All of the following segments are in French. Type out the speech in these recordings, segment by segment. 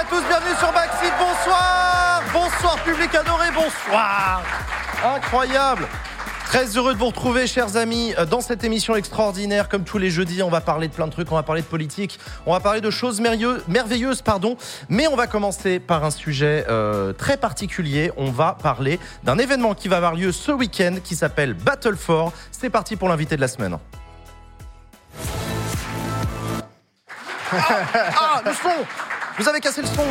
à tous, bienvenue sur Backseat, bonsoir public adoré, bonsoir. Incroyable. Très heureux de vous retrouver, chers amis, dans cette émission extraordinaire. Comme tous les jeudis, on va parler de plein de trucs, on va parler de politique, on va parler de choses merveilleuses, mais on va commencer par un sujet très particulier. On va parler d'un événement qui va avoir lieu ce week-end qui s'appelle Battle 4. C'est parti pour l'invité de la semaine. Le son! Vous avez cassé le son!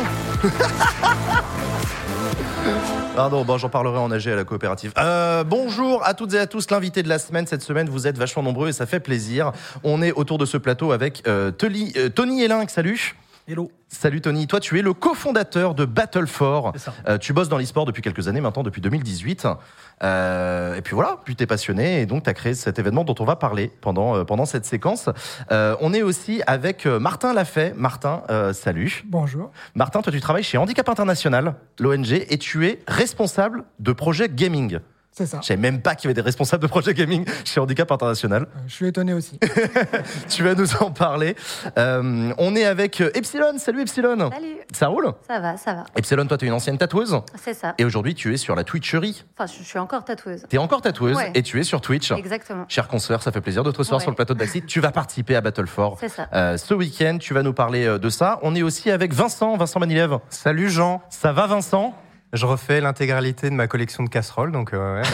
Pardon, j'en parlerai en AG à la coopérative. Bonjour à toutes et à tous, l'invité de la semaine. Cette semaine, vous êtes vachement nombreux et ça fait plaisir. On est autour de ce plateau avec Tony Elinck, salut. Hello. Salut Tony, toi tu es le cofondateur de Battle 4. C'est ça. Tu bosses dans l'e-sport depuis quelques années maintenant, depuis 2018. Et puis voilà, puis t'es passionné et donc t'as créé cet événement dont on va parler pendant cette séquence. On est aussi avec Martin Lafay. Martin, salut. Bonjour. Martin, toi tu travailles chez Handicap International, l'ONG, et tu es responsable de projet gaming. C'est ça. Je savais même pas qu'il y avait des responsables de projet gaming chez Handicap International. Je suis étonné aussi. Tu vas nous en parler. On est avec Epsilon. Salut Epsilon. Salut. Ça roule ? Ça va. Epsilon, toi tu es une ancienne tatoueuse. C'est ça. Et aujourd'hui tu es sur la Twitcherie. Enfin, je suis encore tatoueuse. T'es encore tatoueuse, Ouais. et tu es sur Twitch. Exactement. Chère consoeur, ça fait plaisir de te recevoir Ouais. sur le plateau de Backseat. Tu vas participer à Battle 4 C'est ça. ce week-end. Tu vas nous parler de ça. On est aussi avec Vincent Manilev. Salut Jean, Ça va Vincent ? je refais l'intégralité de ma collection de casseroles, donc ouais.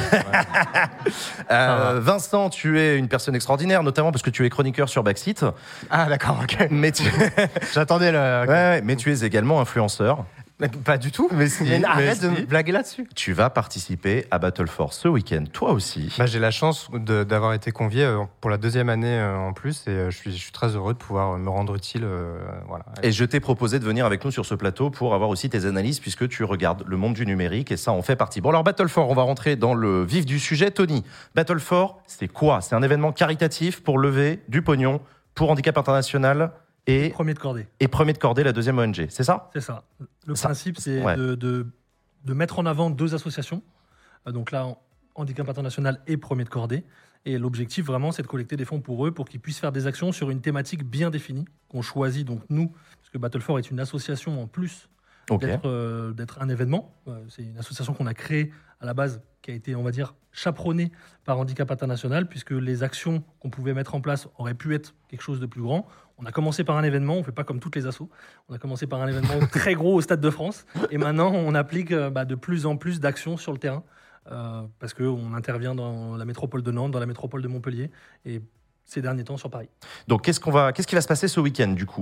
Vincent, tu es une personne extraordinaire, notamment parce que tu es chroniqueur sur Backseat. Ah d'accord, ok. Mais tu... J'attendais le... Ouais, mais tu es également influenceur. Pas du tout. Mais si, Arrête mais de si. me blaguer là-dessus. Tu vas participer à Battle 4 ce week-end, toi aussi. J'ai la chance d'avoir été convié pour la deuxième année en plus, et je suis très heureux de pouvoir me rendre utile. Voilà. Et je t'ai proposé de venir avec nous sur ce plateau pour avoir aussi tes analyses, puisque tu regardes le monde du numérique, et ça en fait partie. Bon alors Battle 4, on va rentrer dans le vif du sujet. Tony, Battle 4, c'est quoi ? C'est un événement caritatif pour lever du pognon pour Handicap International et Premier de cordée. Premier de cordée, la deuxième ONG, c'est ça ? C'est ça. Le Ça, principe, c'est ouais. de mettre en avant deux associations. Donc là, Handicap International et Premier de cordée. Et l'objectif, vraiment, c'est de collecter des fonds pour eux, pour qu'ils puissent faire des actions sur une thématique bien définie, qu'on choisit, donc nous, parce que Battle 4 est une association en plus Ok. d'être un événement. C'est une association qu'on a créée à la base, qui a été, on va dire, chaperonnée par Handicap International, puisque les actions qu'on pouvait mettre en place auraient pu être quelque chose de plus grand. On a commencé par un événement, on ne fait pas comme toutes les assos. On a commencé par un événement très gros au Stade de France. Et maintenant, on applique de plus en plus d'actions sur le terrain, parce qu'on intervient dans la métropole de Nantes, dans la métropole de Montpellier, et ces derniers temps sur Paris. Donc qu'est-ce qui va se passer ce week-end du coup ?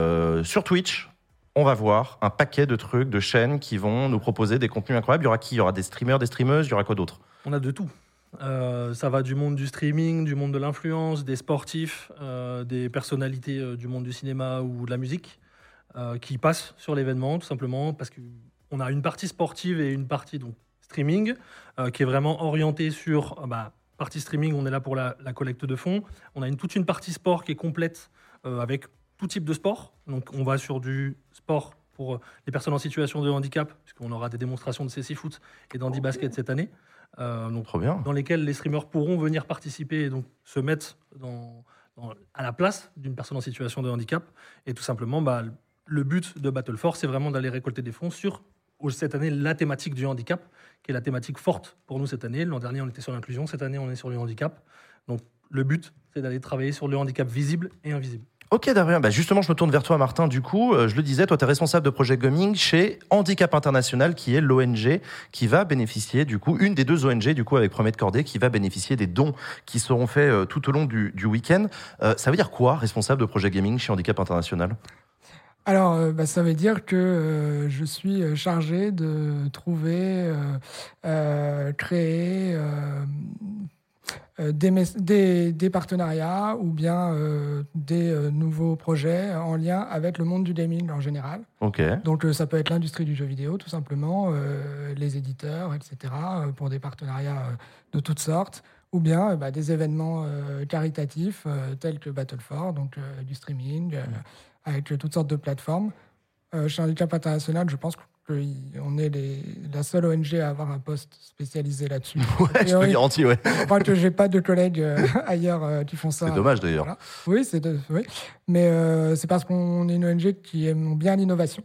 Sur Twitch, on va voir un paquet de trucs, de chaînes qui vont nous proposer des contenus incroyables. Il y aura qui ? Il y aura des streamers, des streameuses, il y aura quoi d'autre ? On a de tout. Ça va du monde du streaming, du monde de l'influence, des sportifs, des personnalités du monde du cinéma ou de la musique qui passent sur l'événement, tout simplement parce qu'on a une partie sportive et une partie donc, streaming qui est vraiment orientée sur partie streaming, on est là pour la collecte de fonds. On a toute une partie sport qui est complète avec tout type de sport. Donc on va sur du sport pour les personnes en situation de handicap, puisqu'on aura des démonstrations de CC-Foot et d'Handi-Basket cette année. Donc, Trop bien. dans lesquels les streamers pourront venir participer et donc se mettre à la place d'une personne en situation de handicap. Et tout simplement, le but de Battle 4, c'est vraiment d'aller récolter des fonds sur, cette année, la thématique du handicap, qui est la thématique forte pour nous cette année. L'an dernier, on était sur l'inclusion. Cette année, on est sur le handicap. Donc, le but, c'est d'aller travailler sur le handicap visible et invisible. Ok, Damien. Justement, je me tourne vers toi, Martin. Du coup, je le disais, toi, tu es responsable de projet gaming chez Handicap International, qui est l'ONG qui va bénéficier, du coup, une des deux ONG, du coup, avec Premier de cordée, qui va bénéficier des dons qui seront faits tout au long du week-end. Ça veut dire quoi, responsable de projet gaming chez Handicap International ? Alors, ça veut dire que je suis chargé de trouver, créer des partenariats ou bien des nouveaux projets en lien avec le monde du gaming en général. Ok. Donc, ça peut être l'industrie du jeu vidéo, tout simplement, les éditeurs, etc., pour des partenariats de toutes sortes, ou bien des événements caritatifs tels que Battle 4, donc du streaming, avec toutes sortes de plateformes. Chez Handicap International, je pense qu'on est la seule ONG à avoir un poste spécialisé là-dessus. Ouais, je te garantis, ouais. Je crois que j'ai pas de collègues ailleurs qui font ça. C'est dommage d'ailleurs. Voilà. Oui, oui. Mais c'est parce qu'on est une ONG qui aime bien l'innovation.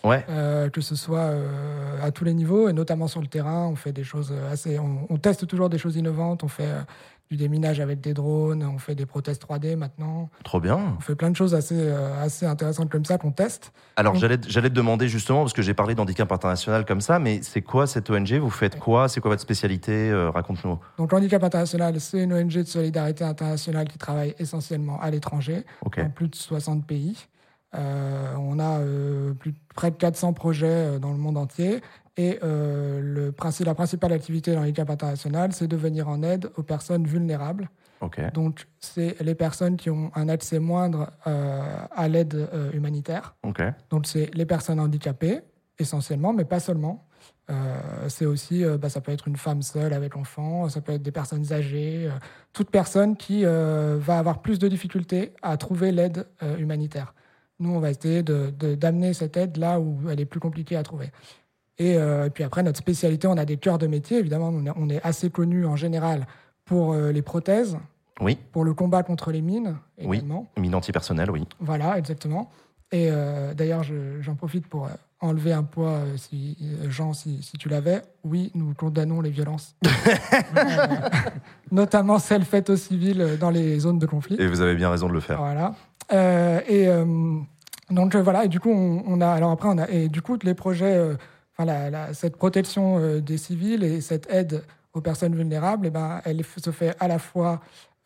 que ce soit à tous les niveaux, et notamment sur le terrain. On fait des choses on teste toujours des choses innovantes. On fait du déminage avec des drones, on fait des prothèses 3D maintenant. Trop bien. On fait plein de choses assez intéressantes comme ça qu'on teste. Alors, j'allais te demander justement, parce que j'ai parlé d'handicap international comme ça, mais c'est quoi cette ONG? Vous faites quoi? C'est quoi votre spécialité? Raconte-nous. Donc, Handicap International, c'est une ONG de solidarité internationale qui travaille essentiellement à l'étranger, dans plus de 60 pays. On a près de 400 projets dans le monde entier. Et la principale activité de Handicap International, c'est de venir en aide aux personnes vulnérables. Donc, c'est les personnes qui ont un accès moindre à l'aide humanitaire. Donc, c'est les personnes handicapées, essentiellement, mais pas seulement. C'est aussi, ça peut être une femme seule avec enfant, ça peut être des personnes âgées, toute personne qui va avoir plus de difficultés à trouver l'aide humanitaire. Nous, on va essayer d'amener cette aide là où elle est plus compliquée à trouver. Et puis après, notre spécialité, on a des cœurs de métier. Évidemment, on est assez connu en général pour les prothèses, pour le combat contre les mines également. Mines antipersonnelles, oui. Voilà, exactement. Et d'ailleurs, j'en profite pour enlever un poids, Jean, si tu l'avais. Oui, nous condamnons les violences, notamment celles faites aux civils dans les zones de conflit. Et vous avez bien raison de le faire. Voilà. Donc voilà, et du coup, et du coup, les projets... cette protection des civils et cette aide aux personnes vulnérables, elle se fait à la fois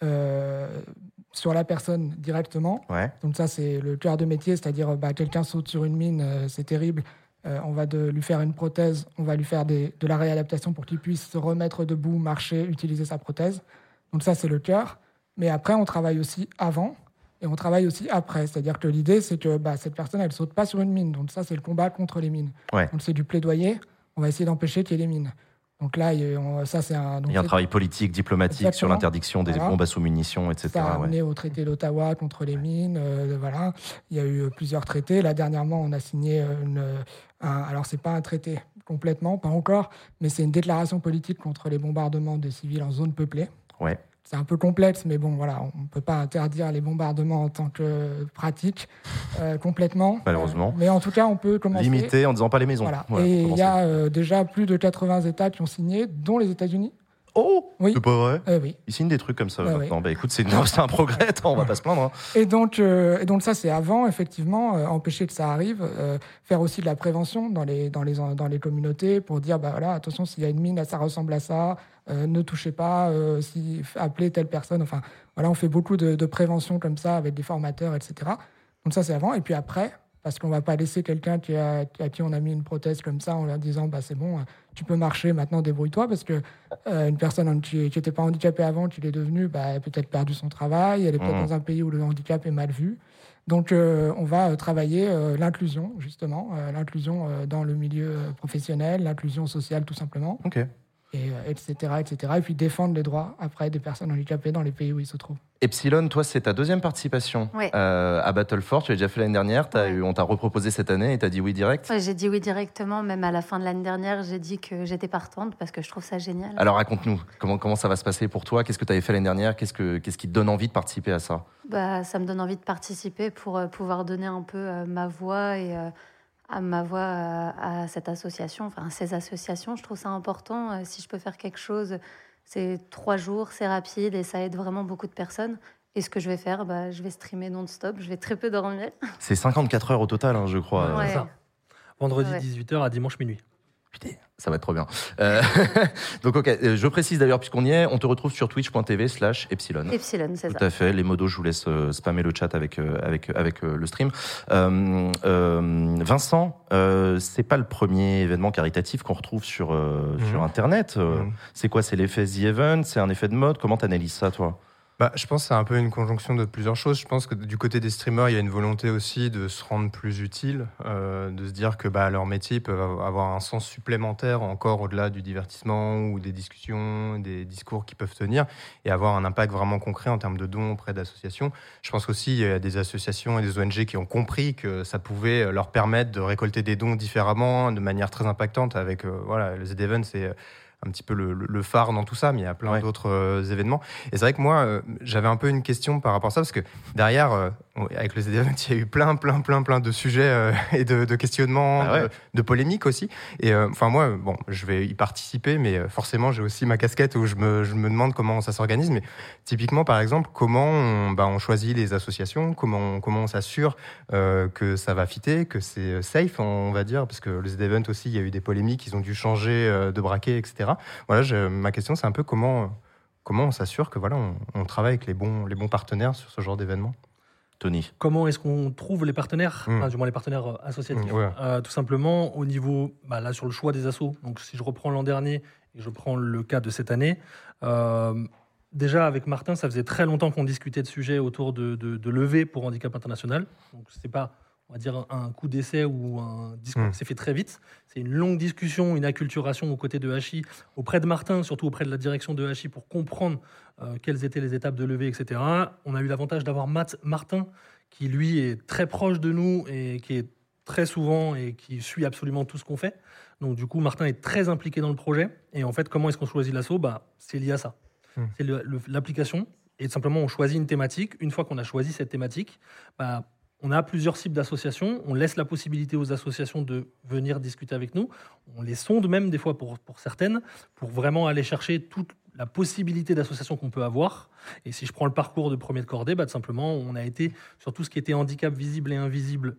sur la personne directement. Donc ça, c'est le cœur de métier, c'est-à-dire quelqu'un saute sur une mine, c'est terrible. On va lui faire une prothèse, on va lui faire de la réadaptation pour qu'il puisse se remettre debout, marcher, utiliser sa prothèse. Donc ça, c'est le cœur. Mais après, on travaille aussi avant. Et on travaille aussi après. C'est-à-dire que l'idée, c'est que cette personne, elle ne saute pas sur une mine. Donc ça, c'est le combat contre les mines. Donc c'est du plaidoyer. On va essayer d'empêcher qu'il y ait les mines. Donc là, ça, c'est un... Donc il y a un travail politique, diplomatique sur l'interdiction des bombes à sous-munitions, etc. Ça a amené au traité d'Ottawa contre les mines. Voilà. Il y a eu plusieurs traités. Là, dernièrement, on a signé alors, c'est pas un traité complètement, pas encore, mais c'est une déclaration politique contre les bombardements de civils en zone peuplée. C'est un peu complexe, mais bon, voilà, on ne peut pas interdire les bombardements en tant que pratique complètement. Malheureusement. Mais en tout cas, on peut commencer... Limiter en disant pas les maisons. Voilà. Et il y a déjà plus de 80 États qui ont signé, dont les États-Unis. Oh, oui. C'est pas vrai? Oui. Ils signent des trucs comme ça maintenant. Écoute, c'est un progrès, on va pas se plaindre. Et donc ça, c'est avant, effectivement, empêcher que ça arrive, faire aussi de la prévention dans les communautés pour dire, voilà, attention, s'il y a une mine, ça ressemble à ça, ne touchez pas, appelez telle personne. Enfin, voilà, on fait beaucoup de prévention comme ça avec des formateurs, etc. Donc ça, c'est avant. Et puis après, parce qu'on ne va pas laisser quelqu'un à qui on a mis une prothèse comme ça en leur disant c'est bon, tu peux marcher, maintenant débrouille-toi, parce que une personne qui n'était pas handicapée avant, qui l'est devenue, elle a peut-être perdu son travail, elle est peut-être dans un pays où le handicap est mal vu. Donc on va travailler l'inclusion, justement, l'inclusion dans le milieu professionnel, l'inclusion sociale tout simplement. Etc. Et puis défendre les droits après des personnes handicapées dans les pays où ils se trouvent. Epsilon, toi, c'est ta deuxième participation à Battle for. Tu l'as déjà fait l'année dernière, on t'a reproposé cette année et tu as dit oui direct. J'ai dit oui directement, même à la fin de l'année dernière, j'ai dit que j'étais partante parce que je trouve ça génial. Alors raconte-nous, comment ça va se passer pour toi? Qu'est-ce que tu avais fait l'année dernière? Qu'est-ce qui te donne envie de participer à ça? Ça me donne envie de participer pour pouvoir donner un peu ma voix et... à cette association, enfin ces associations, je trouve ça important. Si je peux faire quelque chose, c'est 3 jours, c'est rapide et ça aide vraiment beaucoup de personnes. Et ce que je vais faire, je vais streamer non-stop, je vais très peu dormir. C'est 54 heures au total, je crois. Ouais. Ça. Vendredi 18h à dimanche minuit. Putain, ça va être trop bien. Donc, je précise d'ailleurs, puisqu'on y est, on te retrouve sur twitch.tv/Epsilon. Epsilon, c'est ça. Tout à fait. Les modos, je vous laisse spammer le chat avec le stream. Vincent, c'est pas le premier événement caritatif qu'on retrouve sur Internet. C'est quoi? C'est l'effet The Event? C'est un effet de mode? Comment t'analyses ça, toi? Je pense que c'est un peu une conjonction de plusieurs choses. Je pense que du côté des streamers, il y a une volonté aussi de se rendre plus utile, de se dire que leur métier peut avoir un sens supplémentaire encore au-delà du divertissement ou des discussions, des discours qu'ils peuvent tenir et avoir un impact vraiment concret en termes de dons auprès d'associations. Je pense qu'aussi, il y a des associations et des ONG qui ont compris que ça pouvait leur permettre de récolter des dons différemment, de manière très impactante avec le Z-Event, c'est un petit peu le phare dans tout ça, mais il y a plein d'autres événements. Et c'est vrai que moi, j'avais un peu une question par rapport à ça, parce que derrière, avec le Z-Event, il y a eu plein de sujets et de questionnements, de polémiques aussi. Et moi, je vais y participer, mais forcément, j'ai aussi ma casquette où je me demande comment ça s'organise. Mais typiquement, par exemple, comment on choisit les associations, comment on s'assure que ça va fitter, que c'est safe, on va dire, parce que le Z-Event aussi, il y a eu des polémiques, ils ont dû changer de braquet, etc. Voilà, ma question, c'est un peu comment on s'assure que on travaille avec les bons partenaires sur ce genre d'événement. Tony. Comment est-ce qu'on trouve les partenaires, du moins les partenaires associatifs tout simplement au niveau, là sur le choix des assos. Donc si je reprends l'an dernier et je prends le cas de cette année, déjà avec Martin, ça faisait très longtemps qu'on discutait de sujets autour de levée pour handicap international. Donc c'est pas, on va dire, un coup d'essai ou un discours qui s'est fait très vite. C'est une longue discussion, une acculturation aux côtés de HI, auprès de Martin, surtout auprès de la direction de HI, pour comprendre quelles étaient les étapes de levée, etc. On a eu l'avantage d'avoir Martin, qui lui est très proche de nous et qui est très souvent et qui suit absolument tout ce qu'on fait. Donc du coup, Martin est très impliqué dans le projet. Et en fait, comment est-ce qu'on choisit l'asso ? C'est lié à ça. C'est l'application. Et tout simplement, on choisit une thématique. Une fois qu'on a choisi cette thématique, on a plusieurs cibles d'associations. On laisse la possibilité aux associations de venir discuter avec nous. On les sonde même des fois pour certaines, pour vraiment aller chercher toute la possibilité d'association qu'on peut avoir. Et si je prends le parcours de Premier de Cordée, tout simplement, on a été sur tout ce qui était handicap visible et invisible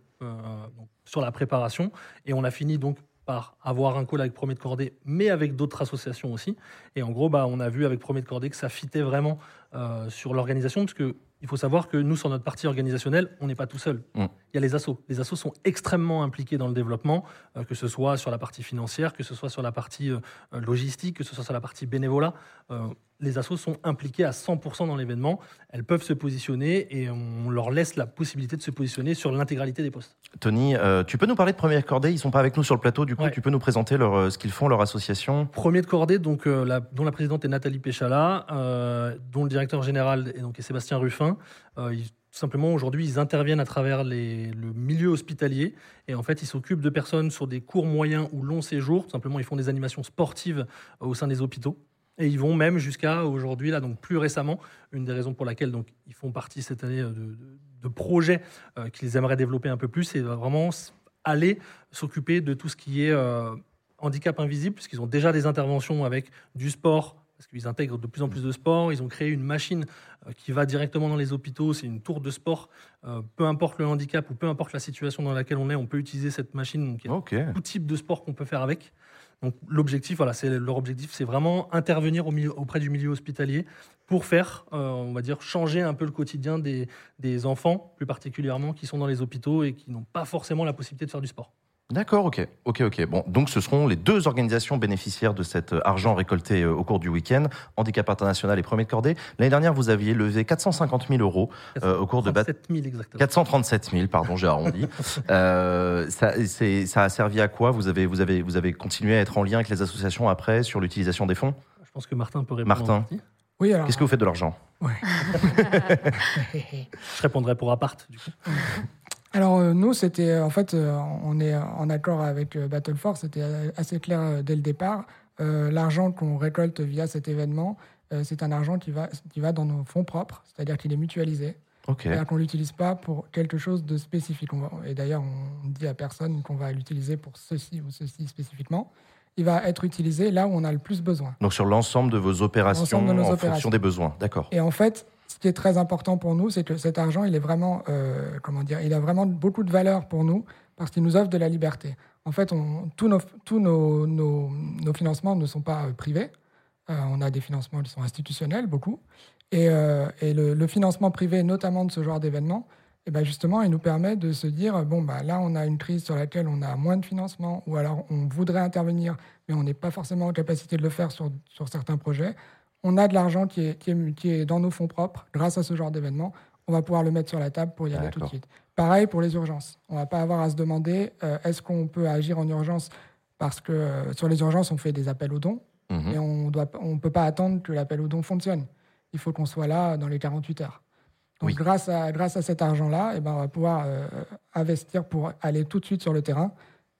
sur la préparation. Et on a fini donc par avoir un call avec Premier de Cordée, mais avec d'autres associations aussi. Et en gros, on a vu avec Premier de Cordée que ça fitait vraiment sur l'organisation, parce que il faut savoir que nous, sur notre partie organisationnelle, on n'est pas tout seul. Il y a les assos. Les assos sont extrêmement impliqués dans le développement, que ce soit sur la partie financière, que ce soit sur la partie logistique, que ce soit sur la partie bénévolat. Les assos sont impliqués à 100% dans l'événement. Elles peuvent se positionner et on leur laisse la possibilité de se positionner sur l'intégralité des postes. Tony, tu peux nous parler de Premier de Cordée ? Ils ne sont pas avec nous sur le plateau, du coup, tu peux nous présenter ce qu'ils font, leur association ? Premier de Cordée, donc, dont la présidente est Nathalie Péchala, dont le directeur général est Sébastien Ruffin. Tout simplement, aujourd'hui, ils interviennent à travers le milieu hospitalier et en fait, ils s'occupent de personnes sur des courts, moyens ou longs séjours. Tout simplement, ils font des animations sportives au sein des hôpitaux. Et ils vont même jusqu'à aujourd'hui, donc plus récemment, une des raisons pour laquelle ils font partie cette année de projets qu'ils aimeraient développer un peu plus, c'est vraiment aller s'occuper de tout ce qui est handicap invisible, puisqu'ils ont déjà des interventions avec du sport, parce qu'ils intègrent de plus en plus de sport. Ils ont créé une machine qui va directement dans les hôpitaux. C'est une tour de sport. Peu importe le handicap ou peu importe la situation dans laquelle on est, on peut utiliser cette machine. Donc, il y a tout type de sport qu'on peut faire avec. Donc, leur objectif, c'est vraiment intervenir auprès du milieu hospitalier pour faire, on va dire, changer un peu le quotidien des enfants, plus particulièrement, qui sont dans les hôpitaux et qui n'ont pas forcément la possibilité de faire du sport. D'accord, ok. Bon, donc ce seront les deux organisations bénéficiaires de cet argent récolté au cours du week-end, Handicap International et Premier de Cordée. L'année dernière, vous aviez levé 450 000 euros au cours de 437 000, pardon, j'ai arrondi. Ça a servi à quoi ? Vous avez continué à être en lien avec les associations après sur l'utilisation des fonds ? Je pense que Martin peut répondre. Martin, oui, alors... qu'est-ce que vous faites de l'argent ? Je répondrai pour Apart, du coup. Alors nous, c'était en fait, on est en accord avec Battle Force, c'était assez clair dès le départ. L'argent qu'on récolte via cet événement, c'est un argent qui va dans nos fonds propres, c'est-à-dire qu'il est mutualisé. C'est-à-dire qu'on ne l'utilise pas pour quelque chose de spécifique. Et d'ailleurs, on ne dit à personne qu'on va l'utiliser pour ceci ou ceci spécifiquement. Il va être utilisé là où on a le plus besoin. Donc sur l'ensemble de vos opérations, fonction des besoins, d'accord. Et en fait, ce qui est très important pour nous, c'est que cet argent, il est vraiment, il a vraiment beaucoup de valeur pour nous parce qu'il nous offre de la liberté. En fait, tous nos financements ne sont pas privés. On a des financements qui sont institutionnels, beaucoup. Et le financement privé, notamment de ce genre d'événements, justement, il nous permet de se dire, là, on a une crise sur laquelle on a moins de financement, ou alors on voudrait intervenir, mais on n'est pas forcément en capacité de le faire sur certains projets. On a de l'argent qui est dans nos fonds propres, grâce à ce genre d'événement. On va pouvoir le mettre sur la table pour y aller tout de suite. Pareil pour les urgences. On ne va pas avoir à se demander, est-ce qu'on peut agir en urgence ? Parce que sur les urgences, on fait des appels aux dons, et on ne peut pas attendre que l'appel aux dons fonctionne. Il faut qu'on soit là dans les 48 heures. Donc, grâce à cet argent-là, on va pouvoir investir pour aller tout de suite sur le terrain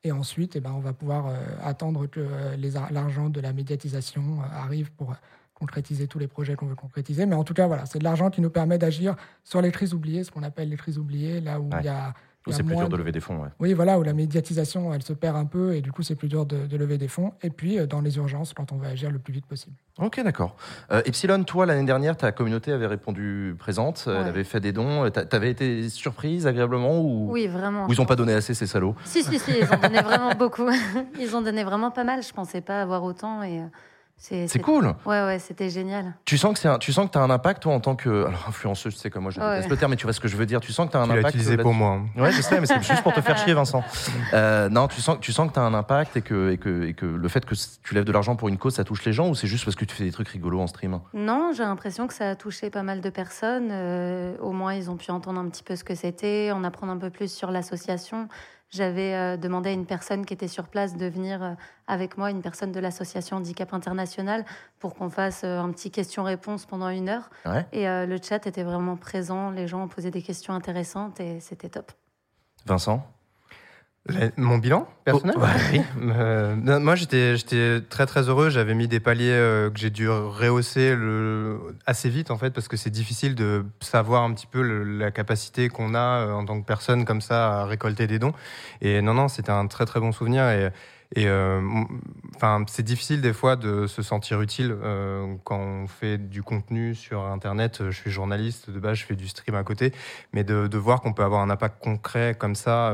Et ensuite, on va pouvoir attendre que l'argent de la médiatisation arrive pour concrétiser tous les projets qu'on veut concrétiser. Mais en tout cas, voilà, c'est de l'argent qui nous permet d'agir sur les crises oubliées, ce qu'on appelle les crises oubliées, là où il y a... C'est plus dur de lever des fonds. Ouais. Oui, voilà, où la médiatisation, elle se perd un peu et du coup, c'est plus dur de lever des fonds. Et puis, dans les urgences, quand on veut agir le plus vite possible. Ok, d'accord. Epsilon, toi, l'année dernière, ta communauté avait répondu présente, elle avait fait des dons. T'avais été surprise agréablement ou... Oui, vraiment. Ou ils n'ont pas donné assez, ces salauds? Si, ils ont donné vraiment beaucoup. Ils ont donné vraiment pas mal. Je pensais pas avoir autant et... C'est cool. Ouais, c'était génial. Tu sens que tu as un impact, toi, en tant que... Alors, influenceuse, tu sais comme moi, je déteste le terme, mais tu vois ce que je veux dire. Tu sens que tu as un impact... Tu l'as utilisé pour moi. Ouais, je sais, mais c'est juste pour te faire chier, Vincent. Non, tu sens que tu as un impact et que le fait que tu lèves de l'argent pour une cause, ça touche les gens, ou c'est juste parce que tu fais des trucs rigolos en stream? Non, j'ai l'impression que ça a touché pas mal de personnes. Au moins, ils ont pu entendre un petit peu ce que c'était, en apprendre un peu plus sur l'association. J'avais demandé à une personne qui était sur place de venir avec moi, une personne de l'association Handicap International, pour qu'on fasse un petit question-réponse pendant 1 heure. Ouais. Et le chat était vraiment présent, les gens ont posé des questions intéressantes et c'était top. Vincent? Mon bilan personnel? Oui. Moi, j'étais très très heureux. J'avais mis des paliers que j'ai dû rehausser assez vite en fait, parce que c'est difficile de savoir un petit peu la capacité qu'on a en tant que personne comme ça à récolter des dons. Et non, c'était un très très bon souvenir. Enfin, c'est difficile des fois de se sentir utile quand on fait du contenu sur Internet. Je suis journaliste de base, je fais du stream à côté, mais de voir qu'on peut avoir un impact concret comme ça.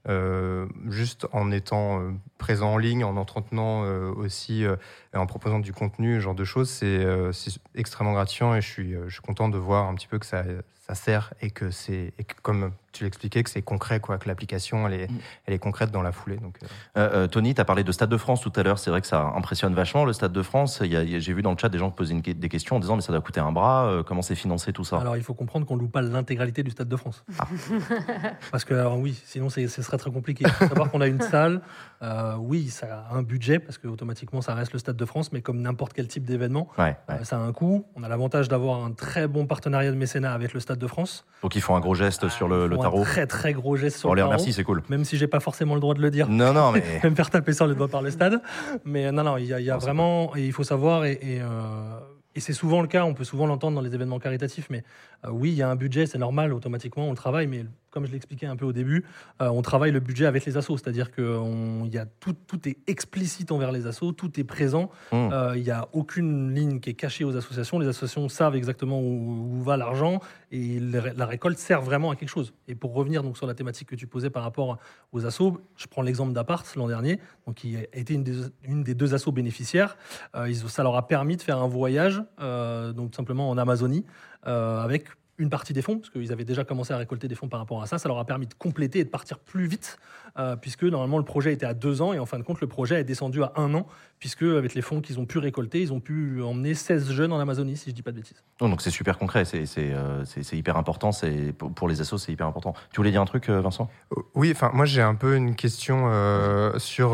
Juste en étant présent en ligne, en entretenant aussi, en proposant du contenu, ce genre de choses, c'est extrêmement gratifiant et je suis content de voir un petit peu que ça sert et que comme tu l'expliquais, que c'est concret, quoi, que l'application elle est concrète dans la foulée. Donc, Tony, tu as parlé de Stade de France tout à l'heure. C'est vrai que ça impressionne vachement le Stade de France. J'ai vu dans le chat des gens poser des questions en disant mais ça doit coûter un bras. Comment c'est financé tout ça? Alors il faut comprendre qu'on ne loue pas l'intégralité du Stade de France. Parce que alors, oui, sinon ce serait très compliqué. Il faut savoir qu'on a une salle. Oui, ça a un budget parce que automatiquement ça reste le Stade de France, mais comme n'importe quel type d'événement, ça a un coût. On a l'avantage d'avoir un très bon partenariat de mécénat avec le Stade de France. Donc ils font un gros geste sur le tarot. Un très très gros geste sur le tarot. Merci, c'est cool. Même si j'ai pas forcément le droit de le dire. Non, mais me faire taper sur le doigt par le Stade. Mais non, il y a vraiment, et il faut savoir et c'est souvent le cas. On peut souvent l'entendre dans les événements caritatifs, mais oui, il y a un budget, c'est normal, automatiquement on le travaille, mais comme je l'expliquais un peu au début, on travaille le budget avec les assos, c'est-à-dire que tout est explicite envers les assos, tout est présent, il n'y a aucune ligne qui est cachée aux associations, les associations savent exactement où va l'argent et la récolte sert vraiment à quelque chose. Et pour revenir donc sur la thématique que tu posais par rapport aux assos, je prends l'exemple d'Apart l'an dernier, donc qui a été une des 2 assos bénéficiaires, ça leur a permis de faire un voyage, donc simplement en Amazonie, avec une partie des fonds, parce qu'ils avaient déjà commencé à récolter des fonds par rapport à ça. Ça leur a permis de compléter et de partir plus vite, puisque normalement le projet était à 2 ans, et en fin de compte le projet est descendu à 1 an, puisque avec les fonds qu'ils ont pu récolter, ils ont pu emmener 16 jeunes en Amazonie, si je ne dis pas de bêtises. Donc c'est super concret, c'est hyper important, pour les assos c'est hyper important. Tu voulais dire un truc, Vincent? Oui, enfin moi j'ai un peu une question sur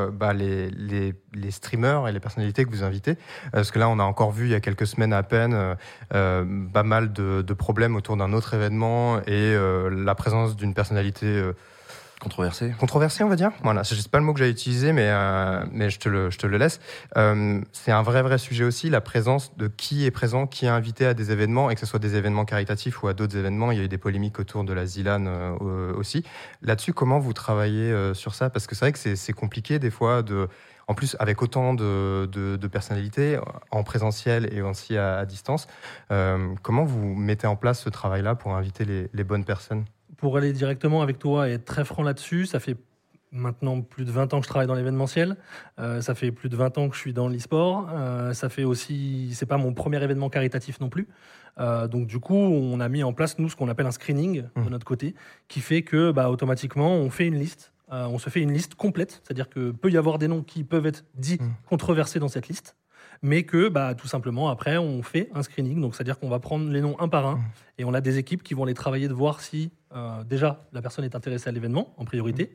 les streamers et les personnalités que vous invitez, parce que là on a encore vu il y a quelques semaines à peine pas mal de problèmes autour d'un autre événement et la présence d'une personnalité controversée, on va dire. Voilà, c'est pas le mot que j'allais utiliser, mais je te le laisse. C'est un vrai sujet aussi, la présence de qui est présent, qui est invité à des événements, et que ce soit des événements caritatifs ou à d'autres événements. Il y a eu des polémiques autour de la Zilan aussi. Là-dessus, comment vous travaillez sur ça? Parce que c'est vrai que c'est compliqué des fois en plus, avec autant de personnalités, en présentiel et aussi à distance, comment vous mettez en place ce travail-là pour inviter les bonnes personnes? Pour aller directement avec toi et être très franc là-dessus, ça fait maintenant plus de 20 ans que je travaille dans l'événementiel. Ça fait plus de 20 ans que je suis dans l'e-sport. Ça fait aussi... C'est pas mon premier événement caritatif non plus. Donc du coup, on a mis en place, nous, ce qu'on appelle un screening de notre côté, qui fait que automatiquement, on fait une liste. On se fait une liste complète, c'est-à-dire que peut y avoir des noms qui peuvent être dits controversés dans cette liste, mais que tout simplement après on fait un screening, donc c'est-à-dire qu'on va prendre les noms un par un et on a des équipes qui vont les travailler de voir si déjà la personne est intéressée à l'événement en priorité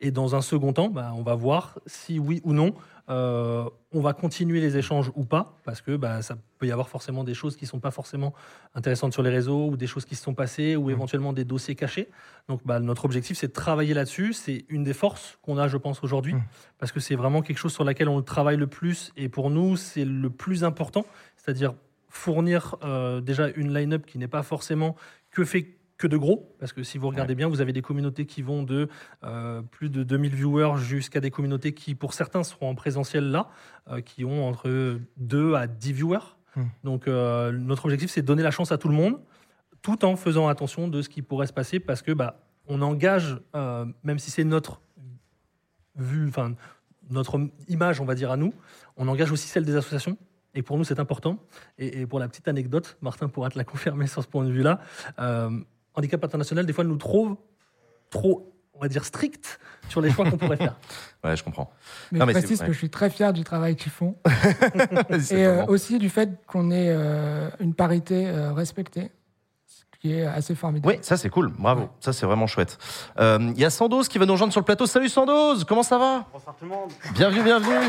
Et dans un second temps, on va voir si oui ou non on va continuer les échanges ou pas, parce que ça peut y avoir forcément des choses qui ne sont pas forcément intéressantes sur les réseaux, ou des choses qui se sont passées, ou éventuellement des dossiers cachés. Donc notre objectif, c'est de travailler là-dessus. C'est une des forces qu'on a, je pense, aujourd'hui, parce que c'est vraiment quelque chose sur laquelle on travaille le plus, et pour nous, c'est le plus important, c'est-à-dire fournir déjà une line-up qui n'est pas forcément que de gros, parce que si vous regardez bien, vous avez des communautés qui vont de plus de 2000 viewers jusqu'à des communautés qui, pour certains, seront en présentiel là, qui ont entre 2 à 10 viewers. Donc, notre objectif, c'est de donner la chance à tout le monde, tout en faisant attention de ce qui pourrait se passer, parce que on engage, même si c'est notre vue, enfin, notre image, on va dire, à nous, on engage aussi celle des associations. Et pour nous, c'est important. Et pour la petite anecdote, Martin pourra te la confirmer sur ce point de vue-là, Handicap International, des fois, nous trouve trop, on va dire, strict sur les choix qu'on pourrait faire. Ouais, je comprends. Mais je précise que je suis très fier du travail qu'ils font. Et aussi du fait qu'on ait une parité respectée, ce qui est assez formidable. Oui, ça c'est cool, bravo. Ouais. Ça c'est vraiment chouette. Il y a Sandoz qui va nous rejoindre sur le plateau. Salut Sandoz, comment ça va ? Bonsoir tout le monde. Bienvenue.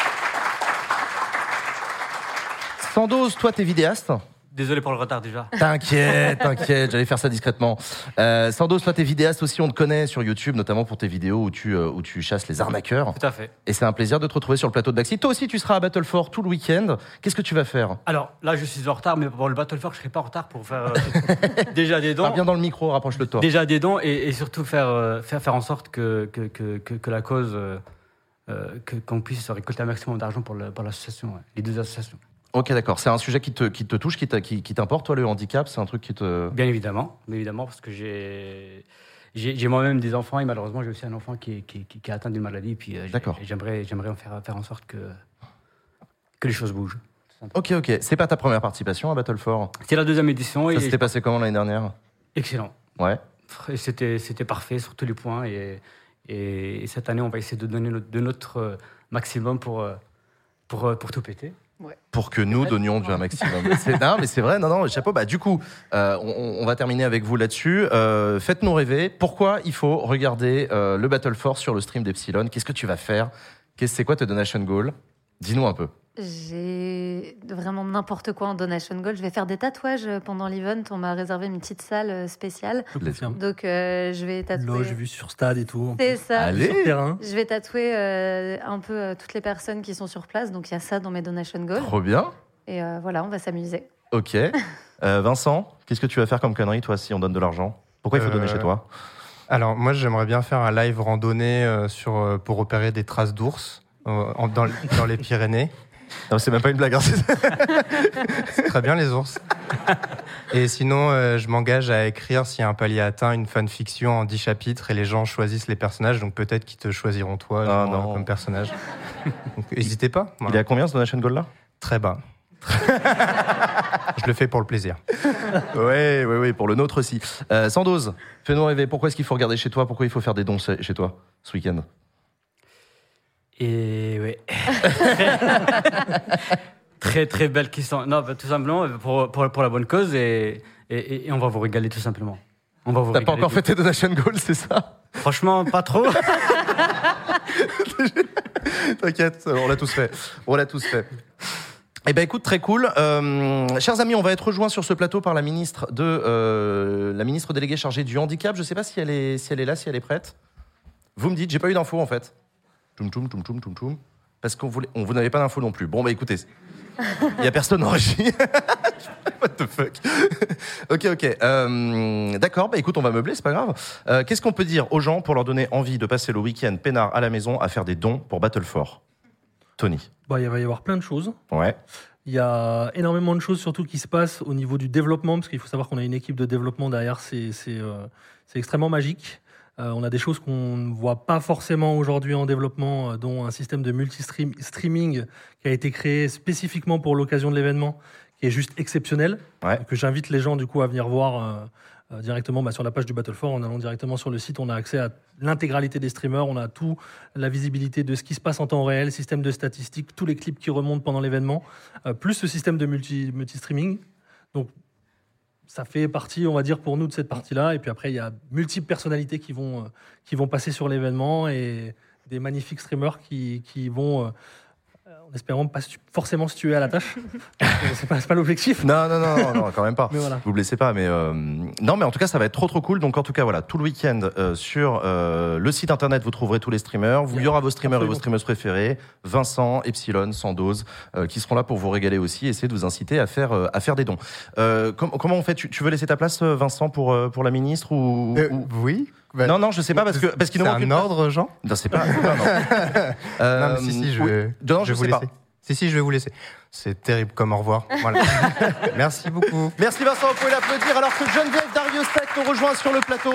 Sandoz, toi t'es vidéaste ? Désolé pour le retard déjà. T'inquiète, j'allais faire ça discrètement. Sandoz, toi t'es vidéaste aussi, on te connaît sur YouTube, notamment pour tes vidéos où tu chasses les arnaqueurs. Tout à fait. Et c'est un plaisir de te retrouver sur le plateau de Backseat. Toi aussi tu seras à Battle for tout le week-end. Qu'est-ce que tu vas faire ? Alors là je suis en retard, mais pour le Battle for je serai pas en retard pour faire déjà des dons. Parle bien dans le micro, rapproche-le de toi. Déjà des dons et surtout faire en sorte que la cause, qu'on puisse récolter un maximum d'argent pour l'association, les 2 associations. Ok, d'accord. C'est un sujet qui te touche, qui t'importe, toi, le handicap ? C'est un truc qui te... Bien évidemment, parce que j'ai moi-même des enfants et malheureusement, j'ai aussi un enfant qui est atteint d'une maladie. Et puis, j'aimerais faire en sorte que les choses bougent. Ok. C'est pas ta première participation à Battle for ? C'est la 2e édition. Ça s'était passé comment l'année dernière ? Excellent. Ouais. C'était parfait sur tous les points. Et cette année, on va essayer de donner de notre maximum pour tout péter. Ouais. Pour que nous donnions un maximum. Non, mais c'est vrai, non, chapeau. Du coup, on va terminer avec vous là-dessus. Faites-nous rêver. Pourquoi il faut regarder le Battle Force sur le stream d'Epsilon ? Qu'est-ce que tu vas faire ? C'est quoi ta donation goal ? Dis-nous un peu. J'ai vraiment n'importe quoi en donation goal. Je vais faire des tatouages pendant l'event. On m'a réservé une petite salle spéciale. Donc, je vais tatouer. Loge vue sur stade et tout. C'est ça. Allez. Sur terrain. Je vais tatouer un peu toutes les personnes qui sont sur place. Donc, il y a ça dans mes donation goals. Trop bien. Et voilà, on va s'amuser. Ok. Vincent, qu'est-ce que tu vas faire comme connerie, toi, si on donne de l'argent ? Pourquoi il faut donner chez toi ? Alors, moi, j'aimerais bien faire un live randonnée pour repérer des traces d'ours dans les Pyrénées. Non, c'est même pas une blague. Hein. C'est très bien les ours. Et sinon, je m'engage à écrire, s'il y a un palier atteint, une fanfiction en 10 chapitres et les gens choisissent les personnages. Donc peut-être qu'ils te choisiront toi comme personnage. Donc n'hésitez pas. Voilà. Il est à combien ce donation goal là ? Très bas. Je le fais pour le plaisir. Oui, pour le nôtre aussi. Sandoz, fais-nous rêver. Pourquoi est-ce qu'il faut regarder chez toi ? Pourquoi il faut faire des dons chez toi ce week-end ? Et oui. Très belle question. Non, tout simplement pour la bonne cause et on va vous régaler tout simplement. T'as pas encore fait tes donation goals, c'est ça ? Franchement, pas trop. T'inquiète, on l'a tous fait. Eh ben écoute, très cool. Chers amis, on va être rejoints sur ce plateau par la ministre déléguée chargée du handicap. Je sais pas si elle est là, si elle est prête. Vous me dites, j'ai pas eu d'infos en fait. Toum. Parce vous n'avez pas d'infos non plus. Bon, écoutez, il n'y a personne en régie. What the fuck. Ok. D'accord, écoute, on va meubler, c'est pas grave. Qu'est-ce qu'on peut dire aux gens pour leur donner envie de passer le week-end peinard à la maison à faire des dons pour Battle for ? Tony. Il va y avoir plein de choses. Ouais. Il y a énormément de choses, surtout qui se passent au niveau du développement, parce qu'il faut savoir qu'on a une équipe de développement derrière, c'est extrêmement magique. On a des choses qu'on ne voit pas forcément aujourd'hui en développement, dont un système de multi-streaming qui a été créé spécifiquement pour l'occasion de l'événement, qui est juste exceptionnel, que j'invite les gens du coup à venir voir directement sur la page du Battle for. En allant directement sur le site, on a accès à l'intégralité des streamers, on a toute la visibilité de ce qui se passe en temps réel, système de statistiques, tous les clips qui remontent pendant l'événement, plus ce système de multi-streaming. Donc, ça fait partie, on va dire, pour nous de cette partie-là. Et puis après, il y a multiples personnalités qui vont passer sur l'événement et des magnifiques streamers qui vont, en espérant pas forcément se tuer à la tâche. c'est pas l'objectif. Non, quand même pas. Mais voilà. Vous blessez pas, mais non, mais en tout cas, ça va être trop cool. Donc en tout cas, voilà, tout le week-end sur le site internet, vous trouverez tous les streamers. Il y aura vos streamers et vos streameuses préférés, Vincent, Epsilon, Sandoz, qui seront là pour vous régaler aussi, et essayer de vous inciter à faire des dons. Comment on fait ? Tu veux laisser ta place, Vincent, pour la ministre ou... Oui. Non, je sais pas parce qu'il nous manque un ordre, Jean. Non, c'est pas. Non. Non, mais si, je vais. Non, je sais pas. Si, je vais vous laisser. C'est terrible comme au revoir. Voilà. Merci beaucoup. Merci Vincent, vous pouvez l'applaudir alors que Geneviève Darrieussecq nous rejoint sur le plateau.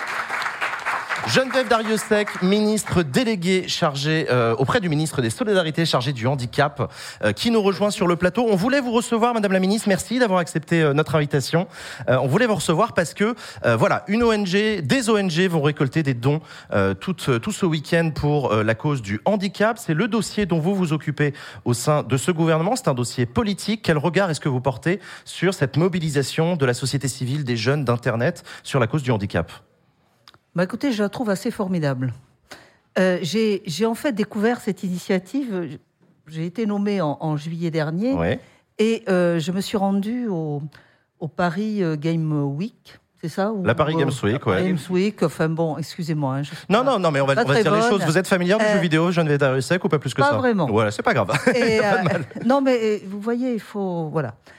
Geneviève Darrieussecq, ministre déléguée chargée auprès du ministre des Solidarités, chargée du handicap, qui nous rejoint sur le plateau. On voulait vous recevoir, Madame la ministre. Merci d'avoir accepté notre invitation. On voulait vous recevoir parce que voilà, des ONG vont récolter des dons tout ce week-end pour la cause du handicap. C'est le dossier dont vous vous occupez au sein de ce gouvernement. C'est un dossier politique. Quel regard est-ce que vous portez sur cette mobilisation de la société civile, des jeunes d'Internet sur la cause du handicap ? Écoutez, je la trouve assez formidable. J'ai en fait découvert cette initiative. J'ai été nommée en juillet dernier, et je me suis rendue au Paris Game Week. C'est ça la Paris Games Week, Games Week, enfin bon, excusez-moi. Non, mais on va dire les choses. Vous êtes familière du jeu vidéo, Geneviève Darrieussecq, ou pas plus que ça ? Pas vraiment. Voilà, c'est pas grave. Non, mais vous voyez, il faut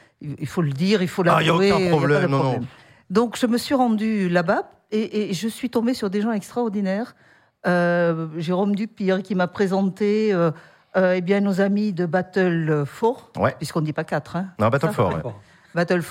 le dire, il faut l'avouer. Il n'y a aucun problème, non. Donc, je me suis rendue là-bas, et je suis tombée sur des gens extraordinaires. Jérôme Dupire qui m'a présenté nos amis de Battle 4, puisqu'on ne dit pas 4. Hein. Non, Battle 4. Battle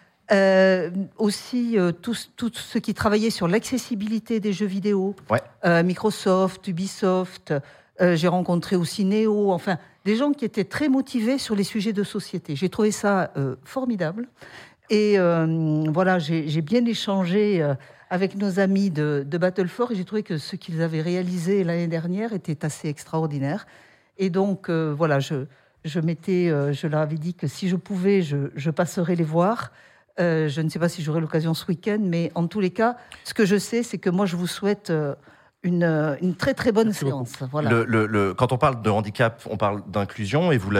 4. Aussi, tous ceux qui travaillaient sur l'accessibilité des jeux vidéo. Microsoft, Ubisoft. J'ai rencontré aussi Neo. Enfin, des gens qui étaient très motivés sur les sujets de société. J'ai trouvé ça formidable. Et voilà, j'ai bien échangé avec nos amis de Battle 4, et j'ai trouvé que ce qu'ils avaient réalisé l'année dernière était assez extraordinaire. Et donc, voilà, je leur avais dit que si je pouvais, je passerais les voir. Je ne sais pas si j'aurai l'occasion ce week-end, mais en tous les cas, ce que je sais, c'est que moi, je vous souhaite une très très bonne séance. Voilà. Quand on parle de handicap, on parle d'inclusion, et vous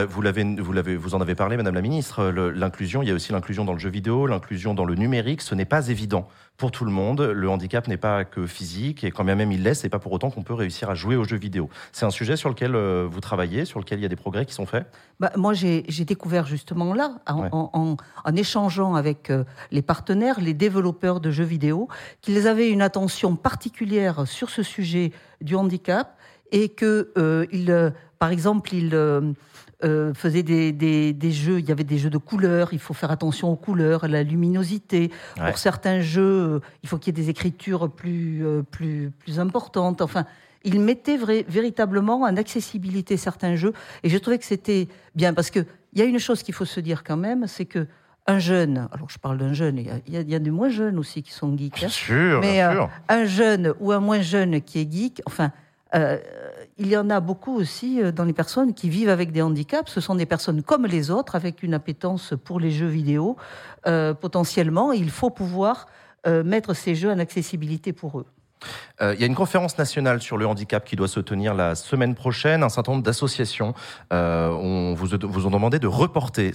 en avez parlé, Madame la Ministre. L'inclusion, il y a aussi l'inclusion dans le jeu vidéo, l'inclusion dans le numérique. Ce n'est pas évident pour tout le monde. Le handicap n'est pas que physique, et quand bien même il l'est, c'est pas pour autant qu'on peut réussir à jouer aux jeux vidéo. C'est un sujet sur lequel vous travaillez, sur lequel il y a des progrès qui sont faits. Moi, j'ai découvert justement là, en échangeant avec les partenaires, les développeurs de jeux vidéo, qu'ils avaient une attention particulière sur ce sujet du handicap, et que, par exemple, ils faisaient des jeux. Il y avait des jeux de couleurs. Il faut faire attention aux couleurs, à la luminosité. Pour certains jeux, il faut qu'il y ait des écritures plus importantes. Enfin, ils mettaient véritablement en accessibilité certains jeux, et je trouvais que c'était bien, parce que il y a une chose qu'il faut se dire quand même, c'est que un jeune, alors je parle d'un jeune, il y a des moins jeunes aussi qui sont geeks. Bien sûr. Un jeune ou un moins jeune qui est geek, enfin, il y en a beaucoup aussi dans les personnes qui vivent avec des handicaps. Ce sont des personnes comme les autres, avec une appétence pour les jeux vidéo. Potentiellement, il faut pouvoir mettre ces jeux en accessibilité pour eux. Il y a une conférence nationale sur le handicap qui doit se tenir la semaine prochaine. Un certain nombre d'associations vous ont demandé de reporter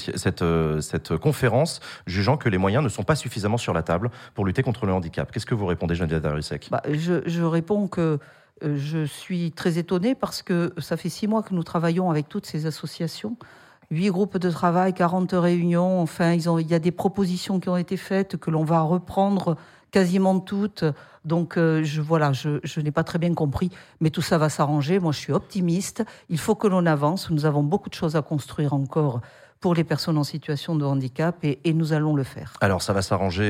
cette conférence, jugeant que les moyens ne sont pas suffisamment sur la table pour lutter contre le handicap. Qu'est-ce que vous répondez, Geneviève Darrieussecq ? Je réponds que je suis très étonnée, parce que ça fait 6 mois que nous travaillons avec toutes ces associations. 8 groupes de travail, 40 réunions. Enfin, il y a des propositions qui ont été faites que l'on va reprendre quasiment toutes. Donc, je n'ai pas très bien compris, mais tout ça va s'arranger. Moi, je suis optimiste. Il faut que l'on avance. Nous avons beaucoup de choses à construire encore pour les personnes en situation de handicap, et nous allons le faire. Alors, ça va s'arranger,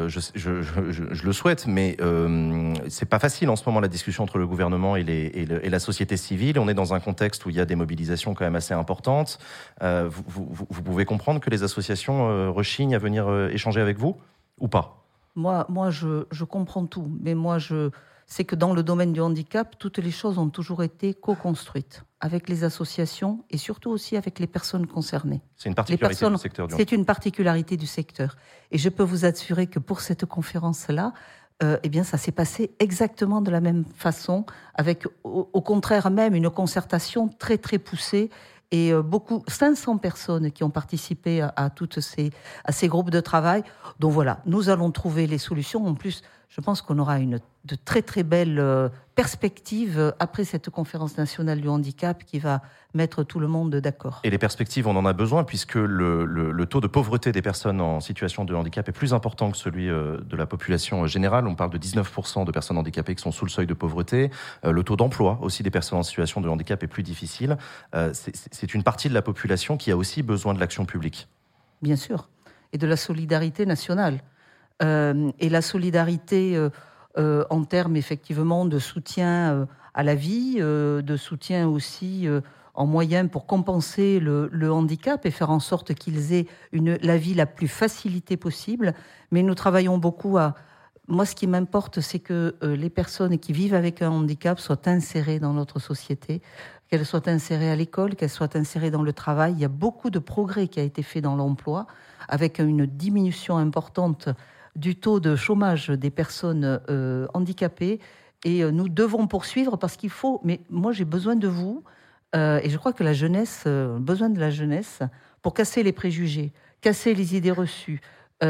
je le souhaite, mais c'est pas facile en ce moment, la discussion entre le gouvernement et la société civile. On est dans un contexte où il y a des mobilisations quand même assez importantes. Vous pouvez comprendre que les associations rechignent à venir échanger avec vous, ou pas ? Moi, je comprends tout, mais c'est que dans le domaine du handicap, toutes les choses ont toujours été co-construites avec les associations et surtout aussi avec les personnes concernées. C'est une particularité du secteur du handicap. C'est une particularité du secteur. Et je peux vous assurer que pour cette conférence-là, ça s'est passé exactement de la même façon, avec au contraire même une concertation très très poussée et 500 personnes qui ont participé à ces groupes de travail. Donc voilà, nous allons trouver les solutions. En plus, je pense qu'on aura de très très belles perspectives après cette conférence nationale du handicap qui va mettre tout le monde d'accord. Et les perspectives, on en a besoin puisque le taux de pauvreté des personnes en situation de handicap est plus important que celui de la population générale. On parle de 19% de personnes handicapées qui sont sous le seuil de pauvreté. Le taux d'emploi aussi des personnes en situation de handicap est plus difficile. C'est une partie de la population qui a aussi besoin de l'action publique. Bien sûr, et de la solidarité nationale. Et la solidarité en termes effectivement de soutien à la vie, de soutien aussi en moyens pour compenser le handicap et faire en sorte qu'ils aient la vie la plus facilitée possible. Mais nous travaillons beaucoup Moi, ce qui m'importe, c'est que les personnes qui vivent avec un handicap soient insérées dans notre société, qu'elles soient insérées à l'école, qu'elles soient insérées dans le travail. Il y a beaucoup de progrès qui a été fait dans l'emploi, avec une diminution importante du taux de chômage des personnes handicapées. Et nous devons poursuivre parce qu'il faut... Mais moi, j'ai besoin de vous, et je crois que la jeunesse, besoin de la jeunesse, pour casser les préjugés, casser les idées reçues.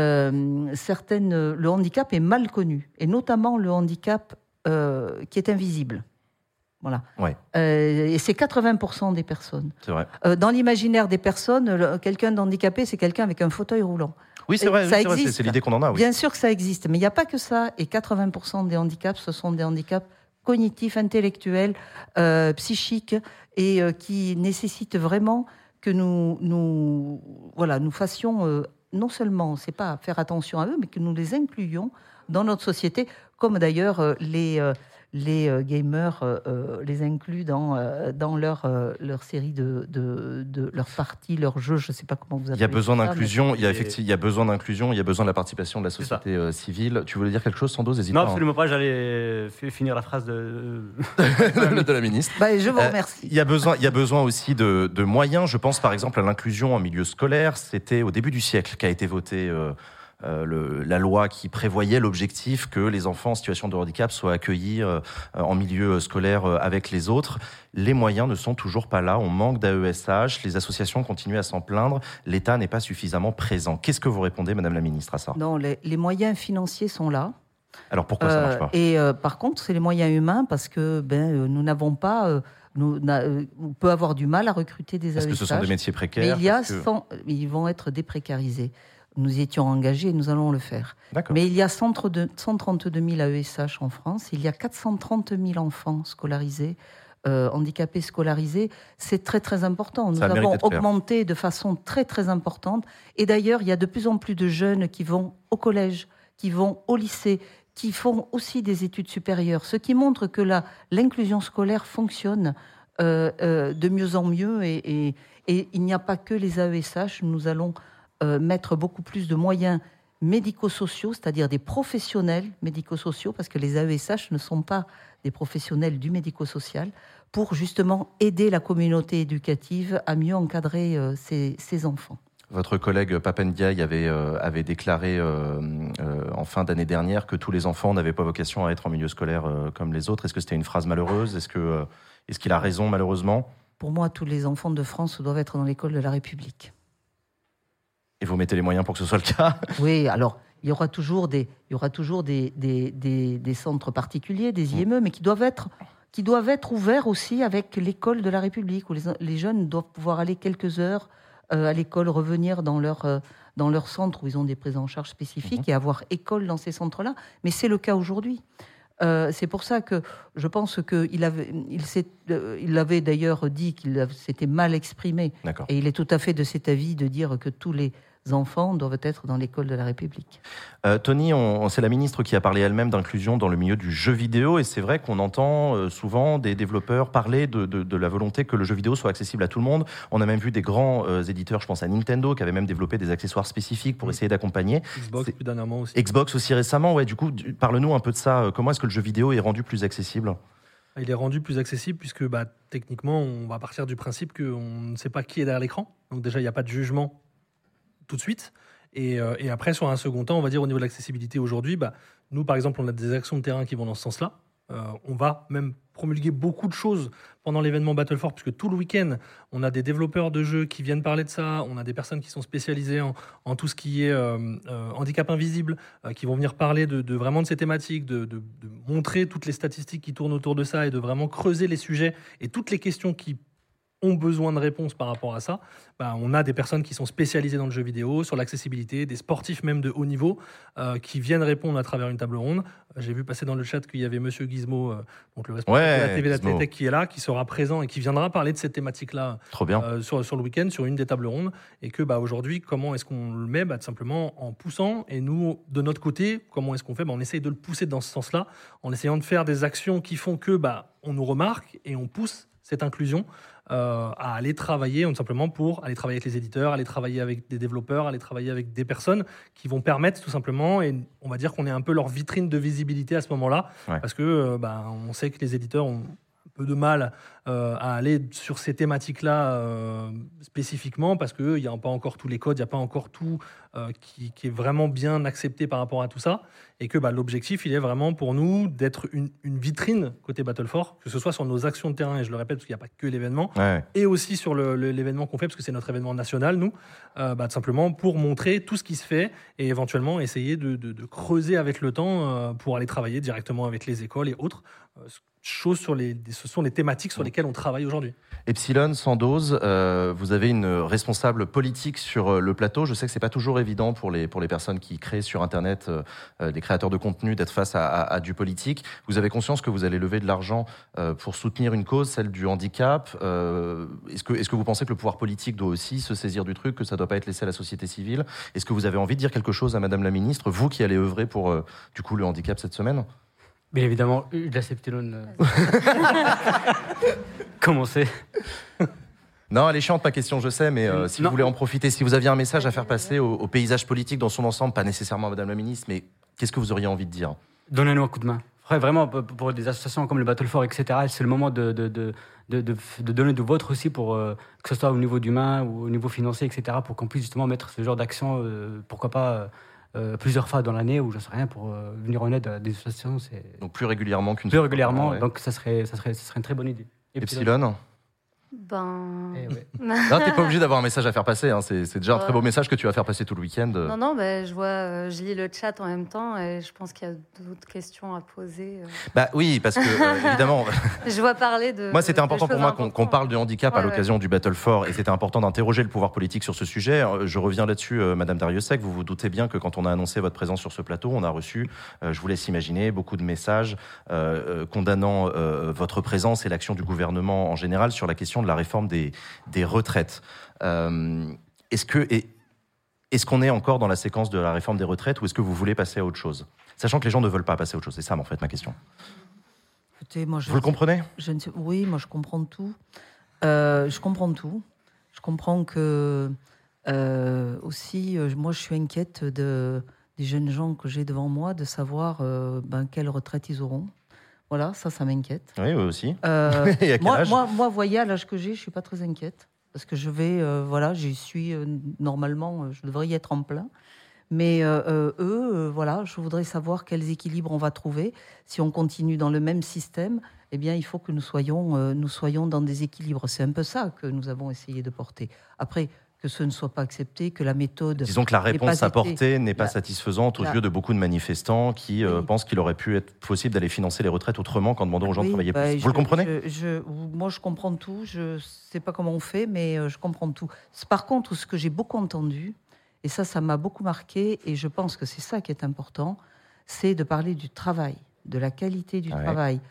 Le handicap est mal connu, et notamment le handicap qui est invisible. Voilà. Ouais. Et c'est 80% des personnes. C'est vrai. Dans l'imaginaire des personnes, quelqu'un d'handicapé, c'est quelqu'un avec un fauteuil roulant. Oui, c'est vrai, ça existe. C'est l'idée qu'on en a. Oui. Bien sûr que ça existe, mais il n'y a pas que ça. Et 80% des handicaps, ce sont des handicaps cognitifs, intellectuels, psychiques, et qui nécessitent vraiment que nous fassions... non seulement, c'est pas faire attention à eux, mais que nous les incluions dans notre société, comme d'ailleurs les gamers les incluent dans leur série de leur partie, leur jeu, je ne sais pas comment vous appelez. Il y a besoin d'inclusion, il y a besoin d'inclusion, il y a besoin de la participation de la société civile. Tu voulais dire quelque chose, Sandoz? Hésite non, pas. Non, absolument pas, j'allais finir la phrase de la ministre. Je vous remercie. Il y a besoin aussi de moyens. Je pense par exemple à l'inclusion en milieu scolaire. C'était au début du siècle qu'a été votée la loi qui prévoyait l'objectif que les enfants en situation de handicap soient accueillis en milieu scolaire avec les autres. Les moyens ne sont toujours pas là. On manque d'AESH. Les associations continuent à s'en plaindre. L'État n'est pas suffisamment présent. Qu'est-ce que vous répondez, Madame la Ministre, à ça? Non, les moyens financiers sont là. Alors pourquoi ça marche pas? Et par contre, c'est les moyens humains parce que nous n'avons pas... on peut avoir du mal à recruter des AESH. Parce que ce sont des métiers précaires. Mais ils vont être déprécarisés. Nous y étions engagés et nous allons le faire. Mais il y a 132 000 AESH en France. Il y a 430 000 enfants scolarisés, handicapés scolarisés. C'est très, très important. Nous avons augmenté de façon très, très importante. Et d'ailleurs, il y a de plus en plus de jeunes qui vont au collège, qui vont au lycée, qui font aussi des études supérieures. Ce qui montre que l'inclusion scolaire fonctionne de mieux en mieux. Et il n'y a pas que les AESH. Nous allons... mettre beaucoup plus de moyens médico-sociaux, c'est-à-dire des professionnels médico-sociaux, parce que les AESH ne sont pas des professionnels du médico-social, pour justement aider la communauté éducative à mieux encadrer ces enfants. Votre collègue Papendiaï avait déclaré en fin d'année dernière que tous les enfants n'avaient pas vocation à être en milieu scolaire comme les autres. Est-ce que c'était une phrase malheureuse? Est-ce qu'il a raison, malheureusement? Pour moi, tous les enfants de France doivent être dans l'école de la République. Et vous mettez les moyens pour que ce soit le cas? Oui, alors il y aura toujours des centres particuliers, des IME, mais qui doivent être ouverts aussi avec l'école de la République, où les jeunes doivent pouvoir aller quelques heures à l'école, revenir dans leur centre où ils ont des prises en charge spécifiques et avoir école dans ces centres-là. Mais c'est le cas aujourd'hui. C'est pour ça que je pense qu'il avait d'ailleurs dit qu'il s'était mal exprimé. D'accord. Et il est tout à fait de cet avis de dire que tous les enfants doivent être dans l'école de la République. Tony, c'est la ministre qui a parlé elle-même d'inclusion dans le milieu du jeu vidéo, et c'est vrai qu'on entend souvent des développeurs parler de la volonté que le jeu vidéo soit accessible à tout le monde. On a même vu des grands éditeurs, je pense à Nintendo, qui avaient même développé des accessoires spécifiques pour essayer d'accompagner. Xbox plus dernièrement aussi. Xbox aussi récemment, ouais. Du coup, parle-nous un peu de ça. Comment est-ce que le jeu vidéo est rendu plus accessible ? Il est rendu plus accessible puisque techniquement, on va partir du principe qu'on ne sait pas qui est derrière l'écran. Donc déjà, il n'y a pas de jugement tout de suite. Et après, sur un second temps, on va dire au niveau de l'accessibilité aujourd'hui, nous, par exemple, on a des actions de terrain qui vont dans ce sens-là. On va même promulguer beaucoup de choses pendant l'événement Battle4, puisque tout le week-end, on a des développeurs de jeux qui viennent parler de ça, on a des personnes qui sont spécialisées en tout ce qui est handicap invisible, qui vont venir parler vraiment de ces thématiques, de montrer toutes les statistiques qui tournent autour de ça et de vraiment creuser les sujets et toutes les questions qui ont besoin de réponses par rapport à ça. On a des personnes qui sont spécialisées dans le jeu vidéo, sur l'accessibilité, des sportifs même de haut niveau qui viennent répondre à travers une table ronde. J'ai vu passer dans le chat qu'il y avait Monsieur Gizmo, donc le responsable de la TV d'Atlétech qui est là, qui sera présent et qui viendra parler de cette thématique-là sur le week-end, sur une des tables rondes. Et que aujourd'hui, comment est-ce qu'on le met tout simplement en poussant. Et nous, de notre côté, comment est-ce qu'on fait on essaye de le pousser dans ce sens-là, en essayant de faire des actions qui font que on nous remarque et on pousse cette inclusion à aller travailler, tout simplement pour aller travailler avec les éditeurs, aller travailler avec des développeurs, aller travailler avec des personnes qui vont permettre tout simplement, et on va dire qu'on est un peu leur vitrine de visibilité à ce moment-là, parce que on sait que les éditeurs ont un peu de mal à aller sur ces thématiques-là spécifiquement, parce qu'il n'y a pas encore tous les codes, il n'y a pas encore tout qui est vraiment bien accepté par rapport à tout ça, et que l'objectif, il est vraiment pour nous d'être une vitrine côté Battle4, que ce soit sur nos actions de terrain, et je le répète, parce qu'il n'y a pas que l'événement, et aussi sur l'événement qu'on fait, parce que c'est notre événement national, nous, tout simplement pour montrer tout ce qui se fait, et éventuellement essayer de creuser avec le temps pour aller travailler directement avec les écoles et autres, ce sont les thématiques sur lesquelles on travaille aujourd'hui. Epsilon, Sandoz, vous avez une responsable politique sur le plateau. Je sais que c'est pas toujours évident pour les personnes qui créent sur Internet, des créateurs de contenu, d'être face à du politique. Vous avez conscience que vous allez lever de l'argent pour soutenir une cause, celle du handicap. Est-ce que vous pensez que le pouvoir politique doit aussi se saisir du truc, que ça doit pas être laissé à la société civile ? Est-ce que vous avez envie de dire quelque chose à Madame la Ministre, vous qui allez œuvrer pour le handicap cette semaine ? Bien évidemment, la Septilone. Comment c'est ? Non, elle est chiante, pas question, je sais, mais si vous voulez en profiter, si vous aviez un message à faire passer au paysage politique dans son ensemble, pas nécessairement à Madame la Ministre, mais qu'est-ce que vous auriez envie de dire ? Donnez-nous un coup de main. Vraiment, pour des associations comme le Battle4, etc., c'est le moment de donner du vôtre aussi, pour que ce soit au niveau d'humain ou au niveau financier, etc., pour qu'on puisse justement mettre ce genre d'action, pourquoi pas plusieurs fois dans l'année, ou j'en sais rien, pour venir en aide à des associations. Donc plus régulièrement qu'une fois. Plus régulièrement, donc ça serait une très bonne idée. Epsilon ? Non, t'es pas obligé d'avoir un message à faire passer. Hein. C'est déjà un très beau message que tu vas faire passer tout le week-end. Non, je lis le chat en même temps et je pense qu'il y a d'autres questions à poser. Oui, parce que évidemment. Je vois parler de. Moi, c'était important pour moi qu'on parle de handicap à l'occasion du Battle4, et c'était important d'interroger le pouvoir politique sur ce sujet. Je reviens là-dessus, Madame Dariussec. Vous vous doutez bien que quand on a annoncé votre présence sur ce plateau, on a reçu, je vous laisse imaginer, beaucoup de messages condamnant votre présence et l'action du gouvernement en général sur la question de la réforme des retraites. Est-ce qu'on est encore dans la séquence de la réforme des retraites, ou est-ce que vous voulez passer à autre chose ? Sachant que les gens ne veulent pas passer à autre chose. C'est ça, en fait, ma question. Écoutez, vous le comprenez ? Oui, moi, je comprends tout. Je comprends tout. Je comprends que, aussi, moi, je suis inquiète des jeunes gens que j'ai devant moi, de savoir quelle retraite ils auront. Voilà, ça m'inquiète. Oui, eux aussi. Moi, voyez, à l'âge que j'ai, je ne suis pas très inquiète. Parce que je vais, j'y suis normalement, je devrais y être en plein. Mais je voudrais savoir quels équilibres on va trouver. Si on continue dans le même système, eh bien, il faut que nous soyons dans des équilibres. C'est un peu ça que nous avons essayé de porter. Après, que ce ne soit pas accepté, que la méthode... Disons que la réponse apportée n'est pas satisfaisante aux yeux de beaucoup de manifestants qui pensent qu'il aurait pu être possible d'aller financer les retraites autrement qu'en demandant aux gens de travailler plus. Vous le comprenez ? Moi, je comprends tout. Je ne sais pas comment on fait, mais je comprends tout. Par contre, ce que j'ai beaucoup entendu, et ça m'a beaucoup marqué, et je pense que c'est ça qui est important, c'est de parler du travail, de la qualité du travail,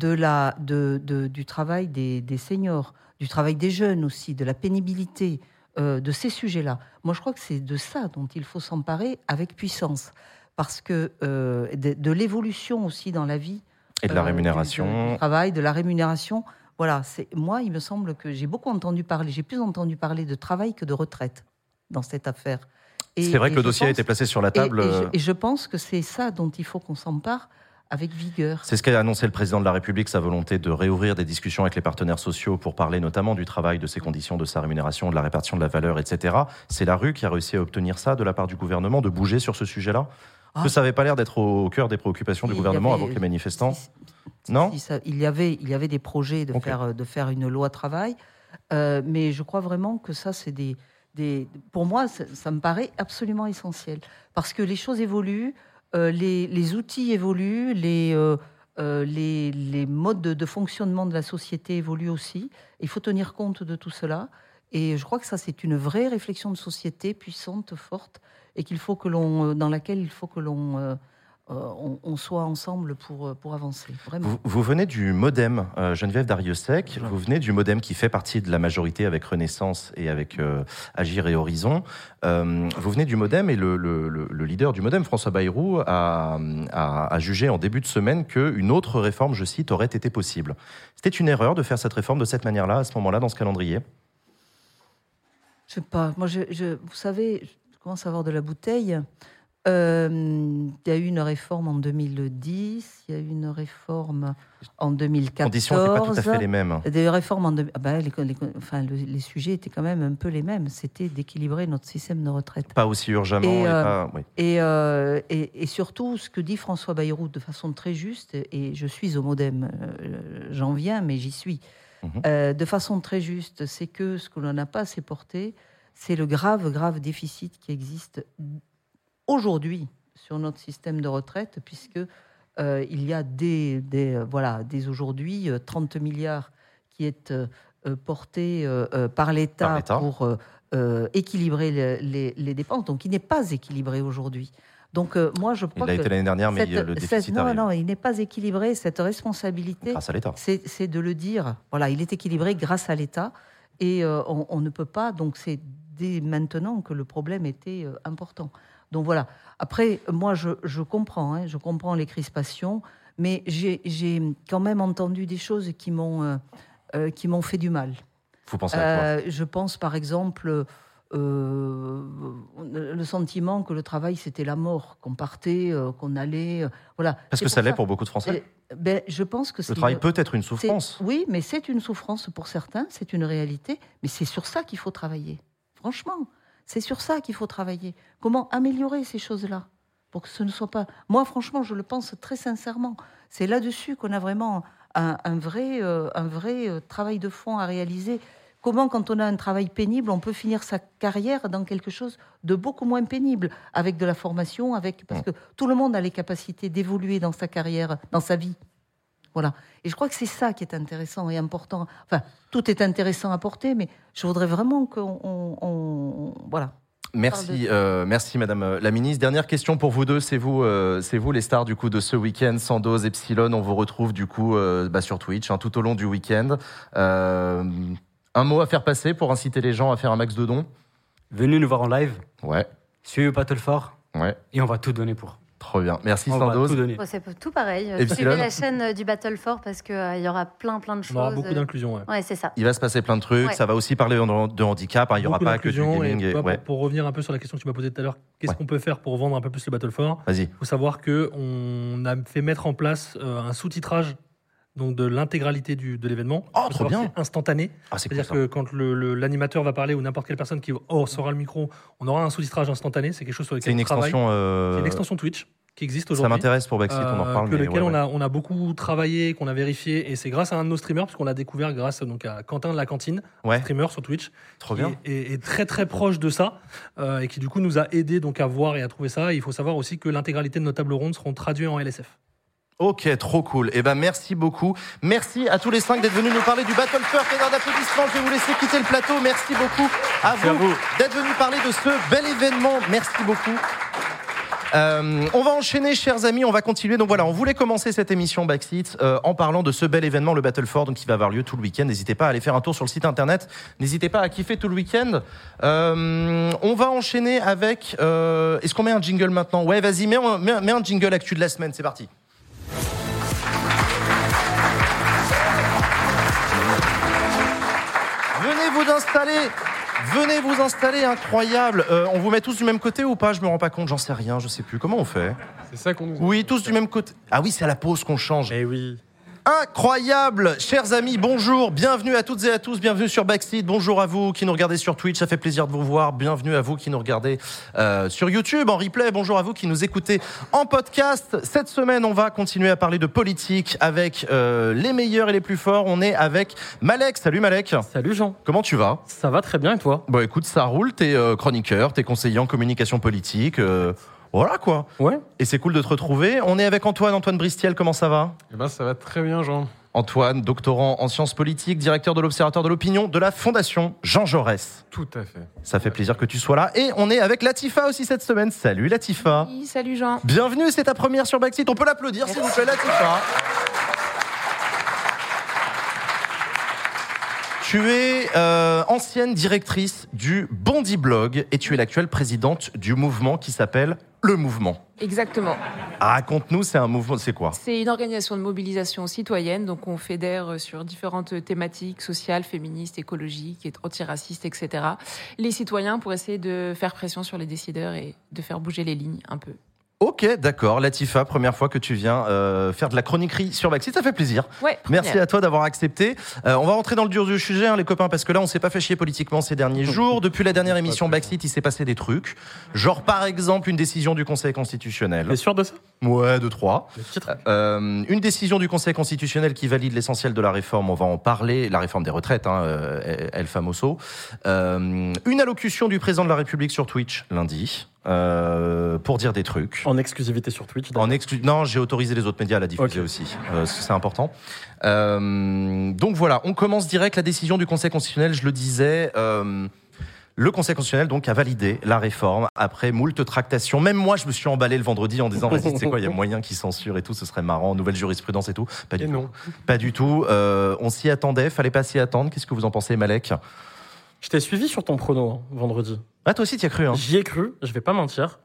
du travail des seniors, du travail des jeunes aussi, de la pénibilité, de ces sujets-là. Moi, je crois que c'est de ça dont il faut s'emparer avec puissance. Parce que de l'évolution aussi dans la vie. Et de la rémunération. Du travail, de la rémunération. Voilà, moi, il me semble que j'ai plus entendu parler de travail que de retraite dans cette affaire. C'est vrai que le dossier a été placé sur la table. Et je pense que c'est ça dont il faut qu'on s'empare avec vigueur. C'est ce qu'a annoncé le président de la République, sa volonté de réouvrir des discussions avec les partenaires sociaux pour parler notamment du travail, de ses conditions, de sa rémunération, de la répartition de la valeur, etc. C'est la rue qui a réussi à obtenir ça de la part du gouvernement, de bouger sur ce sujet-là. Que ça n'avait pas l'air d'être au cœur des préoccupations du gouvernement avant que les manifestants... Non, il y avait des projets de faire une loi travail, mais je crois vraiment que ça, c'est pour moi, ça me paraît absolument essentiel. Parce que les choses évoluent, les outils évoluent, les modes de fonctionnement de la société évoluent aussi. Il faut tenir compte de tout cela. Et je crois que ça, c'est une vraie réflexion de société puissante, forte, et dans laquelle il faut que l'on soit ensemble pour avancer. Vraiment. Vous venez du MoDem, Geneviève Darrieussecq. Vous venez du MoDem qui fait partie de la majorité avec Renaissance et avec Agir et Horizon. Vous venez du MoDem et le leader du MoDem, François Bayrou, a jugé en début de semaine qu'une autre réforme, je cite, aurait été possible. C'était une erreur de faire cette réforme de cette manière-là, à ce moment-là, dans ce calendrier ? Je sais pas. Moi, vous savez, je commence à avoir de la bouteille. Il y a eu une réforme en 2010, il y a eu une réforme en 2014. Les conditions n'étaient pas tout à fait les mêmes. Des réformes les sujets étaient quand même un peu les mêmes. C'était d'équilibrer notre système de retraite. Pas aussi urgemment. Et surtout, ce que dit François Bayrou de façon très juste, et je suis au MoDem, j'en viens, mais j'y suis. De façon très juste, c'est que ce que l'on n'a pas assez porté, c'est le grave déficit qui existe aujourd'hui sur notre système de retraite, puisque il y a dès aujourd'hui 30 milliards qui est porté par l'État pour équilibrer les dépenses, donc il n'est pas équilibré aujourd'hui. Donc moi je crois il a été l'année dernière, mais le déficit arrive. Non, il n'est pas équilibré. Cette responsabilité, grâce à l'État, c'est de le dire. Voilà, il est équilibré grâce à l'État, et on ne peut pas. Donc c'est dès maintenant que le problème était important. Donc voilà. Après, moi je comprends, je comprends les crispations, mais j'ai quand même entendu des choses qui m'ont fait du mal. Vous pensez à quoi ? Je pense par exemple. Le sentiment que le travail c'était la mort, qu'on partait, qu'on allait, voilà. Parce que ça l'est pour beaucoup de Français. Je pense que le travail peut être une souffrance. Oui, mais c'est une souffrance pour certains, c'est une réalité. Mais c'est sur ça qu'il faut travailler. Franchement, c'est sur ça qu'il faut travailler. Comment améliorer ces choses-là pour que ce ne soit pas. Moi, franchement, je le pense très sincèrement. C'est là-dessus qu'on a vraiment un vrai travail de fond à réaliser. Comment, quand on a un travail pénible, on peut finir sa carrière dans quelque chose de beaucoup moins pénible, avec de la formation, parce que tout le monde a les capacités d'évoluer dans sa carrière, dans sa vie. Voilà. Et je crois que c'est ça qui est intéressant et important. Enfin, tout est intéressant à porter, mais je voudrais vraiment qu'on voilà. Merci, merci Madame la Ministre. Dernière question pour vous deux, c'est vous les stars du coup de ce week-end. Sandoz, Epsilon, on vous retrouve du coup sur Twitch tout au long du week-end. Un mot à faire passer pour inciter les gens à faire un max de dons ? Venez nous voir en live. Ouais. Suivez Battlefort. Ouais. Et on va tout donner pour. Trop bien. Merci Sandoz. C'est tout pareil. Suivez la chaîne du Battlefort parce qu'il y aura plein de choses. On aura beaucoup d'inclusion. Ouais, c'est ça. Il va se passer plein de trucs. Ouais. Ça va aussi parler de handicap. Il n'y aura pas que du gaming. Pour revenir un peu sur la question que tu m'as posée tout à l'heure, qu'est-ce qu'on peut faire pour vendre un peu plus le Battlefort ? Vas-y. Il faut savoir qu'on a fait mettre en place un sous-titrage donc de l'intégralité de l'événement. Oh, trop bien. C'est instantané. C'est-à-dire que quand l'animateur va parler ou n'importe quelle personne qui sera le micro, on aura un sous-titrage instantané. C'est quelque chose sur lequel on travaille. C'est une extension Twitch qui existe aujourd'hui. Ça m'intéresse pour Backseat, on en reparle. Lequel on a beaucoup travaillé, qu'on a vérifié, et c'est grâce à un de nos streamers, parce qu'on l'a découvert grâce donc, à Quentin de la Cantine, streamer sur Twitch, qui est très très proche de ça, et qui du coup nous a aidé donc à voir et à trouver ça. Et il faut savoir aussi que l'intégralité de nos tables rondes seront traduites en LSF. Ok, trop cool. Merci beaucoup. Merci à tous les 5 d'être venus nous parler du Battlefort. Et d'un applaudissement, je vais vous laisser quitter le plateau. Merci beaucoup à vous d'être venus parler de ce bel événement. Merci beaucoup. On va enchaîner, chers amis, on va continuer. Donc voilà, on voulait commencer cette émission Backseat en parlant de ce bel événement, le Battle for, donc, qui va avoir lieu tout le week-end. N'hésitez pas à aller faire un tour sur le site internet. N'hésitez pas à kiffer tout le week-end. On va enchaîner avec... est-ce qu'on met un jingle maintenant ? Ouais, vas-y, mets un jingle actu de la semaine, c'est parti. Venez vous installer, incroyable. On vous met tous du même côté ou pas ? Je me rends pas compte, j'en sais rien, je sais plus. Comment on fait ? C'est ça qu'on nous dit. Oui, tous du même côté. Ah oui, c'est à la pause qu'on change. Eh oui. Incroyable, chers amis, bonjour, bienvenue à toutes et à tous, bienvenue sur Backseat, bonjour à vous qui nous regardez sur Twitch, ça fait plaisir de vous voir, bienvenue à vous qui nous regardez sur YouTube en replay, bonjour à vous qui nous écoutez en podcast. Cette semaine, on va continuer à parler de politique avec les meilleurs et les plus forts. On est avec Malek. Salut Malek. Salut Jean. Comment tu vas ? Ça va très bien et toi ? Bon écoute, ça roule, t'es chroniqueur, t'es conseiller en communication politique, voilà quoi. Ouais. Et c'est cool de te retrouver. On est avec Antoine Bristiel, comment ça va ? Eh ben, ça va très bien, Jean. Antoine, doctorant en sciences politiques, directeur de l'Observatoire de l'opinion de la Fondation Jean Jaurès. Tout à fait. Ça fait plaisir que tu sois là. Et on est avec Latifa aussi cette semaine. Salut Latifa. Oui, salut Jean. Bienvenue, c'est ta première sur Backseat. On peut l'applaudir s'il vous plaît, Latifa. Tu es ancienne directrice du Bondi Blog et tu es l'actuelle présidente du mouvement qui s'appelle Le Mouvement. Exactement. Raconte-nous, c'est un mouvement, c'est quoi ? C'est une organisation de mobilisation citoyenne, donc on fédère sur différentes thématiques sociales, féministes, écologiques, antiracistes, etc. Les citoyens pour essayer de faire pression sur les décideurs et de faire bouger les lignes un peu. Ok, d'accord. Latifa, première fois que tu viens faire de la chroniquerie sur Backseat, ça fait plaisir. Ouais, merci à toi d'avoir accepté. On va rentrer dans le dur du sujet, hein, les copains, parce que là, on s'est pas fait chier politiquement ces derniers jours. Depuis la dernière émission Backseat, il s'est passé des trucs. Genre, par exemple, une décision du Conseil constitutionnel. T'es sûr de ça ? Ouais, 2-3. Une décision du Conseil constitutionnel qui valide l'essentiel de la réforme, on va en parler, la réforme des retraites, El Famoso. Une allocution du président de la République sur Twitch lundi. Pour dire des trucs. En exclusivité sur Twitch. Non, j'ai autorisé les autres médias à la diffuser aussi. C'est important. Donc voilà, on commence direct la décision du Conseil constitutionnel. Je le disais, le Conseil constitutionnel donc a validé la réforme après moult tractations. Même moi, je me suis emballé le vendredi en disant vas-y, tu sais quoi, il y a moyen qu'ils censurent et tout, ce serait marrant, nouvelle jurisprudence et tout. Pas du tout. Pas du tout. On s'y attendait, fallait pas s'y attendre. Qu'est-ce que vous en pensez, Malek ? Je t'ai suivi sur ton prono vendredi. Ah, toi aussi, t'y as cru, hein ? J'y ai cru, je vais pas mentir.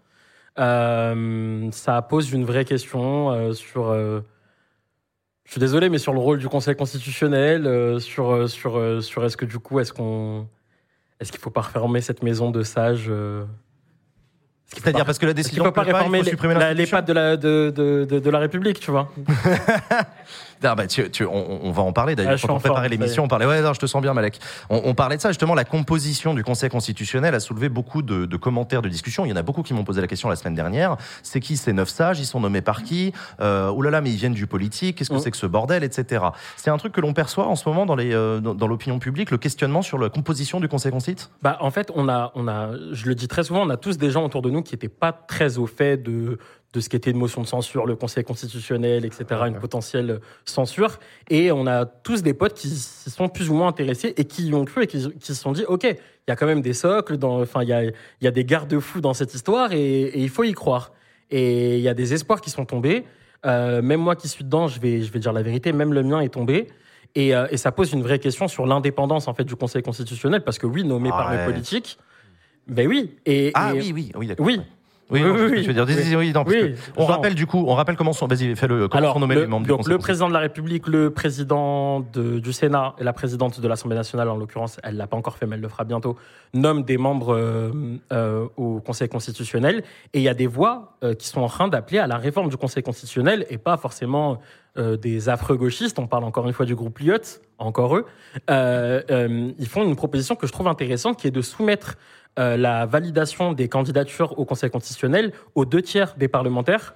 Ça pose une vraie question sur... je suis désolé, mais sur le rôle du Conseil constitutionnel, sur est-ce que du coup, est-ce qu'il faut pas refermer cette maison de sages C'est-à-dire parce que la décision ne peut pas réformer les pattes de la République, tu vois. Non, bah, on va en parler d'ailleurs. Quand on préparait l'émission, on parlait. Ouais, non, je te sens bien, Malek. On parlait de ça justement. La composition du Conseil constitutionnel a soulevé beaucoup de commentaires, de discussions. Il y en a beaucoup qui m'ont posé la question la semaine dernière. C'est qui ces 9 sages ? Ils sont nommés par qui ? Oh là là, mais ils viennent du politique. Qu'est-ce que c'est que ce bordel, etc. C'est un truc que l'on perçoit en ce moment dans l'opinion publique, le questionnement sur la composition du Conseil constitutionnel. Bah, en fait, on a, je le dis très souvent, on a tous des gens autour de nous qui n'étaient pas très au fait de ce qu'était une motion de censure, le Conseil constitutionnel, etc., une potentielle censure. Et on a tous des potes qui s'y sont plus ou moins intéressés et qui y ont cru et qui se sont dit, OK, il y a quand même des socles, il y a des garde-fous dans cette histoire et il faut y croire. Et il y a des espoirs qui sont tombés. Même moi qui suis dedans, je vais dire la vérité, même le mien est tombé. Et ça pose une vraie question sur l'indépendance en fait, du Conseil constitutionnel, parce que oui, nommé par les politiques, ben oui. Oui, d'accord. Oui. Oui, je veux dire, on rappelle comment sont. Vas-y, fais-le. Comment sont nommés les membres du Conseil. Le président de la République, le président du Sénat et la présidente de l'Assemblée nationale, en l'occurrence, elle l'a pas encore fait, mais elle le fera bientôt, nomment des membres au Conseil constitutionnel. Et il y a des voix qui sont en train d'appeler à la réforme du Conseil constitutionnel et pas forcément des affreux gauchistes. On parle encore une fois du groupe Lyot, encore eux. Ils font une proposition que je trouve intéressante, qui est de soumettre la validation des candidatures au Conseil constitutionnel aux 2 tiers des parlementaires,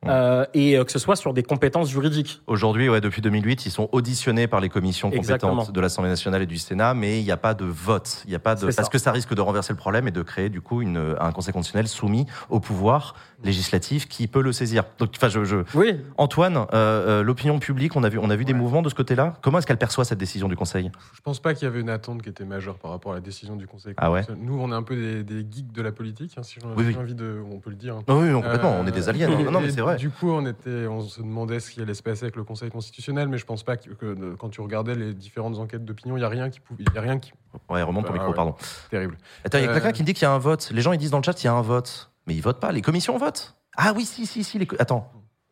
et que ce soit sur des compétences juridiques. Aujourd'hui, depuis 2008, ils sont auditionnés par les commissions compétentes de l'Assemblée nationale et du Sénat, mais il n'y a pas de vote. Parce que ça risque de renverser le problème et de créer du coup un Conseil constitutionnel soumis au pouvoir législatif qui peut le saisir. Donc, Oui. Antoine, l'opinion publique, on a vu des mouvements de ce côté-là. Comment est-ce qu'elle perçoit cette décision du Conseil ? Je pense pas qu'il y avait une attente qui était majeure par rapport à la décision du Conseil. Ah ouais. Nous, on est un peu des geeks de la politique, si j'ai envie de, on peut le dire. Oui, complètement. On est des aliens. Non, mais c'est vrai. Du coup, on se demandait ce qui allait se passer avec le Conseil constitutionnel, mais je pense pas que quand tu regardais les différentes enquêtes d'opinion, il y a rien qui. Ouais, remonte ton micro, pardon. Terrible. Attends, il y a quelqu'un qui me dit qu'il y a un vote. Les gens ils disent dans le chat qu'il y a un vote, mais ils votent pas. Les commissions votent. Ah oui, si. Attends.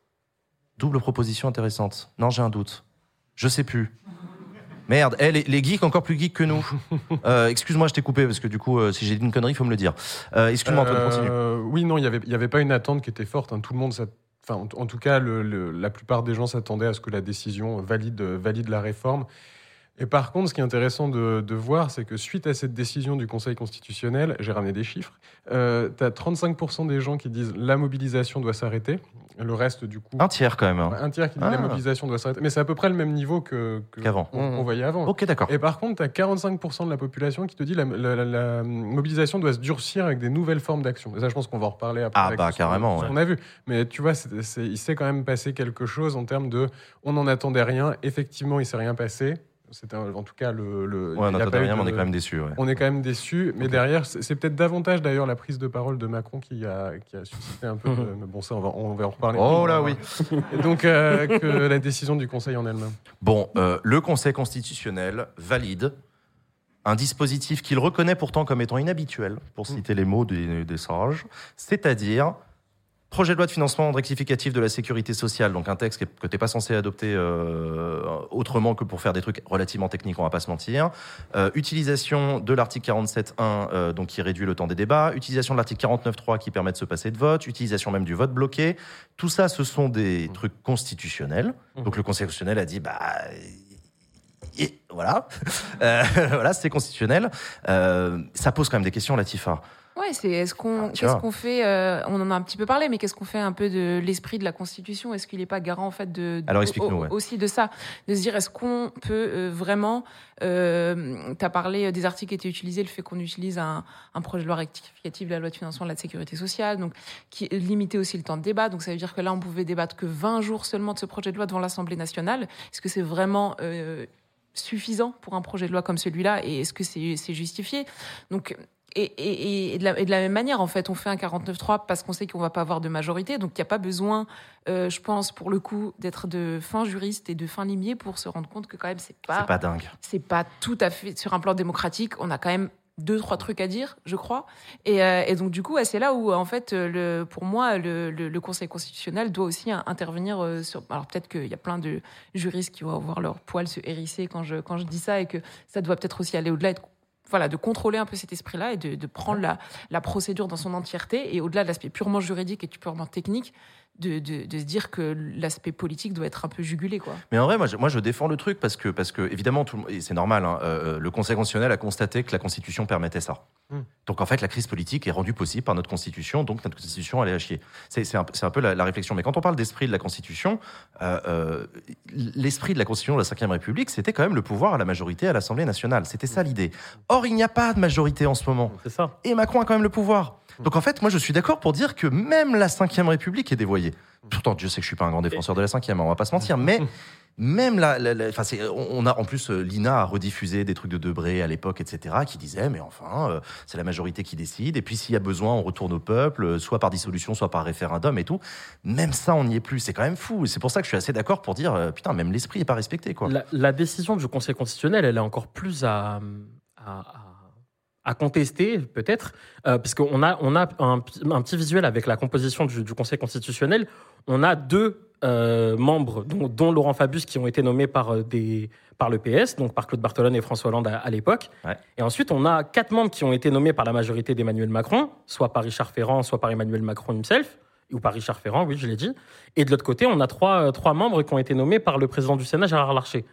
Double proposition intéressante. Non, j'ai un doute. Je sais plus. Merde, les geeks encore plus geeks que nous. Excuse-moi, je t'ai coupé parce que du coup, si j'ai dit une connerie, il faut me le dire. Excuse-moi, Antoine, continue. Oui, non, il y avait pas une attente qui était forte. Tout le monde, en tout cas, la plupart des gens s'attendaient à ce que la décision valide la réforme. Et par contre, ce qui est intéressant de voir, c'est que suite à cette décision du Conseil constitutionnel, j'ai ramené des chiffres, tu as 35% des gens qui disent la mobilisation doit s'arrêter. Le reste, du coup... Un tiers, quand même. Un tiers qui dit la mobilisation doit s'arrêter. Mais c'est à peu près le même niveau qu'avant. On voyait avant. Ok, d'accord. Et par contre, tu as 45% de la population qui te dit la mobilisation doit se durcir avec des nouvelles formes d'action. Et ça, je pense qu'on va en reparler après. Carrément. Ce qu'on a vu. Mais tu vois, il s'est quand même passé quelque chose en termes de... On n'en attendait rien. Effectivement, il ne s'est rien passé. C'était en tout cas on n'attendait rien, mais on est quand même déçus. Ouais. On est quand même déçus, mais derrière, c'est peut-être davantage d'ailleurs la prise de parole de Macron qui a suscité un peu. Mais bon, ça, on va en reparler. Oh là oui. Et donc que la décision du Conseil en elle-même. Bon, le Conseil constitutionnel valide un dispositif qu'il reconnaît pourtant comme étant inhabituel, pour citer les mots des sages, c'est-à-dire projet de loi de financement rectificatif de la sécurité sociale, donc un texte que tu n'es pas censé adopter autrement que pour faire des trucs relativement techniques, on va pas se mentir. Utilisation de l'article 47.1, donc qui réduit le temps des débats. Utilisation de l'article 49.3 qui permet de se passer de vote. Utilisation même du vote bloqué. Tout ça, ce sont des trucs constitutionnels. Donc le Conseil constitutionnel a dit, et voilà, voilà, c'est constitutionnel. Ça pose quand même des questions, Latifa. Ouais, qu'est-ce qu'on fait on en a un petit peu parlé, mais qu'est-ce qu'on fait un peu de l'esprit de la Constitution ? Est-ce qu'il n'est pas garant en fait Alors explique-nous, aussi de ça, de se dire est-ce qu'on peut vraiment t'as parlé des articles qui étaient utilisés, le fait qu'on utilise un projet de loi rectificatif de la loi de financement de la sécurité sociale, donc qui limitait aussi le temps de débat. Donc ça veut dire que là on pouvait débattre que 20 jours seulement de ce projet de loi devant l'Assemblée nationale. Est-ce que c'est vraiment suffisant pour un projet de loi comme celui-là, et est-ce que c'est justifié ? Donc Et de la même manière, en fait, on fait un 49.3 parce qu'on sait qu'on va pas avoir de majorité. Donc, il n'y a pas besoin, je pense, pour le coup, d'être de fin juriste et de fin limier pour se rendre compte que quand même, c'est pas dingue. C'est pas tout à fait sur un plan démocratique. On a quand même 2-3 trucs à dire, je crois. Et donc, du coup, c'est là où, en fait, pour moi, le Conseil constitutionnel doit aussi intervenir sur... Alors, peut-être qu'il y a plein de juristes qui vont avoir leur poil se hérisser quand je dis ça, et que ça doit peut-être aussi aller au-delà, de contrôler un peu cet esprit-là et de prendre la procédure dans son entièreté, et au-delà de l'aspect purement juridique et purement technique, de se dire que l'aspect politique doit être un peu jugulé, quoi. Mais en vrai, moi je défends le truc parce que évidemment, et c'est normal, le Conseil constitutionnel a constaté que la Constitution permettait ça. Donc en fait, la crise politique est rendue possible par notre Constitution, donc notre Constitution, elle est à chier. C'est un peu la réflexion. Mais quand on parle d'esprit de la Constitution, l'esprit de la Constitution de la Ve République, c'était quand même le pouvoir à la majorité à l'Assemblée nationale. C'était ça l'idée. Or, il n'y a pas de majorité en ce moment. C'est ça. Et Macron a quand même le pouvoir. Donc en fait, moi je suis d'accord pour dire que même la Ve République est dévoyée. Pourtant, Dieu sait que je suis pas un grand défenseur de la Ve, on va pas se mentir, mais même on a en plus l'INA a rediffusé des trucs de Debré à l'époque, etc., qui disaient mais enfin c'est la majorité qui décide, et puis s'il y a besoin on retourne au peuple, soit par dissolution, soit par référendum et tout. Même ça on n'y est plus, c'est quand même fou. Et c'est pour ça que je suis assez d'accord pour dire putain, même l'esprit est pas respecté, quoi. La décision du Conseil constitutionnel, elle est encore plus à contester, peut-être, puisqu'on a un petit visuel avec la composition du Conseil constitutionnel. On a 2 membres, dont Laurent Fabius, qui ont été nommés par le PS, donc par Claude Barthelone et François Hollande à l'époque. Ouais. Et ensuite, on a 4 membres qui ont été nommés par la majorité d'Emmanuel Macron, soit par Richard Ferrand, soit par Emmanuel Macron himself, ou par Richard Ferrand, oui, je l'ai dit. Et de l'autre côté, on a 3 membres qui ont été nommés par le président du Sénat, Gérard Larcher.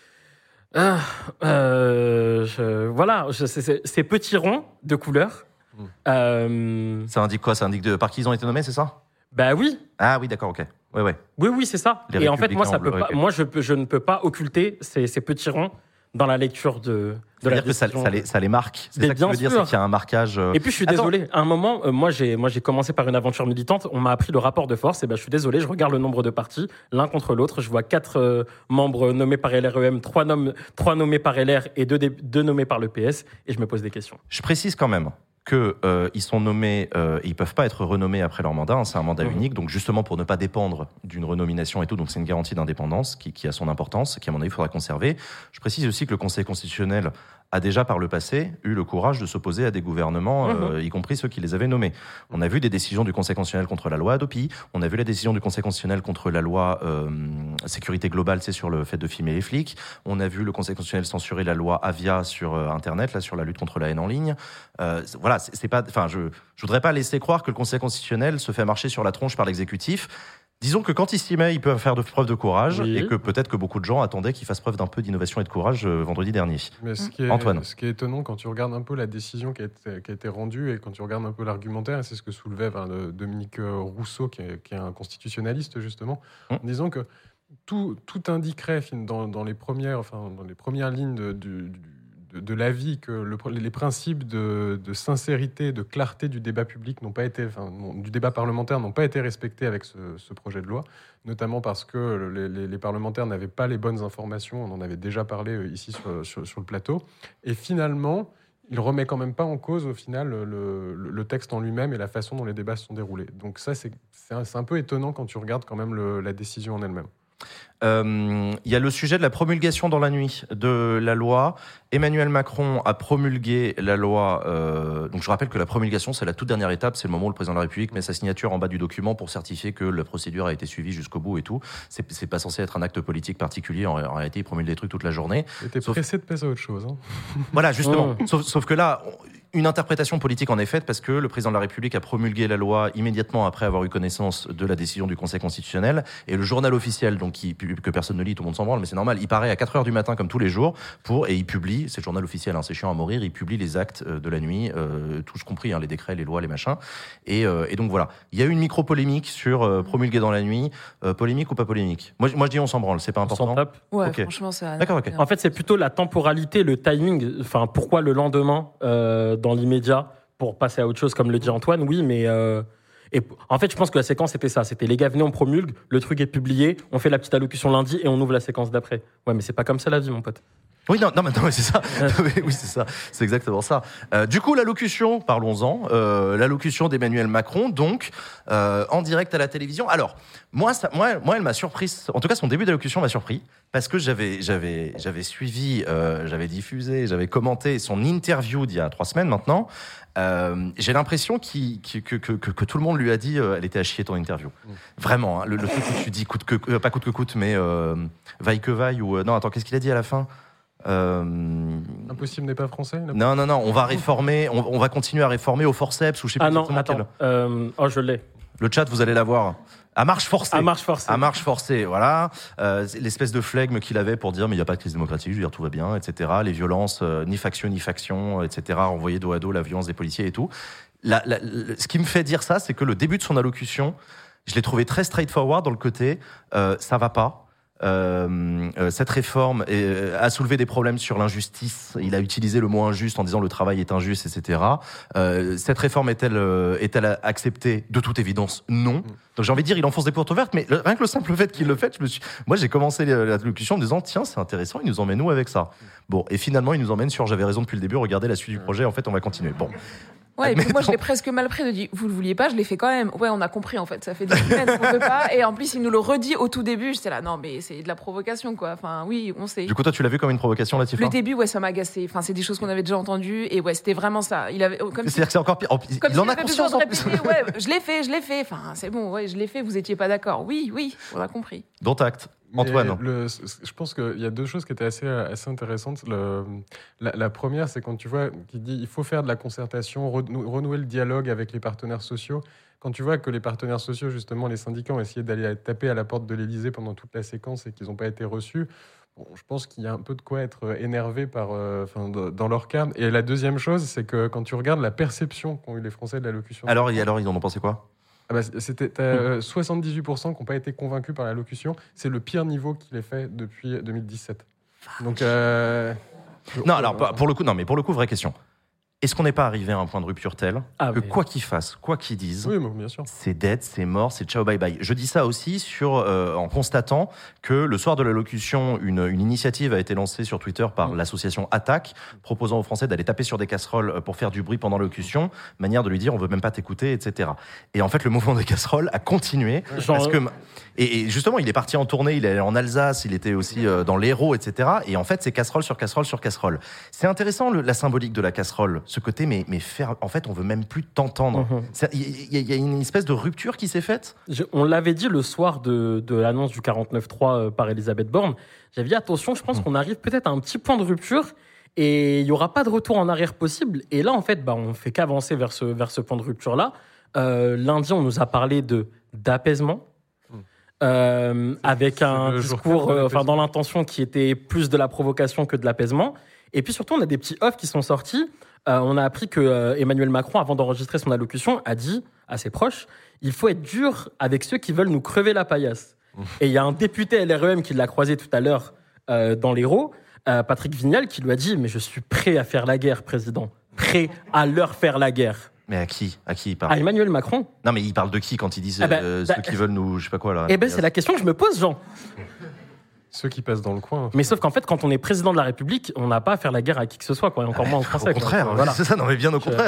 Voilà, ces petits ronds de couleur. Ça indique quoi ? Ça indique par qui ils ont été nommés, c'est ça ? Bah oui. Ah oui, d'accord, ok. Ouais. Oui, c'est ça. Les Et en fait, moi, Républicains, moi je ne peux pas occulter ces petits ronds dans la lecture de la décision. Que ça les marque. C'est Mais ça que tu veux dire, c'est qu'il y a un marquage. Et puis je suis désolé. À un moment, moi j'ai commencé par une aventure militante. On m'a appris le rapport de force. Et ben je suis désolé. Je regarde le nombre de partis l'un contre l'autre. Je vois 4 membres nommés par LREM, 3 nommés par LR et 2 nommés par le PS. Et je me pose des questions. Je précise quand même qu'ils sont nommés, ils ne peuvent pas être renommés après leur mandat, c'est un mandat unique, donc justement pour ne pas dépendre d'une renomination et tout, donc c'est une garantie d'indépendance qui a son importance, qui à mon avis il faudra conserver. Je précise aussi que le Conseil constitutionnel a déjà par le passé eu le courage de s'opposer à des gouvernements, y compris ceux qui les avaient nommés. On a vu des décisions du Conseil constitutionnel contre la loi Hadopi, on a vu la décision du Conseil constitutionnel contre la loi sécurité globale, c'est sur le fait de filmer les flics, on a vu le Conseil constitutionnel censurer la loi Avia sur Internet, là sur la lutte contre la haine en ligne. Voilà, c'est pas, enfin, je voudrais pas laisser croire que le Conseil constitutionnel se fait marcher sur la tronche par l'exécutif. Disons que quand il s'y met, il peut faire preuve de courage et que peut-être que beaucoup de gens attendaient qu'il fasse preuve d'un peu d'innovation et de courage vendredi dernier. Mais Antoine. Ce qui est étonnant quand tu regardes un peu la décision qui a été rendue et quand tu regardes un peu l'argumentaire, et c'est ce que soulevait Dominique Rousseau, qui est un constitutionnaliste justement, en disant que tout indiquerait dans les premières lignes de l'avis que les principes de sincérité, de clarté du débat public du débat parlementaire n'ont pas été respectés avec ce projet de loi, notamment parce que les parlementaires n'avaient pas les bonnes informations. On en avait déjà parlé ici sur le plateau. Et finalement, il remet quand même pas en cause au final le texte en lui-même et la façon dont les débats se sont déroulés. Donc ça, c'est un peu étonnant quand tu regardes quand même la décision en elle-même. Il y a le sujet de la promulgation dans la nuit de la loi. Emmanuel Macron a promulgué la loi. Donc je rappelle que la promulgation, c'est la toute dernière étape. C'est le moment où le président de la République met sa signature en bas du document pour certifier que la procédure a été suivie jusqu'au bout et tout. C'est pas censé être un acte politique particulier. En réalité, il promulgue des trucs toute la journée. Il était pressé de passer à autre chose. Hein. Voilà, justement. Sauf que là, une interprétation politique en est faite parce que le président de la République a promulgué la loi immédiatement après avoir eu connaissance de la décision du Conseil constitutionnel. Et le journal officiel, donc que personne ne lit, tout le monde s'en branle, mais c'est normal, il paraît à 4h du matin comme tous les jours et il publie, c'est le journal officiel, c'est chiant à mourir, il publie les actes de la nuit, tous compris, les décrets, les lois, les machins. Et donc voilà, il y a eu une micro-polémique sur promulguer dans la nuit, polémique ou pas polémique. Moi je dis on s'en branle, c'est pas important. On s'en tape. Ouais, okay. Franchement ça... D'accord, ok. En fait, c'est plutôt la temporalité, le timing, enfin pourquoi le lendemain, dans l'immédiat, pour passer à autre chose, comme le dit Antoine, oui, mais... Et en fait, je pense que la séquence, c'était ça. C'était les gars, venez, on promulgue, le truc est publié, on fait la petite allocution lundi et on ouvre la séquence d'après. Ouais, mais c'est pas comme ça la vie, mon pote. Oui, non, c'est ça. Oui, c'est ça. C'est exactement ça. Du coup, l'allocution, parlons-en. L'allocution d'Emmanuel Macron, donc, en direct à la télévision. Alors, moi, elle m'a surprise. En tout cas, son début d'allocution m'a surpris parce que j'avais suivi, j'avais diffusé, j'avais commenté son interview d'il y a 3 semaines maintenant. J'ai l'impression que tout le monde lui a dit elle était à chier ton interview. Vraiment, hein, le truc où tu dis pas coûte que coûte, mais vaille que vaille ou non, attends, qu'est-ce qu'il a dit à la fin? Impossible n'est pas français. Non, on va réformer, on va continuer à réformer au forceps ou je sais pas. Ah non, attends, je l'ai. Le chat, vous allez l'avoir. À marche forcée. À marche forcée. À marche forcée, voilà. L'espèce de flegme qu'il avait pour dire mais il n'y a pas de crise démocratique, je veux dire tout va bien, etc. Les violences, ni faction, etc. Envoyer dos à dos la violence des policiers et tout. Ce qui me fait dire ça, c'est que le début de son allocution, je l'ai trouvé très straightforward dans le côté ça va pas. Cette réforme a soulevé des problèmes sur l'injustice. Il a utilisé le mot injuste en disant le travail est injuste, etc. Cette réforme est-elle acceptée? De toute évidence, non. Donc j'ai envie de dire, il enfonce des portes ouvertes, mais rien que le simple fait qu'il le fait, moi j'ai commencé l'allocution en me disant tiens, c'est intéressant, il nous emmène où avec ça? Bon, et finalement il nous emmène sur j'avais raison depuis le début, regardez la suite du projet, en fait on va continuer. Bon. Ouais, et puis moi je l'ai presque mal pris de dire vous le vouliez pas, je l'ai fait quand même. Ouais, on a compris en fait, ça fait des semaines qu'on veut pas, et en plus il nous le redit au tout début. J'étais là non mais c'est de la provocation quoi. Enfin oui, on sait. Du coup toi tu l'as vu comme une provocation là, Tifa? Le début ouais ça m'a agacé. Enfin c'est des choses qu'on avait déjà entendues et ouais c'était vraiment ça. Il avait c'est-à-dire que c'est encore pire. Comme il en a a conscience en plus. Ouais, je l'ai fait. Enfin c'est bon, ouais je l'ai fait. Vous étiez pas d'accord. Oui, on a compris. Dont acte. Antoine. Je pense qu'il y a 2 choses qui étaient assez intéressantes. La première, c'est quand tu vois qu'il dit il faut faire de la concertation, renouer le dialogue avec les partenaires sociaux. Quand tu vois que les partenaires sociaux, justement, les syndicats ont essayé d'aller taper à la porte de l'Élysée pendant toute la séquence et qu'ils n'ont pas été reçus, bon, je pense qu'il y a un peu de quoi être énervé dans leur cas. Et la deuxième chose, c'est que quand tu regardes la perception qu'ont eu les Français de l'allocution... Alors ils en ont pensé quoi? C'était 78% qui n'ont pas été convaincus par l'allocution. C'est le pire niveau qu'il ait fait depuis 2017. Donc, non, alors pour le coup, vraie question. Est-ce qu'on n'est pas arrivé à un point de rupture tel que quoi qu'ils fassent, quoi qu'ils disent, bien sûr. c'est dead, c'est mort, c'est ciao bye bye. Je dis ça aussi en constatant que le soir de l'allocution, une initiative a été lancée sur Twitter par l'association Attaque, proposant aux Français d'aller taper sur des casseroles pour faire du bruit pendant l'allocution, manière de lui dire on veut même pas t'écouter, etc. Et en fait, le mouvement des casseroles a continué parce que et justement, il est parti en tournée, il est allé en Alsace, il était aussi dans l'Hérault, etc. Et en fait, c'est casserole sur casserole sur casserole. C'est intéressant la symbolique de la casserole. Ce côté, mais faire, en fait, on veut même plus t'entendre. Il y a une espèce de rupture qui s'est faite. On l'avait dit le soir de l'annonce du 49.3 par Elisabeth Borne. J'avais dit attention, je pense qu'on arrive peut-être à un petit point de rupture et il y aura pas de retour en arrière possible. Et là, en fait, on fait qu'avancer vers ce point de rupture là. Lundi, on nous a parlé d'apaisement. Avec un discours dans l'intention qui était plus de la provocation que de l'apaisement. Et puis surtout, on a des petits offs qui sont sortis. On a appris que Emmanuel Macron, avant d'enregistrer son allocution, a dit à ses proches « Il faut être dur avec ceux qui veulent nous crever la paillasse ». Et il y a un député LREM qui l'a croisé tout à l'heure dans l'Hérault, Patrick Vignal, qui lui a dit « Mais je suis prêt à faire la guerre, président. Prêt à leur faire la guerre ». Mais à qui il parle? À Emmanuel Macron. Non, mais il parle de qui quand ils disent ceux qui veulent nous, je sais pas quoi là. C'est la question que je me pose, Jean. Ceux qui passent dans le coin. Mais sauf qu'en fait, quand on est président de la République, on n'a pas à faire la guerre à qui que ce soit, quoi, et encore moins aux Français. Au contraire, c'est ça, non mais bien au contraire.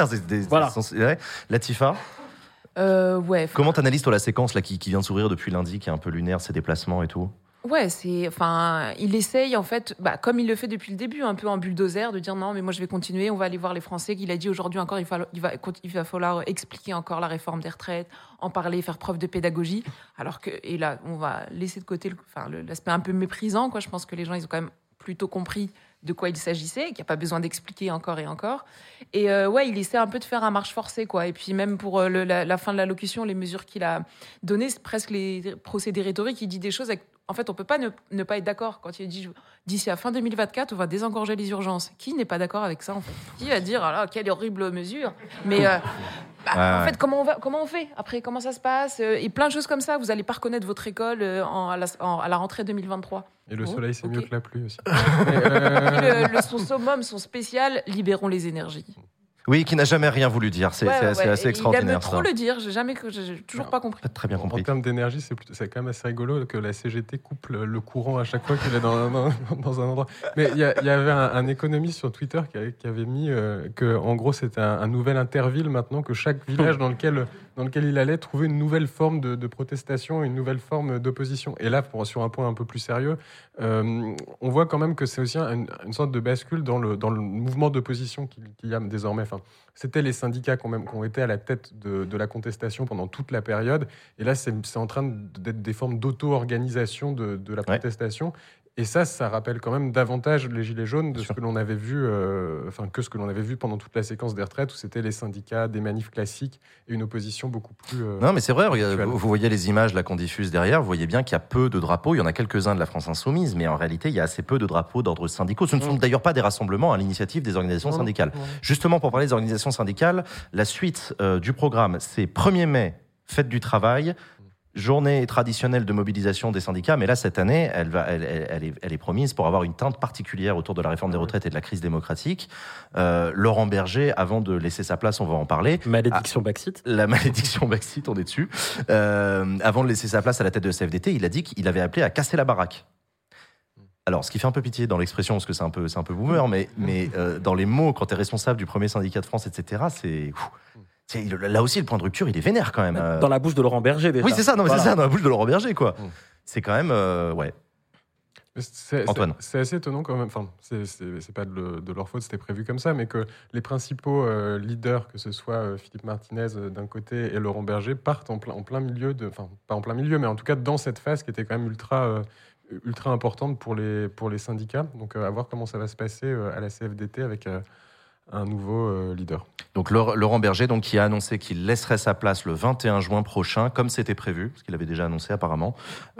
Latifa. Comment t'analyses toi la séquence là qui vient de s'ouvrir depuis lundi, qui est un peu lunaire, ses déplacements et tout? Ouais, il essaye en fait, comme il le fait depuis le début, un peu en bulldozer, de dire non, mais moi je vais continuer, on va aller voir les Français. Qu'il a dit aujourd'hui encore, il va falloir expliquer encore la réforme des retraites, en parler, faire preuve de pédagogie. Alors que, et là, on va laisser de côté l'aspect un peu méprisant, quoi. Je pense que les gens, ils ont quand même plutôt compris de quoi il s'agissait, qu'il n'y a pas besoin d'expliquer encore et encore. Et il essaie un peu de faire un marche forcée, quoi. Et puis même pour la fin de l'allocution, les mesures qu'il a données, c'est presque les procédés rhétoriques. Il dit des choses en fait, on peut pas ne pas être d'accord quand il dit d'ici à fin 2024, on va désengorger les urgences. Qui n'est pas d'accord avec ça, en fait? Qui va dire, quelle horrible mesure? Mais en fait, comment on fait après? Comment ça se passe? Et plein de choses comme ça. Vous allez pas reconnaître votre école à la rentrée 2023. Et le soleil, c'est mieux que la pluie aussi. Son summum, son spécial, libérons les énergies. Oui, qui n'a jamais rien voulu dire. C'est assez extraordinaire. Il aime trop le dire. J'ai toujours pas compris. Pas très bien compris. En termes d'énergie, c'est quand même assez rigolo que la CGT coupe le courant à chaque fois qu'il est dans un endroit. Mais il y avait un économiste sur Twitter qui avait mis que, en gros, c'était un nouvel interville maintenant, que chaque village dans lequel il allait trouver une nouvelle forme de protestation, une nouvelle forme d'opposition. Et là, sur un point un peu plus sérieux, on voit quand même que c'est aussi une sorte de bascule dans le mouvement d'opposition qu'il y a désormais. Enfin, c'était les syndicats qui ont été à la tête de la contestation pendant toute la période. Et là, c'est en train d'être des formes d'auto-organisation de la protestation. Et ça rappelle quand même davantage les Gilets jaunes de ce que l'on avait vu, que ce que l'on avait vu pendant toute la séquence des retraites, où c'était les syndicats, des manifs classiques et une opposition beaucoup plus. Non, mais c'est vrai. Vous voyez les images là qu'on diffuse derrière. Vous voyez bien qu'il y a peu de drapeaux. Il y en a quelques-uns de la France Insoumise, mais en réalité, il y a assez peu de drapeaux d'ordre syndicaux. Ce ne sont d'ailleurs pas des rassemblements à l'initiative des organisations syndicales. Justement, pour parler des organisations syndicales, la suite du programme, c'est 1er mai, fête du travail. Journée traditionnelle de mobilisation des syndicats, mais là, cette année, elle est promise pour avoir une teinte particulière autour de la réforme des retraites et de la crise démocratique. Laurent Berger, avant de laisser sa place, on va en parler. Malédiction Baxit. La malédiction Baxit, on est dessus. Avant de laisser sa place à la tête de CFDT, il a dit qu'il avait appelé à casser la baraque. Alors, ce qui fait un peu pitié dans l'expression, parce que c'est un peu boomer, mais dans les mots, quand tu es responsable du premier syndicat de France, etc., c'est... Là aussi, le point de rupture, il est vénère quand même. Dans la bouche de Laurent Berger, déjà. Oui, c'est ça, c'est ça, dans la bouche de Laurent Berger, quoi. C'est quand même, ouais. Antoine. C'est assez étonnant quand même. Enfin, c'est pas de leur faute, c'était prévu comme ça, mais que les principaux leaders, que ce soit Philippe Martinez d'un côté et Laurent Berger, partent en plein milieu enfin, pas en plein milieu, mais en tout cas dans cette phase qui était quand même ultra importante pour les syndicats. Donc, à voir comment ça va se passer à la CFDT un nouveau leader. Donc Laurent Berger, donc, qui a annoncé qu'il laisserait sa place le 21 juin prochain, comme c'était prévu, parce qu'il avait déjà annoncé apparemment,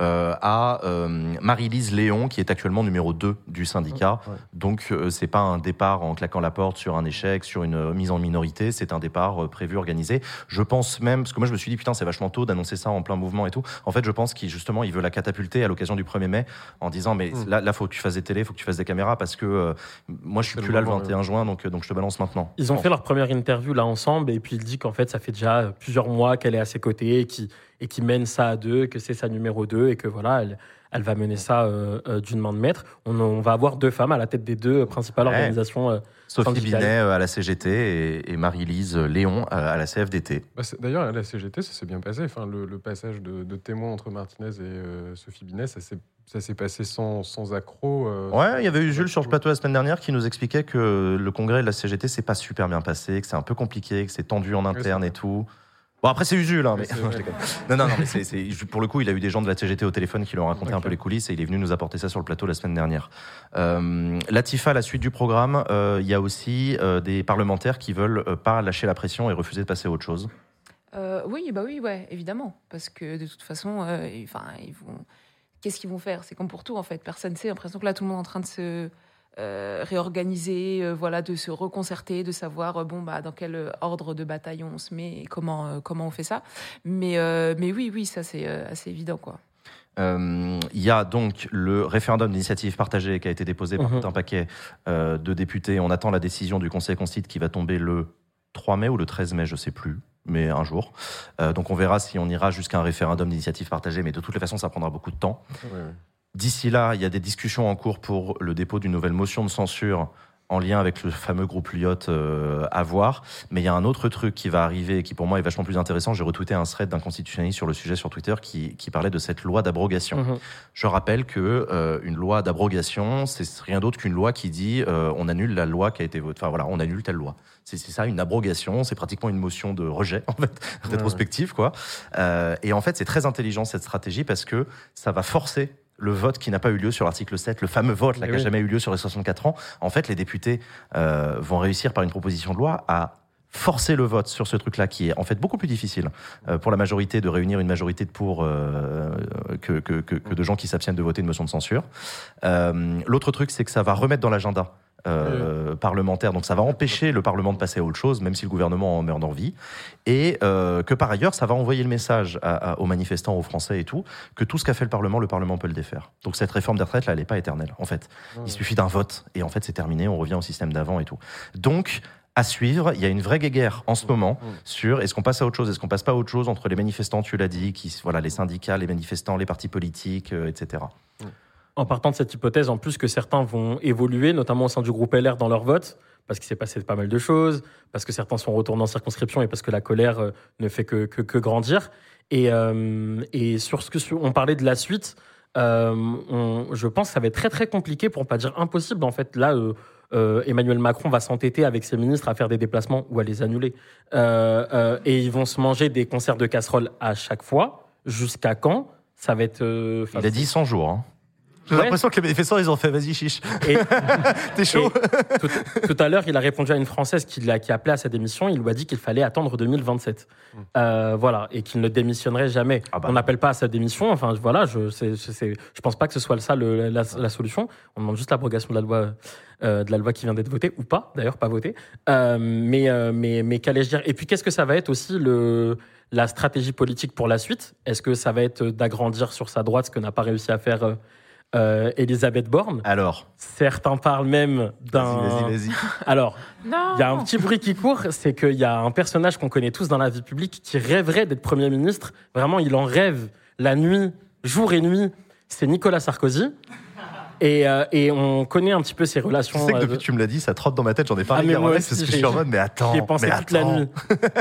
à Marie-Lise Léon, qui est actuellement numéro 2 du syndicat. Ouais. Donc c'est pas un départ en claquant la porte sur un échec, sur une mise en minorité, c'est un départ prévu, organisé. Je pense même, parce que moi je me suis dit, putain, c'est vachement tôt d'annoncer ça en plein mouvement et tout. En fait, je pense qu'il justement, il veut la catapulter à l'occasion du 1er mai, en disant, mais là, faut que tu fasses des télés, faut que tu fasses des caméras, parce que moi je suis plus là le 21 juin, donc je te balance maintenant. Ils ont fait leur première interview là ensemble, et puis il dit qu'en fait ça fait déjà plusieurs mois qu'elle est à ses côtés et qui mène ça à deux, que c'est sa numéro 2 et que voilà, elle va mener ça d'une main de maître. On va avoir 2 femmes à la tête des 2 principales organisations Sophie Binet à la CGT et Marie-Lise Léon à la CFDT. D'ailleurs, à la CGT, ça s'est bien passé. Enfin, le passage de témoin entre Martinez et Sophie Binet, ça s'est passé sans accroc. Ouais, il y avait eu Jules sur le plateau la semaine dernière qui nous expliquait que le congrès de la CGT s'est pas super bien passé, que c'est un peu compliqué, que c'est tendu en interne et tout. Bon, après, c'est Usul, hein, mais non, mais pour le coup, il a eu des gens de la CGT au téléphone qui lui ont raconté un peu les coulisses et il est venu nous apporter ça sur le plateau la semaine dernière. Latifa, la suite du programme, il y a aussi des parlementaires qui veulent pas lâcher la pression et refuser de passer à autre chose. Oui, évidemment, parce que de toute façon, ils vont. Qu'est-ce qu'ils vont faire ? C'est comme pour tout, en fait. Personne ne sait. J'ai l'impression que là, tout le monde est en train de se réorganiser, de se reconcerter, de savoir dans quel ordre de bataille on se met et comment on fait ça. Mais oui, ça c'est assez évident, quoi. Il y a donc le référendum d'initiative partagée qui a été déposé par tout un paquet de députés. On attend la décision du Conseil constitutionnel qui va tomber le 3 mai ou le 13 mai, je ne sais plus, mais un jour. Donc on verra si on ira jusqu'à un référendum d'initiative partagée, mais de toutes les façons, ça prendra beaucoup de temps. Ouais. D'ici là, il y a des discussions en cours pour le dépôt d'une nouvelle motion de censure en lien avec le fameux groupe Lyotte à voir. Mais il y a un autre truc qui va arriver et qui pour moi est vachement plus intéressant. J'ai retweeté un thread d'un constitutionnaliste sur le sujet sur Twitter qui parlait de cette loi d'abrogation. Je rappelle que une loi d'abrogation, c'est rien d'autre qu'une loi qui dit on annule la loi qui a été votée. Enfin voilà, on annule telle loi. C'est ça, une abrogation. C'est pratiquement une motion de rejet, en fait, rétrospective, quoi. Et en fait, c'est très intelligent cette stratégie parce que ça va forcer le vote qui n'a pas eu lieu sur l'article 7, le fameux vote qui n'a jamais eu lieu sur les 64 ans. En fait, les députés vont réussir par une proposition de loi à forcer le vote sur ce truc-là qui est en fait beaucoup plus difficile pour la majorité de réunir une majorité de pour que de gens qui s'abstiennent de voter une motion de censure. L'autre truc, c'est que ça va remettre dans l'agenda parlementaire, donc ça va empêcher le Parlement de passer à autre chose, même si le gouvernement en meurt d'envie, et que par ailleurs, ça va envoyer le message aux manifestants, aux Français et tout, que tout ce qu'a fait le Parlement peut le défaire. Donc cette réforme des retraites, là, elle n'est pas éternelle, en fait. Il suffit d'un vote, et en fait, c'est terminé, on revient au système d'avant et tout. Donc, à suivre, il y a une vraie guéguerre en ce moment sur est-ce qu'on passe à autre chose, est-ce qu'on passe pas à autre chose entre les manifestants, tu l'as dit, les syndicats, les manifestants, les partis politiques, etc. En partant de cette hypothèse, en plus que certains vont évoluer, notamment au sein du groupe LR dans leur vote, parce qu'il s'est passé pas mal de choses, parce que certains sont retournés en circonscription et parce que la colère ne fait que grandir. Et sur ce que on parlait de la suite, je pense que ça va être très très compliqué, pour ne pas dire impossible. En fait, là, Emmanuel Macron va s'entêter avec ses ministres à faire des déplacements ou à les annuler. Et ils vont se manger des concerts de casseroles à chaque fois. Jusqu'à quand ? Ça va être... Il a dit 100 jours, hein. J'ai l'impression que les manifestants, ils ont fait vas-y, chiche. T'es chaud. Tout à l'heure, il a répondu à une Française qui appelait à sa démission. Il lui a dit qu'il fallait attendre 2027. Et qu'il ne démissionnerait jamais. On n'appelle pas à sa démission. Enfin, voilà, je pense pas que ce soit ça la solution. On demande juste l'abrogation de la loi qui vient d'être votée, ou pas, d'ailleurs, pas votée. Mais qu'allais-je dire ? Et puis, qu'est-ce que ça va être aussi la stratégie politique pour la suite ? Est-ce que ça va être d'agrandir sur sa droite ce que n'a pas réussi à faire Elisabeth Borne. Alors, certains parlent même d'un... Vas-y. Alors, il y a un petit bruit qui court, c'est qu'il y a un personnage qu'on connaît tous dans la vie publique qui rêverait d'être Premier ministre. Vraiment, il en rêve la nuit, jour et nuit. C'est Nicolas Sarkozy. Et on connaît un petit peu ses relations... Tu sais que depuis que tu me l'as dit, ça trotte dans ma tête, j'en ai parlé hier en live, parce que je suis en mode, mais attends, j'y ai pensé toute la nuit.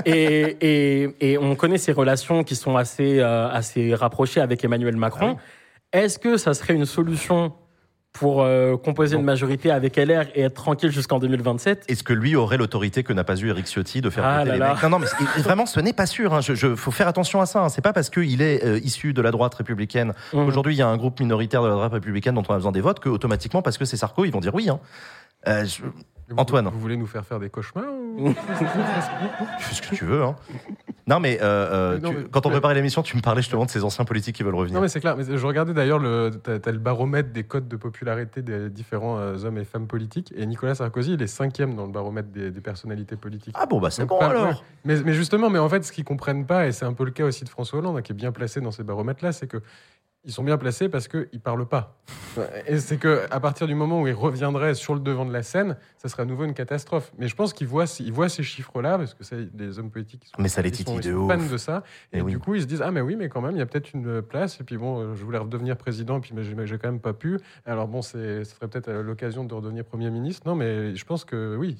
Et on connaît ses relations qui sont assez rapprochées avec Emmanuel Macron. Est-ce que ça serait une solution pour composer une majorité avec LR et être tranquille jusqu'en 2027 ? Est-ce que lui aurait l'autorité que n'a pas eu Éric Ciotti de faire voter les mecs ? Non, mais vraiment, ce n'est pas sûr. Hein. Faut faire attention à ça. Hein. C'est pas parce qu'il est issu de la droite républicaine. Aujourd'hui, il y a un groupe minoritaire de la droite républicaine dont on a besoin des votes que automatiquement, parce que c'est Sarko, ils vont dire oui. Hein. Antoine. Vous voulez nous faire des cauchemars ou... Fais ce que tu veux. Hein. Non, mais, quand on préparait l'émission, tu me parlais justement de ces anciens politiques qui veulent revenir. Non, mais c'est clair. Mais je regardais d'ailleurs, t'as le baromètre des codes de popularité des différents hommes et femmes politiques. Et Nicolas Sarkozy, il est 5e dans le baromètre des personnalités politiques. Ah bon, bah c'est donc, bon alors. Ouais. Mais justement, en fait, ce qu'ils comprennent pas, et c'est un peu le cas aussi de François Hollande, qui est bien placé dans ces baromètres-là, c'est que ils sont bien placés parce qu'ils ne parlent pas. Et c'est qu'à partir du moment où ils reviendraient sur le devant de la scène, ça serait à nouveau une catastrophe. Mais je pense qu'ils voient ces chiffres-là, parce que c'est des hommes politiques qui sont, mais ça les titille de ouf. Fans de ça. Et du coup, ils se disent « Ah mais oui, mais quand même, il y a peut-être une place. Et puis bon, je voulais redevenir président, puis mais j'ai quand même pas pu. Alors bon, ce serait peut-être l'occasion de redevenir Premier ministre. » Non, mais je pense que oui,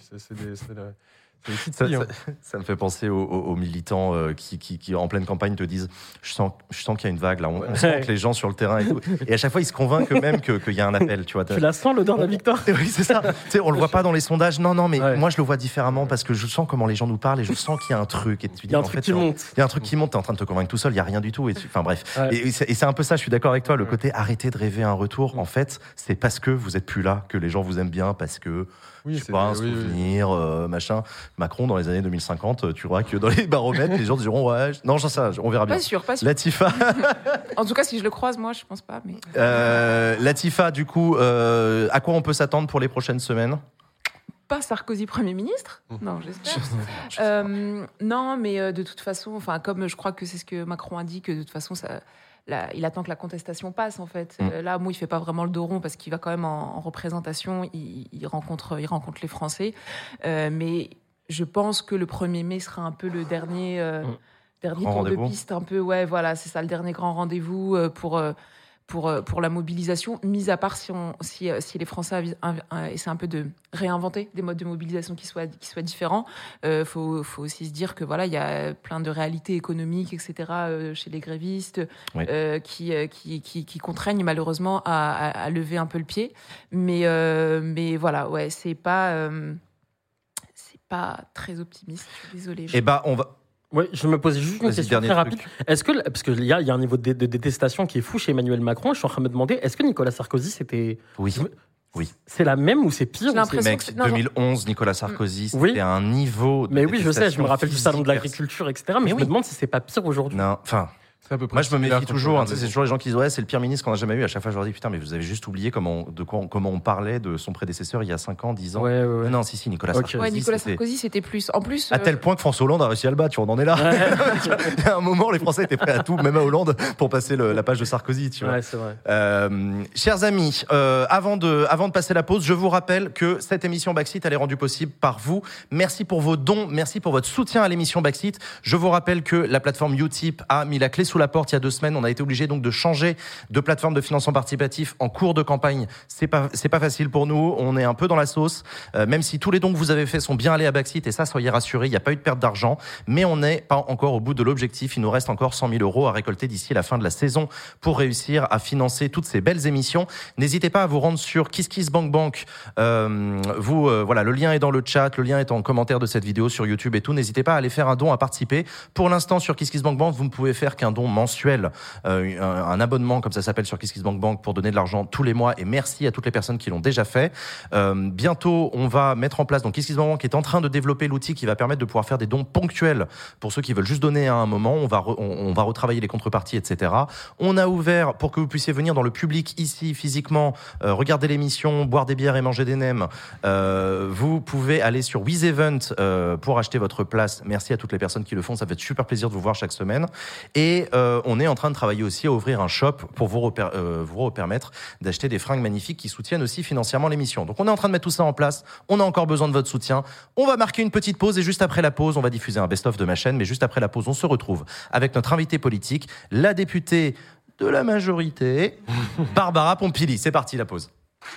ça me fait penser aux militants qui, en pleine campagne, te disent je sens qu'il y a une vague là, on sent que les gens sur le terrain et tout. Et à chaque fois, ils se convainquent eux-mêmes qu'il y a un appel. Tu la sens, l'odeur de la victoire? Oui, c'est ça. On le voit pas dans les sondages. Non, mais moi, je le vois différemment parce que je sens comment les gens nous parlent et je sens qu'il y a un truc. Et tu dis, il y a un truc qui monte. Il y a un truc qui monte, t'es en train de te convaincre tout seul, il n'y a rien du tout. Enfin bref. Ouais. Et c'est un peu ça, je suis d'accord avec toi. Le côté arrêter de rêver un retour, en fait, c'est parce que vous êtes plus là que les gens vous aiment bien, parce que. Oui, je sais pas, un souvenir, machin. Macron, dans les années 2050, tu vois que dans les baromètres, les gens diront ouais. Non, j'en sais rien, on verra bien. Pas sûr. Latifa. En tout cas, si je le croise, moi, je pense pas. Mais... Latifa, du coup, à quoi on peut s'attendre pour les prochaines semaines? Pas Sarkozy Premier ministre, non, j'espère. Non, mais de toute façon, comme je crois que c'est ce que Macron a dit, que de toute façon, il attend que la contestation passe, en fait. Là, moi, il fait pas vraiment le dos rond parce qu'il va quand même en représentation, il rencontre les Français. Mais je pense que le 1er mai sera un peu le dernier tour de piste, un peu, ouais, voilà, c'est ça, le dernier grand rendez-vous pour la mobilisation, mis à part si les Français essaient un peu de réinventer des modes de mobilisation qui soient différents. Faut aussi se dire que voilà, il y a plein de réalités économiques, etc. Chez les grévistes, qui contraignent malheureusement à lever un peu le pied. Mais voilà, ouais, c'est pas très optimiste. Je suis désolée. Eh ben, on va. Oui, je me posais juste une question très rapide. Est-ce que, parce qu'il y a un niveau de détestation qui est fou chez Emmanuel Macron, je suis en train de me demander, est-ce que Nicolas Sarkozy, c'était... Oui. C'est la même ou c'est pire? Mec, 2011, Nicolas Sarkozy, c'était un niveau de mais oui, je sais, je me rappelle du salon de l'agriculture, etc. Mais je me demande si c'est pas pire aujourd'hui. Non, enfin... Moi, je me méfie toujours. C'est toujours les gens qui disent ouais, c'est le pire ministre qu'on a jamais eu. À chaque fois, je leur dis putain, mais vous avez juste oublié comment on parlait de son prédécesseur il y a 5 ans, 10 ans. Ouais. Non, si, Nicolas Sarkozy. Ouais, Nicolas Sarkozy, c'était plus. En plus. À tel point que François Hollande a réussi à le battre. Tu vois, on en est là. Il y a un moment, les Français étaient prêts à tout, même à Hollande, pour passer la page de Sarkozy. Tu vois. Ouais, c'est vrai. Chers amis, avant de passer la pause, je vous rappelle que cette émission Backseat, elle est rendue possible par vous. Merci pour vos dons, merci pour votre soutien à l'émission Backseat. Je vous rappelle que la plateforme Utip a mis la clé sous la porte il y a 2 semaines. On a été obligé donc de changer de plateforme de financement participatif en cours de campagne. C'est pas facile pour nous. On est un peu dans la sauce. Même si tous les dons que vous avez faits sont bien allés à Backseat, et ça, soyez rassurés, il n'y a pas eu de perte d'argent. Mais on n'est pas encore au bout de l'objectif. Il nous reste encore 100 000 € à récolter d'ici la fin de la saison pour réussir à financer toutes ces belles émissions. N'hésitez pas à vous rendre sur KissKissBankBank. Voilà, le lien est dans le chat, le lien est en commentaire de cette vidéo sur YouTube et tout. N'hésitez pas à aller faire un don, à participer. Pour l'instant, sur KissKissBankBank, vous ne pouvez faire qu'un don mensuel. Un abonnement, comme ça s'appelle, sur KissKissBankBank pour donner de l'argent tous les mois. Et merci à toutes les personnes qui l'ont déjà fait. Bientôt, on va mettre en place, donc KissKissBankBank est en train de développer l'outil qui va permettre de pouvoir faire des dons ponctuels pour ceux qui veulent juste donner à un moment. On va retravailler les contreparties, etc. On a ouvert pour que vous puissiez venir dans le public ici, physiquement, regarder l'émission, boire des bières et manger des nems. Vous pouvez aller sur WizEvent pour acheter votre place. Merci à toutes les personnes qui le font. Ça fait super plaisir de vous voir chaque semaine. Et on est en train de travailler aussi à ouvrir un shop pour vous permettre d'acheter des fringues magnifiques qui soutiennent aussi financièrement l'émission. Donc on est en train de mettre tout ça en place. On a encore besoin de votre soutien. On va marquer une petite pause et juste après la pause, on va diffuser un best-of de ma chaîne. Mais juste après la pause, on se retrouve avec notre invité politique, la députée de la majorité, Barbara Pompili. C'est parti, la pause.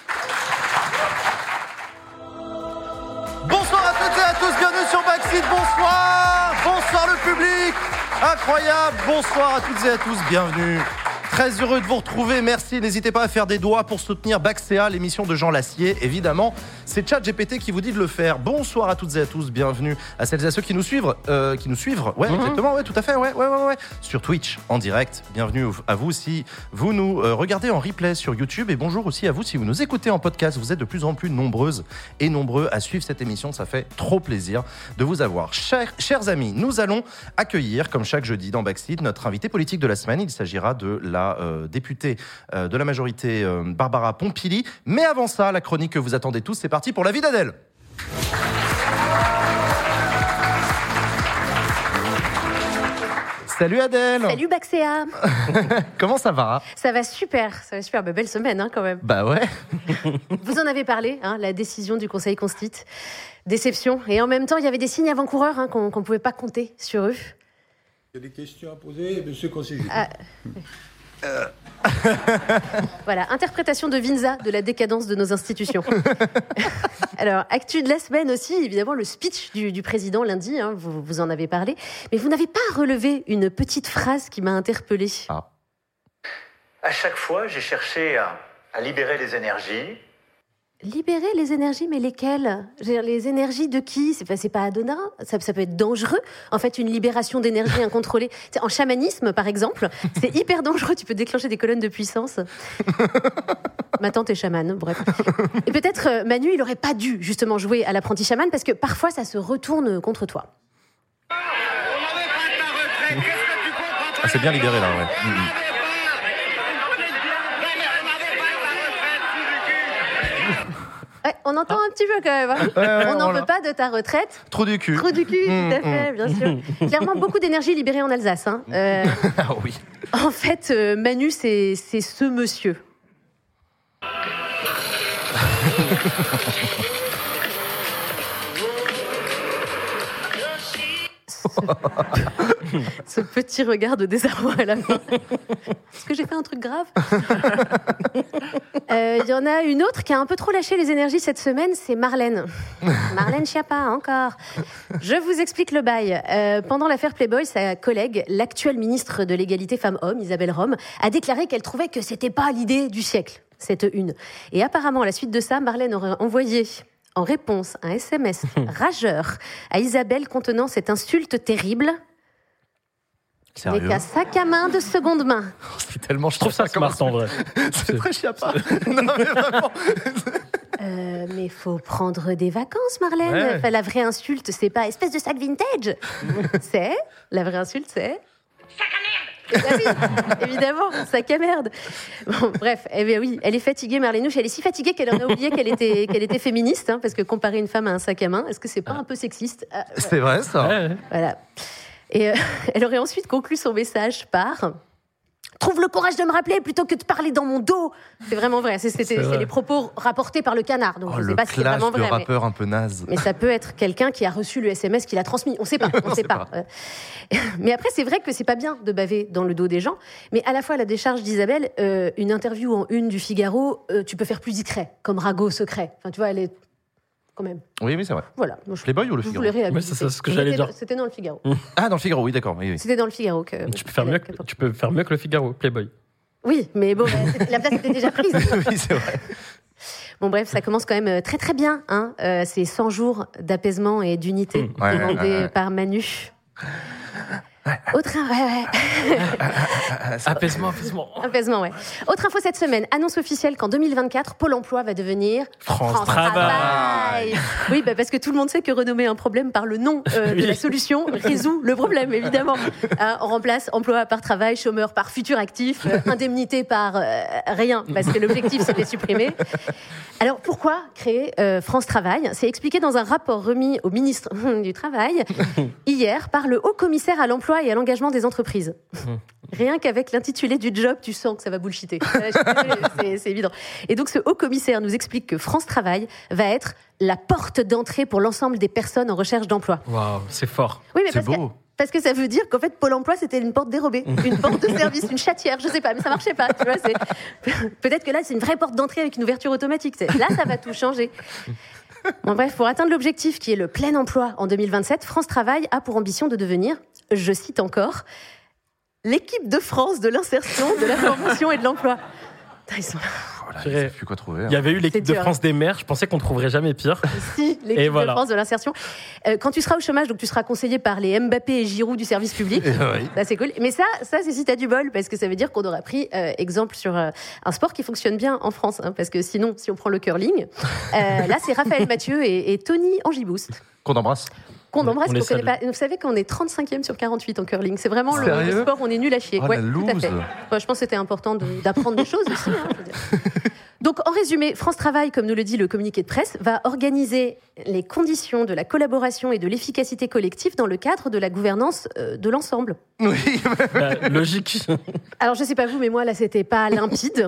Bonsoir à toutes et à tous, bienvenue sur Backseat. Bonsoir le public. Incroyable, bonsoir à toutes et à tous, bienvenue Très heureux de vous retrouver, merci. N'hésitez pas à faire des doigts pour soutenir Baxéa, l'émission de Jean Lassier. Évidemment, c'est ChatGPT qui vous dit de le faire. Bonsoir à toutes et à tous, bienvenue à celles et à ceux qui nous suivent. Ouais, exactement, ouais, tout à fait, ouais. Sur Twitch, en direct. Bienvenue à vous si vous nous regardez en replay sur YouTube. Et bonjour aussi à vous si vous nous écoutez en podcast. Vous êtes de plus en plus nombreuses et nombreux à suivre cette émission. Ça fait trop plaisir de vous avoir. Chers amis, nous allons accueillir, comme chaque jeudi dans Backseat, notre invité politique de la semaine. Il s'agira de la députée de la majorité Barbara Pompili. Mais avant ça, la chronique que vous attendez tous, c'est parti pour la vie d'Adèle. Salut Adèle. Salut Baxéa. Comment ça va ? Ça va super. Bah, belle semaine quand même. Bah ouais. Vous en avez parlé, la décision du Conseil Constitue. Déception. Et en même temps, il y avait des signes avant-coureurs qu'on ne pouvait pas compter sur eux. Il y a des questions à poser, monsieur le conseiller. Voilà, interprétation de Vinza de la décadence de nos institutions. Alors, actu de la semaine aussi, évidemment, le speech du président lundi, vous en avez parlé. Mais vous n'avez pas relevé une petite phrase qui m'a interpellée. À chaque fois, j'ai cherché à libérer les énergies. Libérer les énergies, mais lesquelles ? Les énergies de qui ? C'est pas anodin, ça peut être dangereux. En fait, une libération d'énergie incontrôlée. En chamanisme, par exemple, c'est hyper dangereux. Tu peux déclencher des colonnes de puissance. Ma tante est chamane, bref. Et peut-être, Manu, il aurait pas dû justement jouer à l'apprenti chaman parce que parfois, ça se retourne contre toi. C'est bien libéré, là, ouais. Ouais, on entend un petit peu quand même. On n'en veut pas de ta retraite. Trop du cul. Tout à fait, bien sûr. Clairement, beaucoup d'énergie libérée en Alsace. Ah oui. En fait, Manu, c'est ce monsieur. Ce petit regard de désarroi à la fin. Est-ce que j'ai fait un truc grave ? Il y en a une autre qui a un peu trop lâché les énergies cette semaine, c'est Marlène. Marlène Schiappa, encore. Je vous explique le bail. Pendant l'affaire Playboy, sa collègue, l'actuelle ministre de l'égalité femmes-hommes, Isabelle Rome, a déclaré qu'elle trouvait que c'était pas l'idée du siècle, cette une. Et apparemment, à la suite de ça, Marlène aurait envoyé en réponse un SMS rageur à Isabelle contenant cette insulte terrible. Sérieux ? Avec un sac à main de seconde main. C'est tellement... Je trouve ça smart en vrai. C'est très Schiappa. Non mais vraiment. Mais faut prendre des vacances, Marlène. Ouais. Enfin, la vraie insulte, c'est pas espèce de sac vintage. C'est la vraie insulte, c'est sac à merde. Ah oui, évidemment, sac à merde. Bon, bref, oui, elle est fatiguée, Marlénouche. Elle est si fatiguée qu'elle en a oublié qu'elle était féministe, parce que comparer une femme à un sac à main, est-ce que c'est pas un peu sexiste ? C'est vrai ça. Ouais. Voilà. Et elle aurait ensuite conclu son message par « Trouve le courage de me rappeler plutôt que de parler dans mon dos !» C'est vraiment vrai. C'est les propos rapportés par le Canard. Donc je ne sais pas si c'est vraiment vrai. Le rappeur un peu naze. Mais ça peut être quelqu'un qui a reçu le SMS qui l'a transmis. On ne sait pas. On sait pas. Mais après, c'est vrai que c'est pas bien de baver dans le dos des gens. Mais à la fois, à la décharge d'Isabelle, une interview en une du Figaro, tu peux faire plus discret, comme Rago secret. Enfin, tu vois, elle est... quand même. Oui, c'est vrai. Voilà. Playboy ou le Figaro ? Oui, c'est ça ce que j'allais dire. C'était dans le Figaro. Ah, dans le Figaro, oui, d'accord. Oui. C'était dans le Figaro que... Tu peux faire mieux que le Figaro, Playboy. Oui, mais bon, la place était déjà prise. Oui, c'est vrai. Bon, bref, ça commence quand même très très bien. C'est 100 jours d'apaisement et d'unité demandés par Manu. Autre Apaisement. Apaisement, ouais. Autre info cette semaine, annonce officielle qu'en 2024, Pôle emploi va devenir France Travail. Oui, parce que tout le monde sait que renommer un problème par le nom de la solution résout le problème, évidemment. On remplace emploi par travail, chômeur par futur actif, indemnité par rien, parce que l'objectif c'est de les supprimer. Alors pourquoi créer France Travail ? C'est expliqué dans un rapport remis au ministre du Travail hier par le haut commissaire à l'emploi et à l'engagement des entreprises. Rien qu'avec l'intitulé du job, tu sens que ça va bullshiter. C'est évident. Et donc, ce haut commissaire nous explique que France Travail va être la porte d'entrée pour l'ensemble des personnes en recherche d'emploi. Waouh, c'est fort. Oui, mais c'est beau. Parce que ça veut dire qu'en fait, Pôle emploi, c'était une porte dérobée, une porte de service, une chatière, je sais pas, mais ça marchait pas. Tu vois, peut-être que là, c'est une vraie porte d'entrée avec une ouverture automatique. Là, ça va tout changer. Bon, bref, pour atteindre l'objectif qui est le plein emploi en 2027, France Travail a pour ambition de devenir, je cite encore, l'équipe de France de l'insertion, de la formation et de l'emploi. Ils sont là. Voilà, il ne sait plus quoi trouver. Il y avait eu l'équipe de France des maires, je pensais qu'on ne trouverait jamais pire. Si, l'équipe de France de l'insertion. Quand tu seras au chômage, donc tu seras conseillé par les Mbappé et Giroud du service public. Ça, c'est cool. Mais ça c'est si tu as du bol, parce que ça veut dire qu'on aura pris exemple sur un sport qui fonctionne bien en France. Hein, parce que sinon, si on prend le curling, là, c'est Raphaël Mathieu et Tony Angiboost. Qu'on embrasse. Qu'on embrasse, qu'on connaît pas. Vous savez qu'on est 35e sur 48 en curling. C'est vraiment le sport où on est nul à chier. Oh, ouais, la tout à fait. Je pense que c'était important d'apprendre des choses aussi. Hein, je veux dire. Donc, en résumé, France Travail, comme nous le dit le communiqué de presse, va organiser les conditions de la collaboration et de l'efficacité collective dans le cadre de la gouvernance de l'ensemble. Oui, logique. Alors, je sais pas vous, mais moi, là, c'était pas limpide.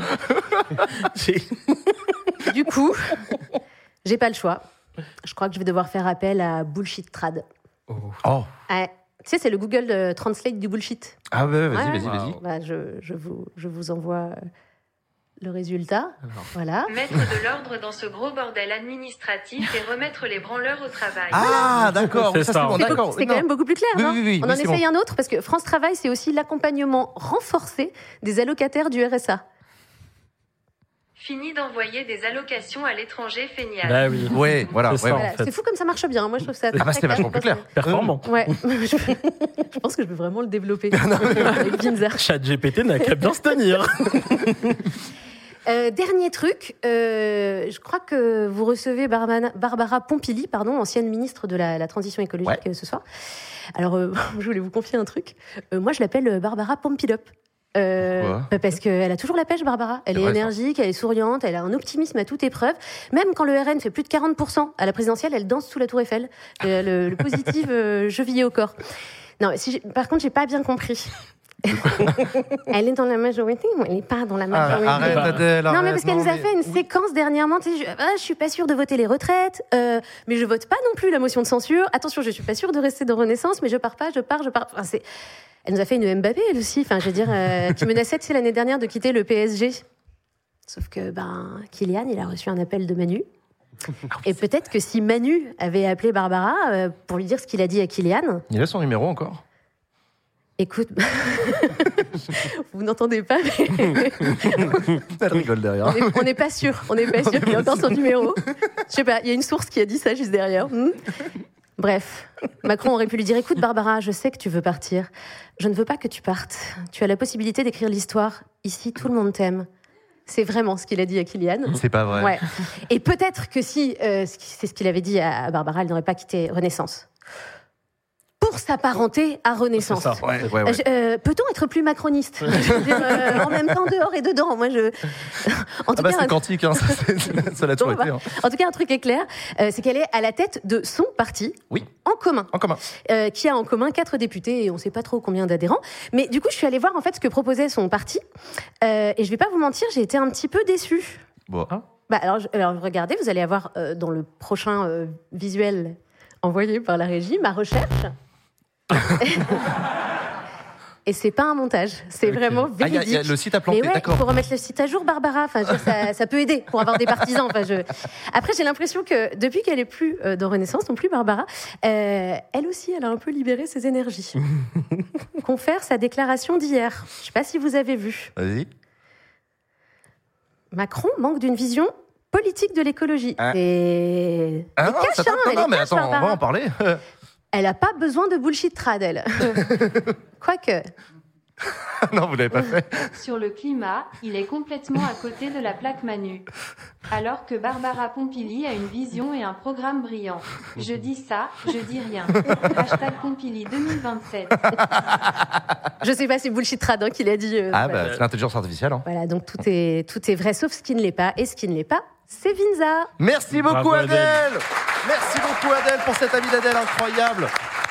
Du coup, j'ai pas le choix. Je crois que je vais devoir faire appel à Bullshit Trad. Oh. Ouais. Tu sais, c'est le Google Translate du bullshit. Ah ouais, vas-y. Bah, je vous envoie le résultat. Voilà. Mettre de l'ordre dans ce gros bordel administratif et remettre les branleurs au travail. Ah, d'accord. C'est ça. C'est quand même beaucoup plus clair, non ? Oui, On en essaye un autre, parce que France Travail, c'est aussi l'accompagnement renforcé des allocataires du RSA. Fini d'envoyer des allocations à l'étranger, feignasse. Bah oui. Ouais, voilà. C'est ça, Voilà. C'est fou comme ça marche bien. Moi, je trouve ça très c'était vachement plus clair. Performant. Ouais. Je pense que je vais vraiment le développer avec Ginza. ChatGPT n'a qu'à bien se tenir. Dernier truc, je crois que vous recevez Barbara Pompili, ancienne ministre de la transition écologique ce soir. Alors, je voulais vous confier un truc. Moi, je l'appelle Barbara Pompilop. Parce qu'elle a toujours la pêche, Barbara. Elle est énergique, elle est souriante, elle a un optimisme à toute épreuve. Même quand le RN fait plus de 40% à la présidentielle, elle danse sous la Tour Eiffel. Le positif chevillé au corps. Non, par contre, j'ai pas bien compris. Elle est dans la majorité ou elle n'est pas dans la majorité? Arrête, Adèle, non, mais parce qu'elle nous a fait une séquence dernièrement. Tu sais, je suis pas sûre de voter les retraites, mais je vote pas non plus la motion de censure. Attention, je suis pas sûre de rester dans Renaissance, mais je pars pas, je pars. Enfin, elle nous a fait une Mbappé, elle aussi. Enfin, je veux dire, qui menaçait, tu sais, l'année dernière de quitter le PSG. Sauf que, Kylian, il a reçu un appel de Manu. Et peut-être que si Manu avait appelé Barbara pour lui dire ce qu'il a dit à Kylian. Il a son numéro encore? Écoute, vous n'entendez pas, mais... Elle rigole derrière. On n'est pas sûr. On n'est pas sûr qu'il a encore son numéro. Je sais pas, il y a une source qui a dit ça juste derrière. Bref, Macron aurait pu lui dire « Écoute Barbara, je sais que tu veux partir. Je ne veux pas que tu partes. Tu as la possibilité d'écrire l'histoire. Ici, tout le monde t'aime. » C'est vraiment ce qu'il a dit à Kylian. C'est pas vrai. Ouais. Et peut-être que si c'est ce qu'il avait dit à Barbara, elle n'aurait pas quitté Renaissance. Pour s'apparenter à Renaissance. C'est ça. Ouais. Peut-on être plus macroniste? Je veux dire, en même temps, dehors et dedans. Moi, en tout cas, c'est quantique, hein. Ça l'a toujours été. Hein. En tout cas, un truc est clair, c'est qu'elle est à la tête de son parti. Oui. En commun. Qui a en commun 4 députés et on ne sait pas trop combien d'adhérents. Mais du coup, je suis allée voir en fait ce que proposait son parti. Et je ne vais pas vous mentir, j'ai été un petit peu déçue. Bon. Alors, regardez, vous allez avoir dans le prochain visuel envoyé par la régie ma recherche. Et c'est pas un montage, c'est vraiment véridique. Le site a planté, mais ouais, d'accord. Il faut remettre le site à jour, Barbara. Enfin, ça peut aider pour avoir des partisans. Après, j'ai l'impression que depuis qu'elle est plus dans Renaissance, non plus Barbara, elle aussi, elle a un peu libéré ses énergies. Confère sa déclaration d'hier. Je sais pas si vous avez vu. Vas-y. Macron manque d'une vision politique de l'écologie. Et on va en parler. Elle n'a pas besoin de bullshit trad, elle. Quoique. Non, vous l'avez pas fait. Sur le climat, il est complètement à côté de la plaque Manu. Alors que Barbara Pompili a une vision et un programme brillant. Je dis ça, je dis rien. #Pompili 2027. Je sais pas, c'est bullshit trad qu'il a dit. C'est l'intelligence artificielle. Hein. Voilà, donc tout est vrai sauf ce qui ne l'est pas. Et ce qui ne l'est pas, c'est Vinza. Merci beaucoup, Adèle. Merci beaucoup, Adèle, pour cet avis d'Adèle incroyable.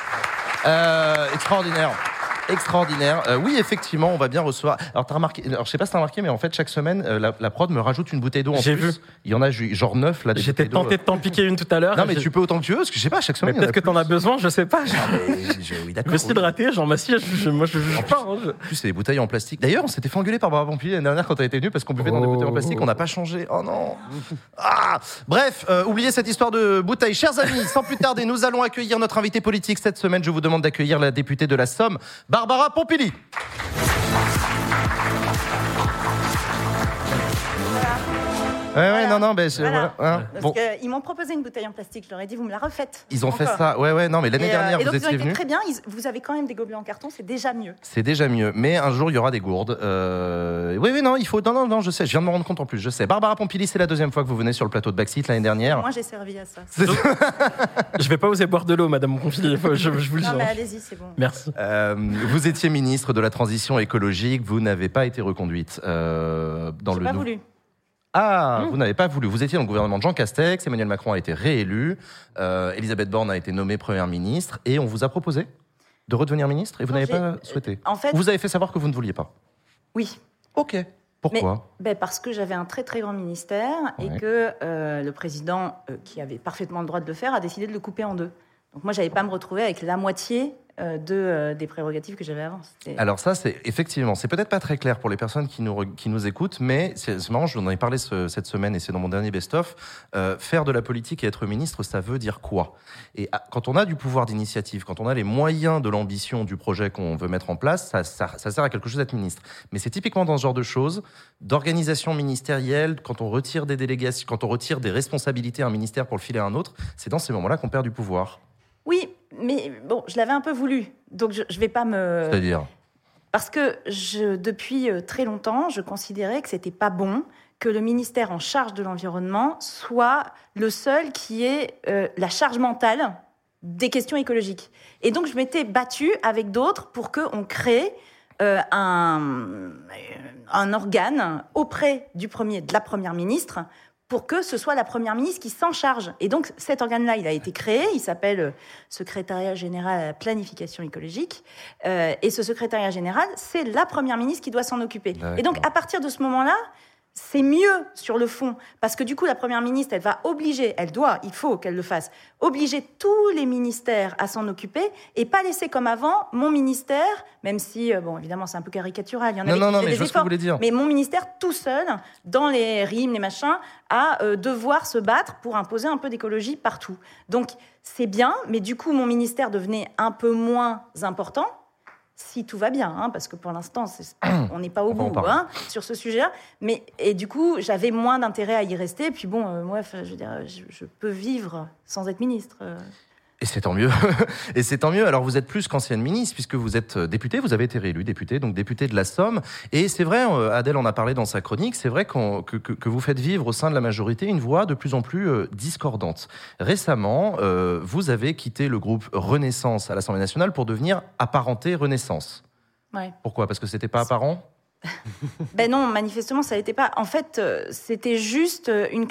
Extraordinaire. Oui, effectivement, on va bien recevoir. Alors, t'as remarqué, je sais pas si t'as remarqué, mais en fait, chaque semaine, la prod me rajoute une bouteille d'eau en plus. J'ai vu. Il y en a genre 9 là. J'étais tenté de t'en piquer une tout à l'heure. Non, mais tu peux autant que tu veux, parce que je sais pas, chaque semaine. Mais peut-être que t'en as besoin, je sais pas. Oui, d'accord. Je me suis hydraté, genre, je juge pas. En plus, c'est des bouteilles en plastique. D'ailleurs, on s'était fait engueuler par Barbara Pompili l'année dernière quand t'as été venu parce qu'on buvait dans des bouteilles en plastique. On n'a pas changé. Oh non. Bref, oubliez cette histoire de bouteille. Chers amis, sans plus tarder, nous allons accueillir notre invité politique cette semaine. Je vous demande d'accueillir la députée de la Somme, Barbara Pompili. Ouais, non, mais Voilà. hein, Parce bon. qu'ils m'ont proposé une bouteille en plastique, je leur ai dit, vous me la refaites. Ils ont fait Encore. ça, ouais, non, mais l'année dernière, et donc vous ils ont étiez été venus. très bien, vous avez quand même des gobelets en carton, c'est déjà mieux. C'est déjà mieux, mais un jour il y aura des gourdes. Oui, non, il faut. Non, je sais, je viens de me rendre compte en plus, je sais. Barbara Pompili, c'est la deuxième fois que vous venez sur le plateau de Backseat l'année dernière. Moi j'ai servi à ça. Je vais pas oser boire de l'eau, Madame Pompili, je vous le dis. Non, mais allez-y, c'est bon. Merci. Vous étiez ministre de la Transition écologique, vous n'avez pas été reconduite dans J'ai le. pas voulu. Ah, vous n'avez pas voulu. Vous étiez dans le gouvernement de Jean Castex, Emmanuel Macron a été réélu, Elisabeth Borne a été nommée Première ministre, et on vous a proposé de redevenir ministre, et vous n'avez pas souhaité. En fait, vous avez fait savoir que vous ne vouliez pas. Oui. Ok. Pourquoi ? Parce que j'avais un très très grand ministère et que le président, qui avait parfaitement le droit de le faire, a décidé de le couper en deux. Donc moi, j'allais pas me retrouver avec la moitié des prérogatives que j'avais avant. Alors ça, c'est effectivement, c'est peut-être pas très clair pour les personnes qui nous écoutent, mais c'est marrant, je vous en ai parlé cette semaine et c'est dans mon dernier best-of. Faire de la politique et être ministre, ça veut dire quoi ? Et quand on a du pouvoir d'initiative, quand on a les moyens de l'ambition du projet qu'on veut mettre en place, ça sert à quelque chose d'être ministre. Mais c'est typiquement dans ce genre de choses, d'organisation ministérielle, quand on retire des délégations, quand on retire des responsabilités à un ministère pour le filer à un autre, c'est dans ces moments-là qu'on perd du pouvoir. Oui, mais bon, je l'avais un peu voulu, donc je vais pas me... C'est-à-dire ? Parce que depuis très longtemps, je considérais que c'était pas bon que le ministère en charge de l'environnement soit le seul qui ait la charge mentale des questions écologiques. Et donc, je m'étais battue avec d'autres pour qu'on crée un organe auprès de la Première ministre pour que ce soit la Première ministre qui s'en charge. Et donc, cet organe-là, il a été créé, il s'appelle Secrétariat général à la planification écologique, et ce secrétariat général, c'est la Première ministre qui doit s'en occuper. D'accord. Et donc, à partir de ce moment-là, c'est mieux sur le fond, parce que du coup, la Première ministre, il faut qu'elle le fasse, obliger tous les ministères à s'en occuper, et pas laisser comme avant mon ministère, même si, bon, évidemment, c'est un peu caricatural, il y en avait qui faisaient des efforts, mais mon ministère tout seul, dans les rimes, les machins, à devoir se battre pour imposer un peu d'écologie partout. Donc, c'est bien, mais du coup, mon ministère devenait un peu moins important, si tout va bien, hein, parce que pour l'instant, on n'est pas au bout sur ce sujet-là. Et du coup, j'avais moins d'intérêt à y rester. Et puis bon, moi, je veux dire, je peux vivre sans être ministre. Et c'est tant mieux. Et c'est tant mieux. Alors, vous êtes plus qu'ancienne ministre, puisque vous êtes députée, vous avez été réélue députée, donc députée de la Somme. Et c'est vrai, Adèle en a parlé dans sa chronique, c'est vrai que vous faites vivre au sein de la majorité une voix de plus en plus discordante. Récemment, vous avez quitté le groupe Renaissance à l'Assemblée nationale pour devenir apparenté Renaissance. Ouais. Pourquoi ? Parce que c'était pas apparent ? Ben non, manifestement, ça l'était pas. En fait, c'était juste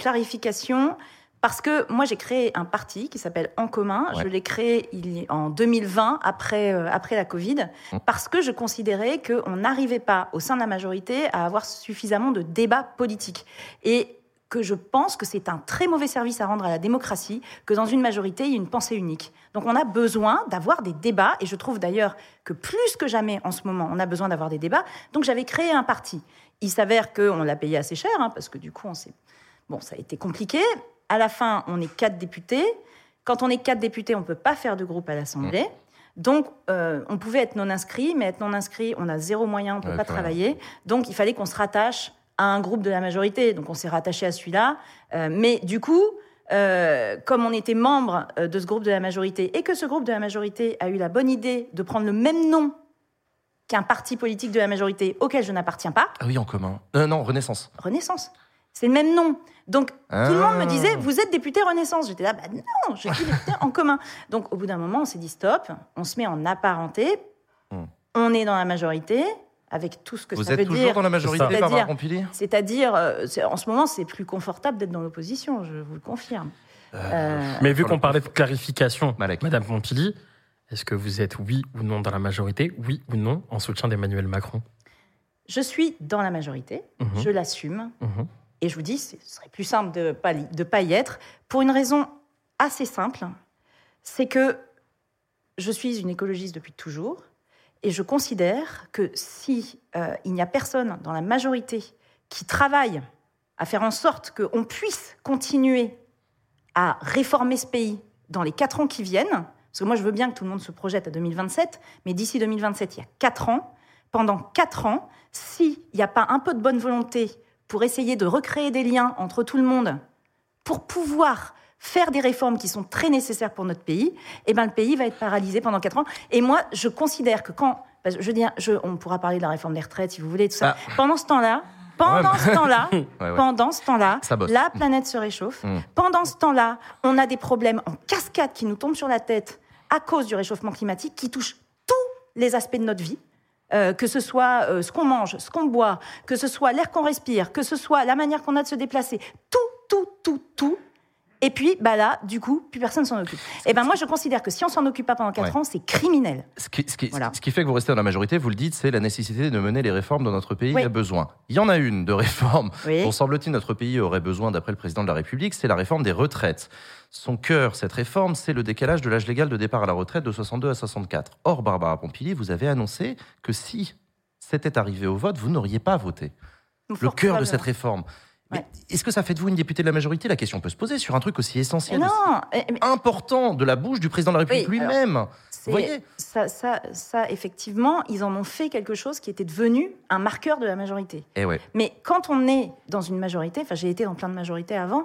une clarification. Parce que moi, j'ai créé un parti qui s'appelle En Commun. Ouais. Je l'ai créé en 2020, après la Covid, parce que je considérais qu'on n'arrivait pas, au sein de la majorité, à avoir suffisamment de débats politiques. Et que je pense que c'est un très mauvais service à rendre à la démocratie, que dans une majorité, il y ait une pensée unique. Donc on a besoin d'avoir des débats, et je trouve d'ailleurs que plus que jamais, en ce moment, on a besoin d'avoir des débats. Donc j'avais créé un parti. Il s'avère qu'on l'a payé assez cher, parce que du coup, ça a été compliqué. À la fin, on est 4 députés. Quand on est 4 députés, on ne peut pas faire de groupe à l'Assemblée. Donc, on pouvait être non-inscrit, mais être non-inscrit, on a 0 moyen, on ne peut pas travailler. Donc, il fallait qu'on se rattache à un groupe de la majorité. Donc, on s'est rattaché à celui-là. Mais du coup, comme on était membre de ce groupe de la majorité et que ce groupe de la majorité a eu la bonne idée de prendre le même nom qu'un parti politique de la majorité auquel je n'appartiens pas... Ah oui, En Commun. Non, Renaissance. Renaissance. C'est le même nom. Donc, tout le monde me disait, vous êtes député Renaissance. J'étais là, non, je suis député En Commun. Donc, au bout d'un moment, on s'est dit, stop, on se met en apparenté, on est dans la majorité, avec tout ce que ça veut dire. Vous êtes toujours dans la majorité, Barbara Pompili ? C'est-à-dire, en ce moment, c'est plus confortable d'être dans l'opposition, je vous le confirme. Mais vu qu'on parlait de clarification, Madame Pompili, est-ce que vous êtes oui ou non dans la majorité, oui ou non en soutien d'Emmanuel Macron ? Je suis dans la majorité, je l'assume. Et je vous dis, ce serait plus simple de pas y être, pour une raison assez simple, c'est que je suis une écologiste depuis toujours, et je considère que si il n'y a personne dans la majorité qui travaille à faire en sorte qu'on puisse continuer à réformer ce pays dans les 4 ans qui viennent, parce que moi je veux bien que tout le monde se projette à 2027, mais d'ici 2027, il y a 4 ans. Pendant 4 ans, s'il n'y a pas un peu de bonne volonté pour essayer de recréer des liens entre tout le monde, pour pouvoir faire des réformes qui sont très nécessaires pour notre pays, eh ben, le pays va être paralysé pendant 4 ans. Et moi, je considère que on pourra parler de la réforme des retraites, si vous voulez, tout ça. Pendant ce temps-là, la planète se réchauffe. Pendant ce temps-là, on a des problèmes en cascade qui nous tombent sur la tête à cause du réchauffement climatique qui touchent tous les aspects de notre vie. Que ce soit ce qu'on mange, ce qu'on boit, que ce soit l'air qu'on respire, que ce soit la manière qu'on a de se déplacer, tout. Et puis, là, du coup, plus personne s'en occupe. Et moi, je considère que si on s'en occupe pas pendant 4 ans, c'est criminel. Ce qui fait que vous restez dans la majorité, vous le dites, c'est la nécessité de mener les réformes dont notre pays a besoin. Il y en a une de réforme dont, semble-t-il, notre pays aurait besoin, d'après le président de la République, c'est la réforme des retraites. Son cœur, cette réforme, c'est le décalage de l'âge légal de départ à la retraite de 62 à 64. Or, Barbara Pompili, vous avez annoncé que si c'était arrivé au vote, vous n'auriez pas voté. Le cœur de cette réforme. Mais est-ce que ça fait de vous une députée de la majorité ? La question peut se poser sur un truc aussi essentiel, aussi important de la bouche du président de la République lui-même. Vous voyez ? Ça, effectivement, ils en ont fait quelque chose qui était devenu un marqueur de la majorité. Mais quand on est dans une majorité, j'ai été dans plein de majorités avant,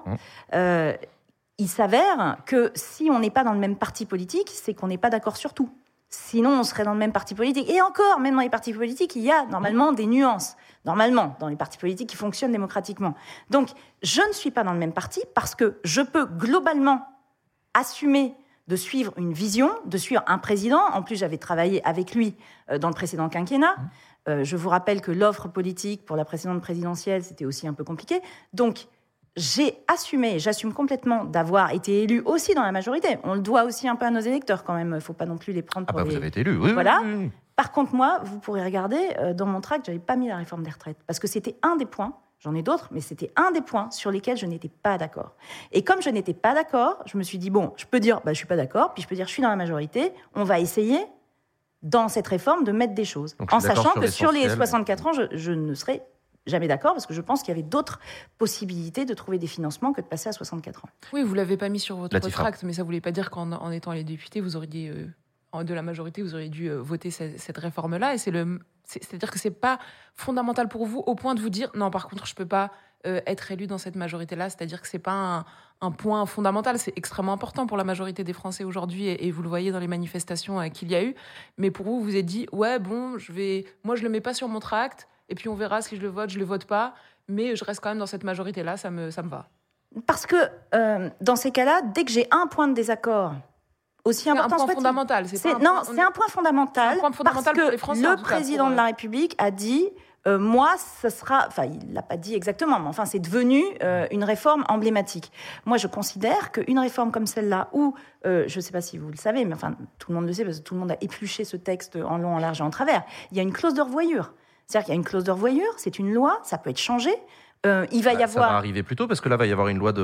il s'avère que si on n'est pas dans le même parti politique, c'est qu'on n'est pas d'accord sur tout. Sinon, on serait dans le même parti politique. Et encore, même dans les partis politiques, il y a normalement des nuances. Normalement, dans les partis politiques qui fonctionnent démocratiquement. Donc, je ne suis pas dans le même parti parce que je peux globalement assumer de suivre une vision, de suivre un président. En plus, j'avais travaillé avec lui dans le précédent quinquennat. Je vous rappelle que l'offre politique pour la précédente présidentielle, c'était aussi un peu compliqué. Donc, j'ai assumé, j'assume complètement d'avoir été élu aussi dans la majorité. On le doit aussi un peu à nos électeurs quand même. Il ne faut pas non plus les prendre pour vous avez été élu, oui. Voilà. Oui. Par contre, moi, vous pourrez regarder, dans mon tract, je n'avais pas mis la réforme des retraites. Parce que c'était un des points, j'en ai d'autres, mais c'était un des points sur lesquels je n'étais pas d'accord. Et comme je n'étais pas d'accord, je me suis dit, je peux dire, je ne suis pas d'accord, puis je peux dire, je suis dans la majorité, on va essayer, dans cette réforme, de mettre des choses. En sachant que sur les 64 ans, je ne serai jamais d'accord, parce que je pense qu'il y avait d'autres possibilités de trouver des financements que de passer à 64 ans. Oui, vous ne l'avez pas mis sur votre tract, mais ça ne voulait pas dire qu'en étant les députés, vous auriez dit, de la majorité, vous auriez dû voter cette réforme-là. Et c'est-à-dire que ce n'est pas fondamental pour vous au point de vous dire, non, par contre, je ne peux pas être élu dans cette majorité-là. C'est-à-dire que ce n'est pas un point fondamental. C'est extrêmement important pour la majorité des Français aujourd'hui, et vous le voyez dans les manifestations qu'il y a eu. Mais pour vous, vous êtes dit, moi, je ne le mets pas sur mon tract, et puis on verra si je le vote pas, mais je reste quand même dans cette majorité-là, ça me va. Parce que dans ces cas-là, dès que j'ai un point de désaccord, aussi important soit-il... C'est un point fondamental. C'est un point fondamental parce que le président de la République a dit moi, ce sera... Enfin, il ne l'a pas dit exactement, mais enfin, c'est devenu une réforme emblématique. Moi, je considère qu'une réforme comme celle-là, où, je ne sais pas si vous le savez, mais enfin, tout le monde le sait, parce que tout le monde a épluché ce texte en long, en large et en travers, il y a une clause de revoyure. C'est-à-dire qu'il y a une clause de revoyure, c'est une loi, ça peut être changé. Il va y avoir... Ça va arriver plus tôt, parce que là, il va y avoir une loi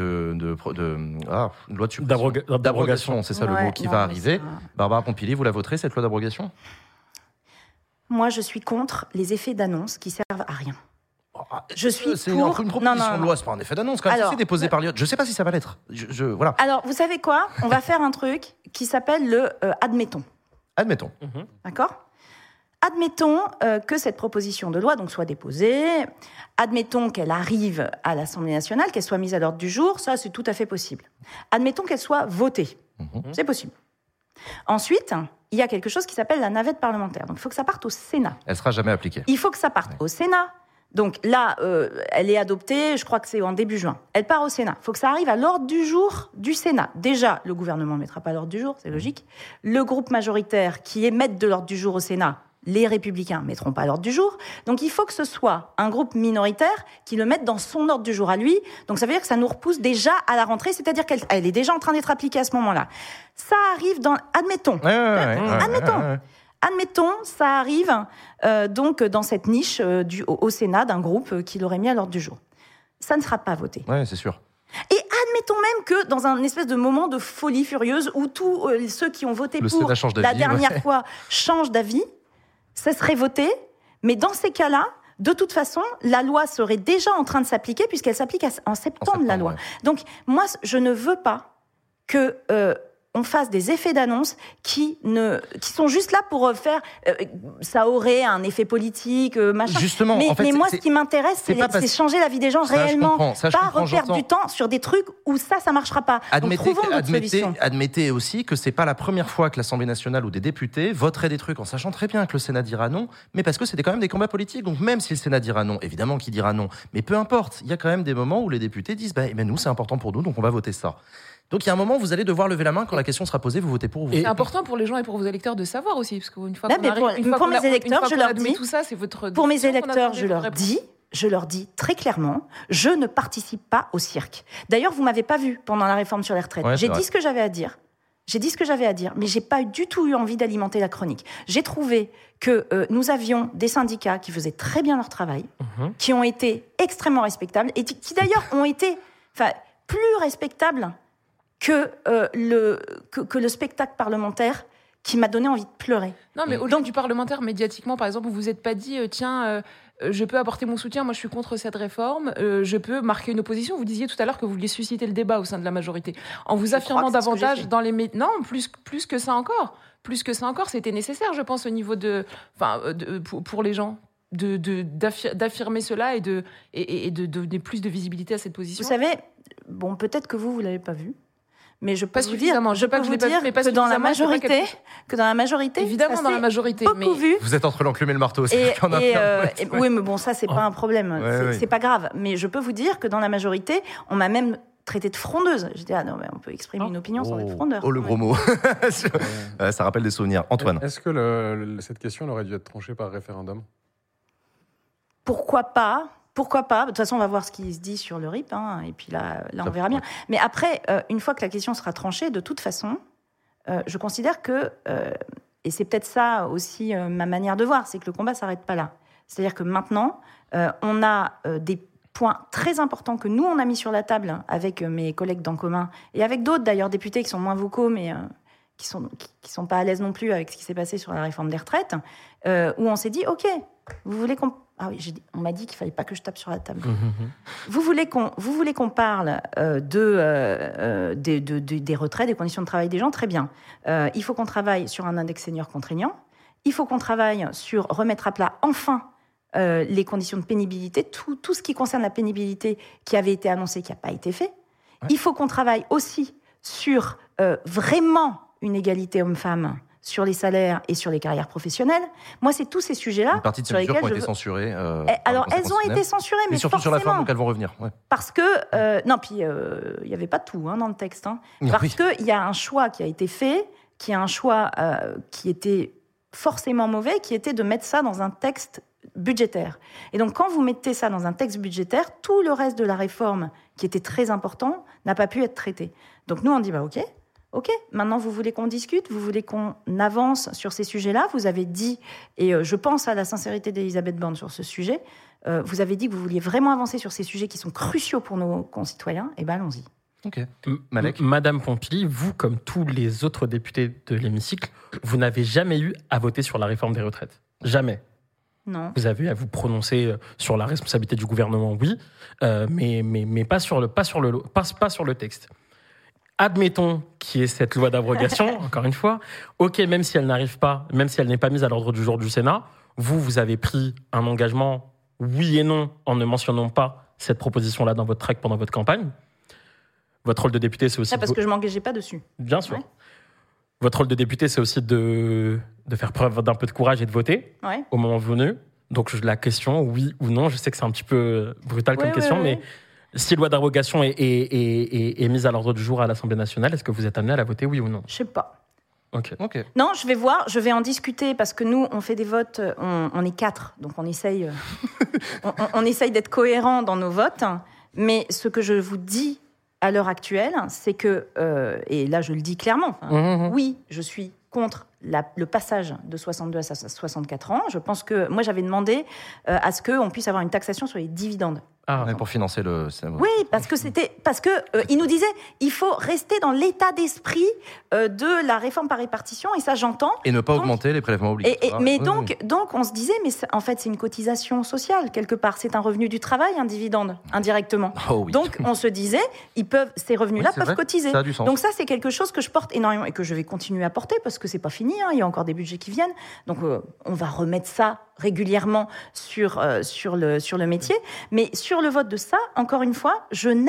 d'abrogation, c'est ça le mot qui va arriver. Barbara Pompili, vous la voterez, cette loi d'abrogation ? Moi, je suis contre les effets d'annonce qui servent à rien. Je suis c'est pour... une proposition de loi, c'est pas un effet d'annonce. Quand même, c'est déposé par l'IOT. Je ne sais pas si ça va l'être. Voilà. Alors, vous savez quoi ? On va faire un truc qui s'appelle le admettons. Admettons. D'accord ? Admettons que cette proposition de loi soit déposée, admettons qu'elle arrive à l'Assemblée nationale, qu'elle soit mise à l'ordre du jour, ça c'est tout à fait possible. Admettons qu'elle soit votée, c'est possible. Ensuite, il y a quelque chose qui s'appelle la navette parlementaire, donc il faut que ça parte au Sénat. Elle ne sera jamais appliquée. Il faut que ça parte au Sénat. Donc là, elle est adoptée, je crois que c'est en début juin. Elle part au Sénat. Il faut que ça arrive à l'ordre du jour du Sénat. Déjà, le gouvernement ne mettra pas l'ordre du jour, c'est logique. Le groupe majoritaire qui est maître de l'ordre du jour au Sénat, les Républicains ne mettront pas à l'ordre du jour. Donc, il faut que ce soit un groupe minoritaire qui le mette dans son ordre du jour à lui. Donc, ça veut dire que ça nous repousse déjà à la rentrée, c'est-à-dire qu'elle est déjà en train d'être appliquée à ce moment-là. Ça arrive dans... Admettons. Admettons, ça arrive donc dans cette niche au Sénat d'un groupe qui l'aurait mis à l'ordre du jour. Ça ne sera pas voté. Oui, c'est sûr. Et admettons même que dans un espèce de moment de folie furieuse où tous ceux qui ont voté pour la dernière fois changent d'avis, ça serait voté, mais dans ces cas-là, de toute façon, la loi serait déjà en train de s'appliquer, puisqu'elle s'applique en septembre, la loi. Ouais. Donc, moi, je ne veux pas que on fasse des effets d'annonce qui sont juste là pour faire... ça aurait un effet politique, machin. Justement, mais, en fait, mais moi, ce qui m'intéresse, c'est changer la vie des gens réellement. Pas reperdre du temps sur des trucs où ça marchera pas. Donc, trouvons notre solution. Admettez aussi que c'est pas la première fois que l'Assemblée nationale ou des députés voteraient des trucs en sachant très bien que le Sénat dira non, mais parce que c'était quand même des combats politiques. Donc même si le Sénat dira non, évidemment qu'il dira non, mais peu importe, il y a quand même des moments où les députés disent nous, c'est important pour nous, donc on va voter ça. Donc il y a un moment où vous allez devoir lever la main quand la question sera posée, vous votez pour ou vous votez C'est important pour les gens et pour vos électeurs de savoir aussi, parce qu'une fois pour mes électeurs, je leur dis tout ça, c'est votre pour mes électeurs, je leur dis très clairement, je ne participe pas au cirque. D'ailleurs, vous m'avez pas vu pendant la réforme sur les retraites. J'ai dit ce que j'avais à dire. Mais j'ai pas du tout eu envie d'alimenter la chronique. J'ai trouvé que nous avions des syndicats qui faisaient très bien leur travail, qui ont été extrêmement respectables et qui d'ailleurs ont été plus respectables que le spectacle parlementaire qui m'a donné envie de pleurer. Non, mais au-delà du parlementaire, médiatiquement, par exemple, vous vous êtes pas dit, je peux apporter mon soutien, moi je suis contre cette réforme, je peux marquer une opposition. Vous disiez tout à l'heure que vous vouliez susciter le débat au sein de la majorité. En vous affirmant davantage dans les médias. Non, plus que ça encore. Plus que ça encore, c'était nécessaire, je pense, au niveau pour les gens. D'affirmer cela et de donner plus de visibilité à cette position. Vous savez, peut-être que vous l'avez pas vu. Mais je peux vous dire que dans la majorité, évidemment dans la majorité, beaucoup vu. Vous êtes entre l'enclume et le marteau. Oui, mais bon, ça c'est pas un problème, c'est pas grave. Mais je peux vous dire que dans la majorité, on m'a même traité de frondeuse. J'ai dit non, mais on peut exprimer une opinion sans être frondeur. Oh, le gros mot. Ça rappelle des souvenirs. Antoine. Est-ce que cette question aurait dû être tranchée par référendum ? Pourquoi pas ? De toute façon, on va voir ce qui se dit sur le RIP, et puis là on verra bien. Mais après, une fois que la question sera tranchée, de toute façon, je considère que, et c'est peut-être ça aussi ma manière de voir, c'est que le combat ne s'arrête pas là. C'est-à-dire que maintenant, on a des points très importants que nous, on a mis sur la table avec mes collègues d'En Commun, et avec d'autres d'ailleurs députés qui sont moins vocaux, mais qui sont pas à l'aise non plus avec ce qui s'est passé sur la réforme des retraites, où on s'est dit, OK, vous voulez qu'on... Ah oui, on m'a dit qu'il fallait pas que je tape sur la table. Vous voulez qu'on parle des retraites, des conditions de travail des gens, très bien. Il faut qu'on travaille sur un index senior contraignant. Il faut qu'on travaille sur remettre à plat enfin les conditions de pénibilité, tout ce qui concerne la pénibilité qui avait été annoncé, qui n'a pas été fait. Ouais. Il faut qu'on travaille aussi sur vraiment une égalité homme-femme sur les salaires et sur les carrières professionnelles. Moi, c'est tous ces sujets-là. Une partie de ces mesures ont été censurées. Alors, elles ont été censurées, mais surtout sur la forme, donc elles vont revenir. Ouais. Parce que... non, puis il n'y avait pas tout dans le texte. Parce qu'il y a un choix qui a été fait, qui est un choix qui était forcément mauvais, qui était de mettre ça dans un texte budgétaire. Et donc, quand vous mettez ça dans un texte budgétaire, tout le reste de la réforme, qui était très important, n'a pas pu être traité. Donc, nous, on dit, OK, maintenant vous voulez qu'on discute, vous voulez qu'on avance sur ces sujets-là. Vous avez dit, et je pense à la sincérité d'Elisabeth Borne sur ce sujet, vous avez dit que vous vouliez vraiment avancer sur ces sujets qui sont cruciaux pour nos concitoyens, et bien allons-y. Ok. Malek. Madame Pompili, vous, comme tous les autres députés de l'hémicycle, vous n'avez jamais eu à voter sur la réforme des retraites. Jamais. Non. Vous avez à vous prononcer sur la responsabilité du gouvernement, oui, mais pas sur le texte. Admettons qu'il y ait cette loi d'abrogation, encore une fois. OK, même si elle n'arrive pas, même si elle n'est pas mise à l'ordre du jour du Sénat, vous avez pris un engagement, oui et non, en ne mentionnant pas cette proposition-là dans votre tract pendant votre campagne. Votre rôle de député, c'est aussi... parce que je ne m'engageais pas dessus. Bien sûr. Ouais. Votre rôle de député, c'est aussi de faire preuve d'un peu de courage et de voter au moment venu. Donc la question, oui ou non, je sais que c'est un petit peu brutal comme question, mais... Si loi d'abrogation est mise à l'ordre du jour à l'Assemblée nationale, est-ce que vous êtes amené à la voter, oui ou non ? Je ne sais pas. Ok. Non, je vais voir, je vais en discuter, parce que nous, on fait des votes, on est 4, donc on essaye, on essaye d'être cohérent dans nos votes, mais ce que je vous dis à l'heure actuelle, c'est que, et là je le dis clairement, oui, je suis contre le passage de 62 à 64 ans. Je pense que moi, j'avais demandé à ce qu'on puisse avoir une taxation sur les dividendes. Pour financer le... Oui, parce que il nous disait il faut rester dans l'état d'esprit de la réforme par répartition, et ça j'entends. Et ne pas augmenter les prélèvements obligatoires. Donc on se disait, mais en fait c'est une cotisation sociale quelque part, c'est un revenu du travail, un dividende, indirectement. Oh oui. Donc on se disait, ces revenus-là peuvent cotiser. Ça a du sens. Donc ça c'est quelque chose que je porte énormément et que je vais continuer à porter parce que c'est pas fini, il y a encore des budgets qui viennent. Donc on va remettre ça régulièrement sur le métier. Mais sur le vote de ça, encore une fois, j'aime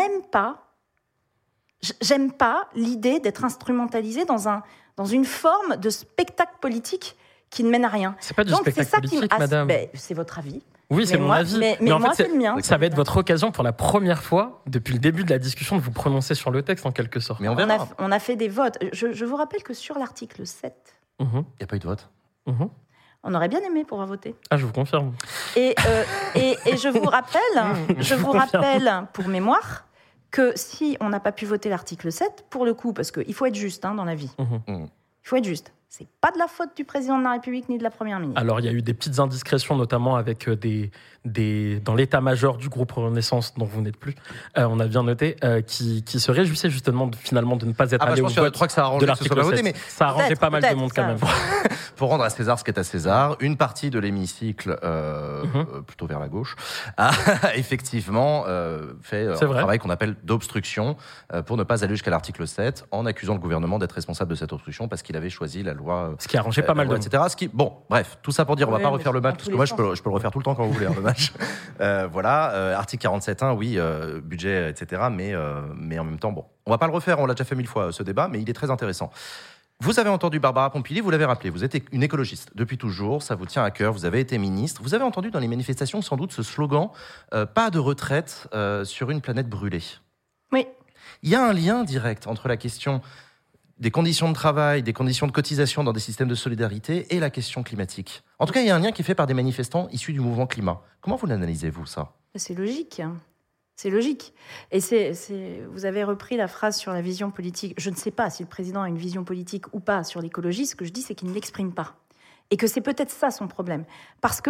pas l'idée d'être instrumentalisé dans une forme de spectacle politique qui ne mène à rien. C'est pas du spectacle politique, madame. C'est votre avis. Oui, c'est mon avis. Mais en moi, fait, c'est le mien. Ça va être votre occasion pour la première fois, depuis le début de la discussion, de vous prononcer sur le texte, en quelque sorte. Mais on a fait des votes. Je vous rappelle que sur l'article 7... Il n'y a pas eu de vote. On aurait bien aimé pouvoir voter. Ah, je vous confirme. Et je vous rappelle, pour mémoire, que si on n'a pas pu voter l'article 7, pour le coup, parce qu'il faut être juste dans la vie, il faut être juste. C'est pas de la faute du président de la République ni de la première ministre. Alors, il y a eu des petites indiscrétions, notamment avec dans l'état-major du groupe Renaissance, dont vous n'êtes plus, on a bien noté, qui se réjouissait justement finalement de ne pas être allé au vote je crois que ça a arrangé de l'article 7. Mais ça a arrangé pas mal de monde quand même. Pour rendre à César ce qui est à César, une partie de l'hémicycle, plutôt vers la gauche, a effectivement fait un travail qu'on appelle d'obstruction pour ne pas aller jusqu'à l'article 7, en accusant le gouvernement d'être responsable de cette obstruction parce qu'il avait choisi la loi... Ce qui a arrangé pas mal de monde. Etc. Bon, bref, tout ça pour dire, on va pas refaire le match, parce que moi, je peux le refaire tout le temps quand vous voulez, le match. Article 47.1, oui, budget, etc. Mais en même temps, bon, on va pas le refaire, on l'a déjà fait 1000 fois, ce débat, mais il est très intéressant. Vous avez entendu Barbara Pompili, vous l'avez rappelé, vous êtes une écologiste depuis toujours, ça vous tient à cœur, vous avez été ministre. Vous avez entendu dans les manifestations sans doute ce slogan « Pas de retraite sur une planète brûlée ». Oui. Il y a un lien direct entre la question des conditions de travail, des conditions de cotisation dans des systèmes de solidarité et la question climatique. En tout cas, il y a un lien qui est fait par des manifestants issus du mouvement climat. Comment vous l'analysez-vous, ça ? C'est logique. C'est logique. Et vous avez repris la phrase sur la vision politique. Je ne sais pas si le président a une vision politique ou pas sur l'écologie. Ce que je dis, c'est qu'il ne l'exprime pas. Et que c'est peut-être ça son problème. Pourquoi ?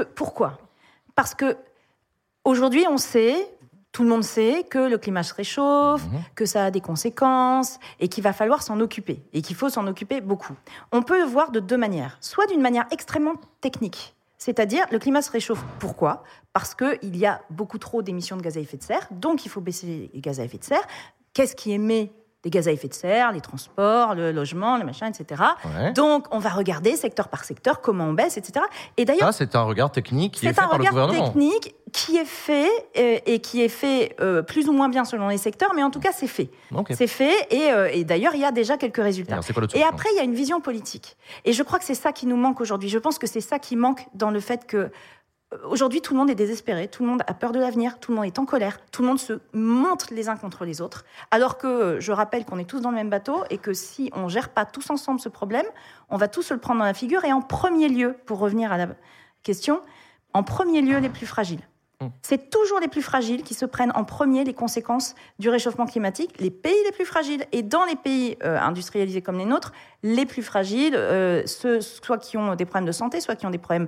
Parce que aujourd'hui, on sait... Tout le monde sait que le climat se réchauffe, que ça a des conséquences et qu'il va falloir s'en occuper et qu'il faut s'en occuper beaucoup. On peut le voir de deux manières. Soit d'une manière extrêmement technique, c'est-à-dire le climat se réchauffe. Pourquoi ? Parce qu'il y a beaucoup trop d'émissions de gaz à effet de serre, donc il faut baisser les gaz à effet de serre. Qu'est-ce qui émet les gaz à effet de serre, les transports, le logement, le machin, etc. Ouais. Donc, on va regarder secteur par secteur comment on baisse, etc. Et d'ailleurs, c'est un regard technique qui est fait par le gouvernement. C'est un regard technique qui est fait et qui est fait plus ou moins bien selon les secteurs, mais en tout cas, c'est fait. Okay. C'est fait et d'ailleurs, il y a déjà quelques résultats. Et après, il y a une vision politique. Et je crois que c'est ça qui nous manque aujourd'hui. Je pense que c'est ça qui manque dans le fait que aujourd'hui, tout le monde est désespéré, tout le monde a peur de l'avenir, tout le monde est en colère, tout le monde se monte les uns contre les autres, alors que je rappelle qu'on est tous dans le même bateau et que si on ne gère pas tous ensemble ce problème, on va tous se le prendre dans la figure. Et en premier lieu, pour revenir à la question, en premier lieu, les plus fragiles. C'est toujours les plus fragiles qui se prennent en premier les conséquences du réchauffement climatique, les pays les plus fragiles. Et dans les pays industrialisés comme les nôtres, les plus fragiles, ceux soit qui ont des problèmes de santé, soit qui ont des problèmes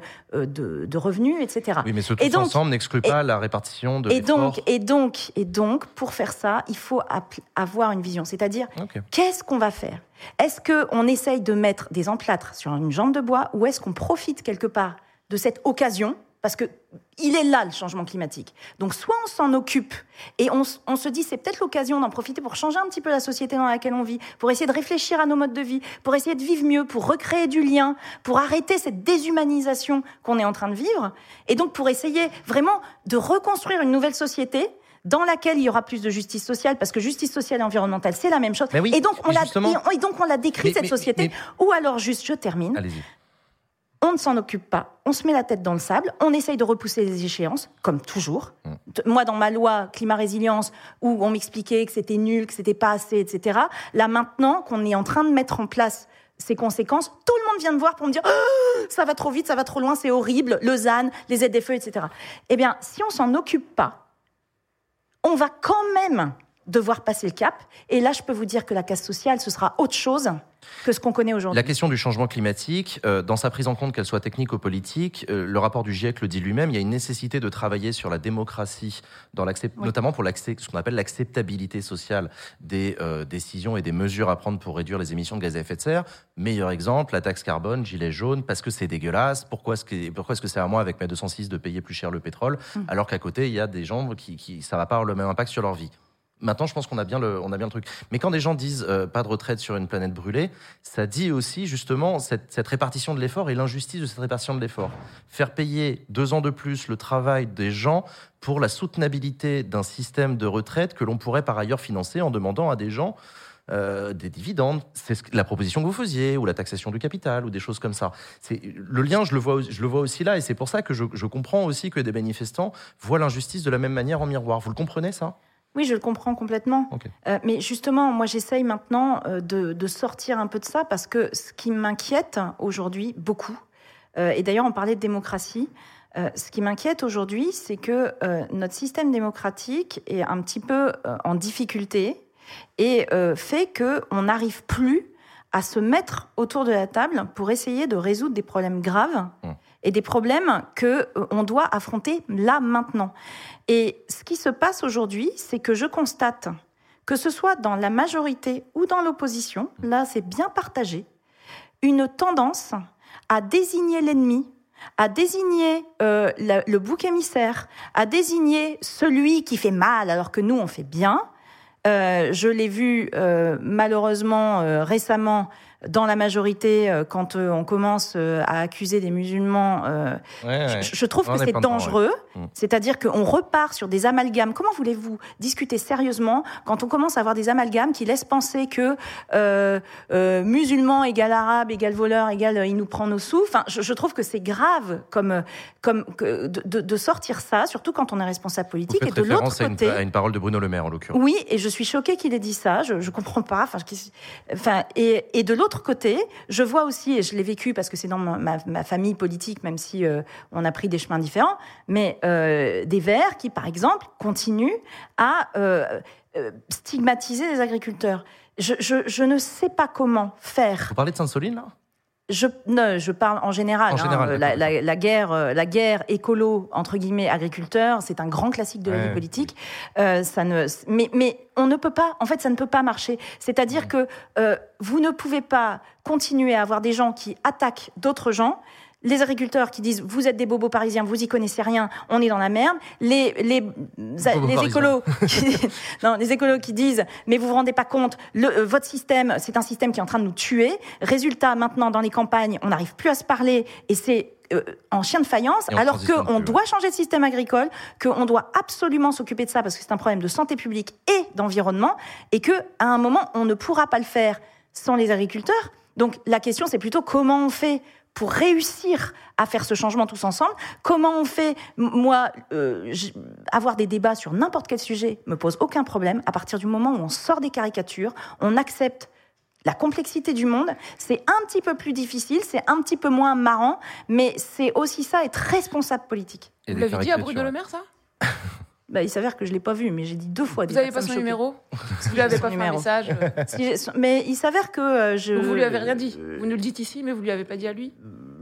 de revenus, etc. Oui, mais ce tous ensemble n'exclut pas la répartition de l'effort. Et donc, pour faire ça, il faut avoir une vision. C'est-à-dire, qu'est-ce qu'on va faire ? Est-ce qu'on essaye de mettre des emplâtres sur une jambe de bois ou est-ce qu'on profite quelque part de cette occasion ? Parce qu'il est là, le changement climatique. Donc, soit on s'en occupe et on se dit c'est peut-être l'occasion d'en profiter pour changer un petit peu la société dans laquelle on vit, pour essayer de réfléchir à nos modes de vie, pour essayer de vivre mieux, pour recréer du lien, pour arrêter cette déshumanisation qu'on est en train de vivre, et donc pour essayer vraiment de reconstruire une nouvelle société dans laquelle il y aura plus de justice sociale, parce que justice sociale et environnementale, c'est la même chose. Oui, et donc, on la décrit, cette société. Ou alors, juste, je termine. Allez-y. On ne s'en occupe pas, on se met la tête dans le sable, on essaye de repousser les échéances, comme toujours. Moi, dans ma loi climat-résilience, où on m'expliquait que c'était nul, que c'était pas assez, etc., là, maintenant qu'on est en train de mettre en place ces conséquences, tout le monde vient me voir pour me dire oh, ça va trop vite, ça va trop loin, c'est horrible, le ZAN, les ZFE, etc. Eh bien, si on s'en occupe pas, on va quand même devoir passer le cap. Et là, je peux vous dire que la casse sociale, ce sera autre chose que ce qu'on connaît aujourd'hui. La question du changement climatique, dans sa prise en compte, qu'elle soit technique ou politique, le rapport du GIEC le dit lui-même, il y a une nécessité de travailler sur la démocratie, notamment pour ce qu'on appelle l'acceptabilité sociale des décisions et des mesures à prendre pour réduire les émissions de gaz à effet de serre. Meilleur exemple, la taxe carbone, gilet jaune, parce que c'est dégueulasse. Pourquoi est-ce que c'est à moi, avec mes 206, de payer plus cher le pétrole, alors qu'à côté, il y a des gens qui ça va pas avoir le même impact sur leur vie. Maintenant, je pense qu'on a bien le truc. Mais quand des gens disent pas de retraite sur une planète brûlée, ça dit aussi justement cette répartition de l'effort et l'injustice de cette répartition de l'effort. Faire payer 2 ans de plus le travail des gens pour la soutenabilité d'un système de retraite que l'on pourrait par ailleurs financer en demandant à des gens des dividendes. C'est la proposition que vous faisiez, ou la taxation du capital, ou des choses comme ça. Le lien, je le vois aussi là, et c'est pour ça que je comprends aussi que des manifestants voient l'injustice de la même manière en miroir. Vous le comprenez, ça ? Oui, je le comprends complètement. Okay. Mais justement, moi, j'essaye maintenant de sortir un peu de ça, parce que ce qui m'inquiète aujourd'hui beaucoup, et d'ailleurs, on parlait de démocratie, ce qui m'inquiète aujourd'hui, c'est que notre système démocratique est un petit peu en difficulté et fait qu'on n'arrive plus à se mettre autour de la table pour essayer de résoudre des problèmes graves et des problèmes qu'on doit affronter là, maintenant. Et ce qui se passe aujourd'hui, c'est que je constate, que ce soit dans la majorité ou dans l'opposition, là c'est bien partagé, une tendance à désigner l'ennemi, à désigner le bouc émissaire, à désigner celui qui fait mal alors que nous on fait bien. Je l'ai vu malheureusement récemment dans la majorité, quand on commence à accuser des musulmans, je trouve que c'est dangereux. C'est-à-dire qu'on repart sur des amalgames. Comment voulez-vous discuter sérieusement quand on commence à avoir des amalgames qui laissent penser que musulman égale arabe, égale voleur, égale il nous prend nos sous. Enfin, je trouve que c'est grave de sortir ça, surtout quand on est responsable politique. Vous faites référence à une parole de Bruno Le Maire, en l'occurrence. Oui, et je suis choquée qu'il ait dit ça. Je comprends pas. Et de l'autre côté, je vois aussi, et je l'ai vécu parce que c'est dans ma famille politique, même si on a pris des chemins différents, mais des Verts qui, par exemple, continuent à stigmatiser les agriculteurs. Je ne sais pas comment faire. Vous parlez de Sainte-Soline, là ? Je parle en général. La guerre écolo, entre guillemets, agriculteur, c'est un grand classique de la vie politique. Mais on ne peut pas, en fait, ça ne peut pas marcher. C'est-à-dire que vous ne pouvez pas continuer à avoir des gens qui attaquent d'autres gens. Les agriculteurs qui disent « vous êtes des bobos parisiens, vous y connaissez rien, on est dans la merde ». Les écolos qui disent « mais vous vous rendez pas compte, votre système, c'est un système qui est en train de nous tuer ». Résultat, maintenant, dans les campagnes, on n'arrive plus à se parler et c'est en chien de faïence, alors qu'on doit changer de système agricole, qu'on doit absolument s'occuper de ça parce que c'est un problème de santé publique et d'environnement, et qu'à un moment, on ne pourra pas le faire sans les agriculteurs. Donc la question, c'est plutôt comment on fait pour réussir à faire ce changement tous ensemble. Comment on fait ? Moi, avoir des débats sur n'importe quel sujet me pose aucun problème. À partir du moment où on sort des caricatures, on accepte la complexité du monde. C'est un petit peu plus difficile, c'est un petit peu moins marrant, mais c'est aussi ça, être responsable politique. Vous l'avez dit à Bruno Le Maire, ça ? Il s'avère que je ne l'ai pas vu, mais j'ai dit 2 fois. Vous n'avez pas son numéro ? Vous lui avez pas fait un message Mais il s'avère que Vous lui avez rien dit. Vous nous le dites ici, mais vous lui avez pas dit à lui.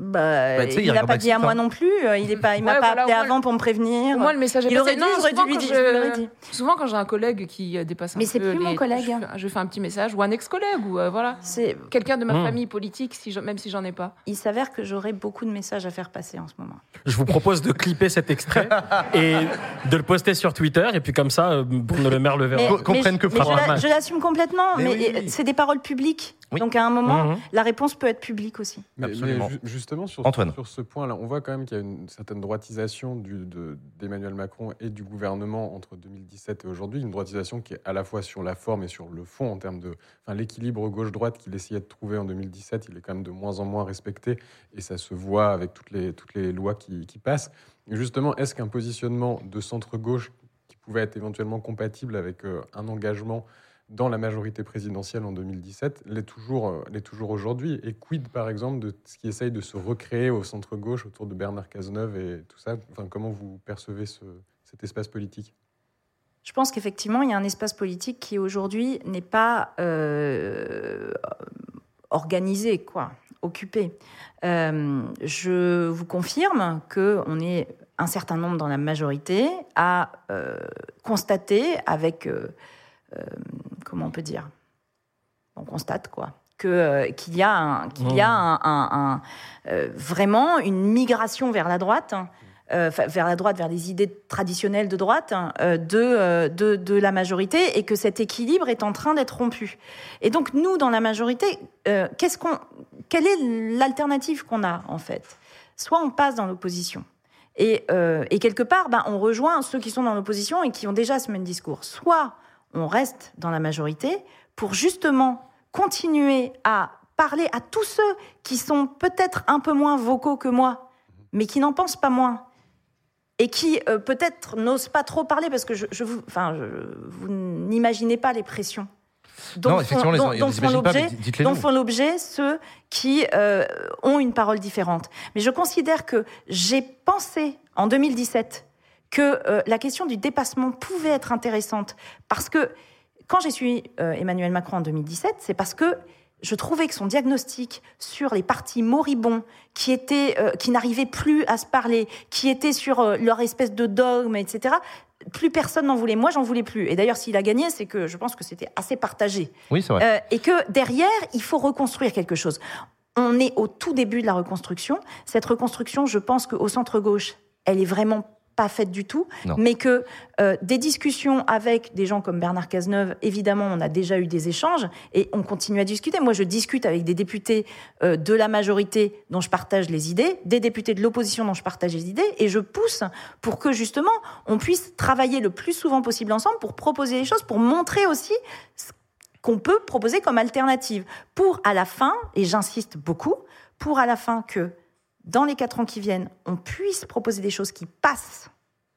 Il n'a pas dit à moi non plus. Il m'a pas appelé avant pour me prévenir. Moi, le message est il aurait dit, j'aurais dû lui dire. Souvent, quand j'ai un collègue qui dépasse un peu... Mais c'est plus mon collègue. Je fais un petit message, ou un ex-collègue, ou voilà. C'est quelqu'un de ma famille politique, même si j'en ai pas. Il s'avère que j'aurais beaucoup de messages à faire passer en ce moment. Je vous propose de clipper cet extrait et de le poster sur Twitter, et puis comme ça, Bruno Le Maire le verra. Je l'assume complètement, mais c'est des paroles publiques. Oui. Donc à un moment, la réponse peut être publique aussi. Absolument. Mais justement, sur ce point-là, on voit quand même qu'il y a une certaine droitisation d'Emmanuel Macron et du gouvernement entre 2017 et aujourd'hui. Une droitisation qui est à la fois sur la forme et sur le fond, en termes de l'équilibre gauche-droite qu'il essayait de trouver en 2017. Il est quand même de moins en moins respecté, et ça se voit avec toutes les lois qui passent. Et justement, est-ce qu'un positionnement de centre-gauche qui pouvait être éventuellement compatible avec un engagement dans la majorité présidentielle en 2017 l'est toujours aujourd'hui? Et quid, par exemple, de ce qui essaye de se recréer au centre-gauche autour de Bernard Cazeneuve et tout ça? Comment vous percevez cet espace politique? Je pense qu'effectivement, il y a un espace politique qui aujourd'hui n'est pas organisé, occupé. Je vous confirme qu'on est un certain nombre dans la majorité à constater avec... comment on peut dire ? On constate, qu'il y a, vraiment une migration vers la droite, vers les idées traditionnelles de droite de la majorité, et que cet équilibre est en train d'être rompu. Et donc, nous, dans la majorité, quelle est l'alternative qu'on a, en fait ? Soit on passe dans l'opposition, et quelque part, on rejoint ceux qui sont dans l'opposition et qui ont déjà ce même discours. Soit on reste dans la majorité pour justement continuer à parler à tous ceux qui sont peut-être un peu moins vocaux que moi, mais qui n'en pensent pas moins, et qui peut-être n'osent pas trop parler, parce que vous n'imaginez pas les pressions dont font l'objet ceux qui ont une parole différente. Mais je considère que j'ai pensé en 2017 que la question du dépassement pouvait être intéressante, parce que quand j'ai suivi Emmanuel Macron en 2017, c'est parce que je trouvais que son diagnostic sur les partis moribonds qui n'arrivaient plus à se parler, qui étaient sur leur espèce de dogme, etc., plus personne n'en voulait. Moi, j'en voulais plus. Et d'ailleurs, s'il a gagné, c'est que je pense que c'était assez partagé. Oui, c'est vrai. Et que derrière, il faut reconstruire quelque chose. On est au tout début de la reconstruction. Cette reconstruction, je pense qu'au centre-gauche, elle est vraiment pas faite du tout, mais que des discussions avec des gens comme Bernard Cazeneuve, évidemment, on a déjà eu des échanges et on continue à discuter. Moi, je discute avec des députés de la majorité dont je partage les idées, des députés de l'opposition dont je partage les idées, et je pousse pour que, justement, on puisse travailler le plus souvent possible ensemble pour proposer des choses, pour montrer aussi ce qu'on peut proposer comme alternative. Pour, à la fin, et j'insiste beaucoup, pour à la fin que dans les 4 ans qui viennent, on puisse proposer des choses qui passent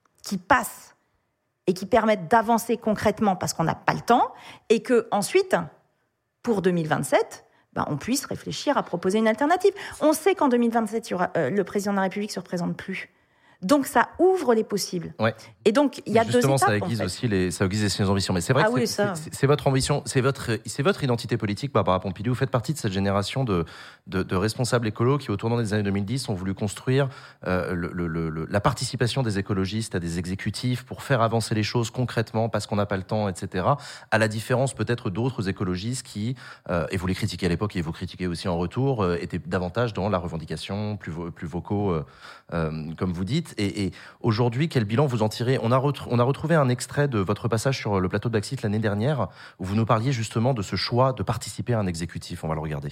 et qui permettent d'avancer concrètement parce qu'on n'a pas le temps, et que ensuite, pour 2027, on puisse réfléchir à proposer une alternative. On sait qu'en 2027, le président de la République ne se représente plus. Donc ça ouvre les possibles. Ouais. Et donc il y a justement, 2 étapes. Ça aiguise ses ambitions. Mais c'est vrai que c'est votre ambition, c'est votre identité politique, Barbara Pompili. Vous faites partie de cette génération de responsables écolos qui, au tournant des années 2010, ont voulu construire la participation des écologistes à des exécutifs pour faire avancer les choses concrètement parce qu'on n'a pas le temps, etc. À la différence peut-être d'autres écologistes qui, et vous les critiquez à l'époque et vous critiquez aussi en retour, étaient davantage dans la revendication, plus vocaux, comme vous dites. Et aujourd'hui, quel bilan vous en tirez ? On a retrouvé un extrait de votre passage sur le plateau de Baxit l'année dernière, où vous nous parliez justement de ce choix de participer à un exécutif. On va le regarder.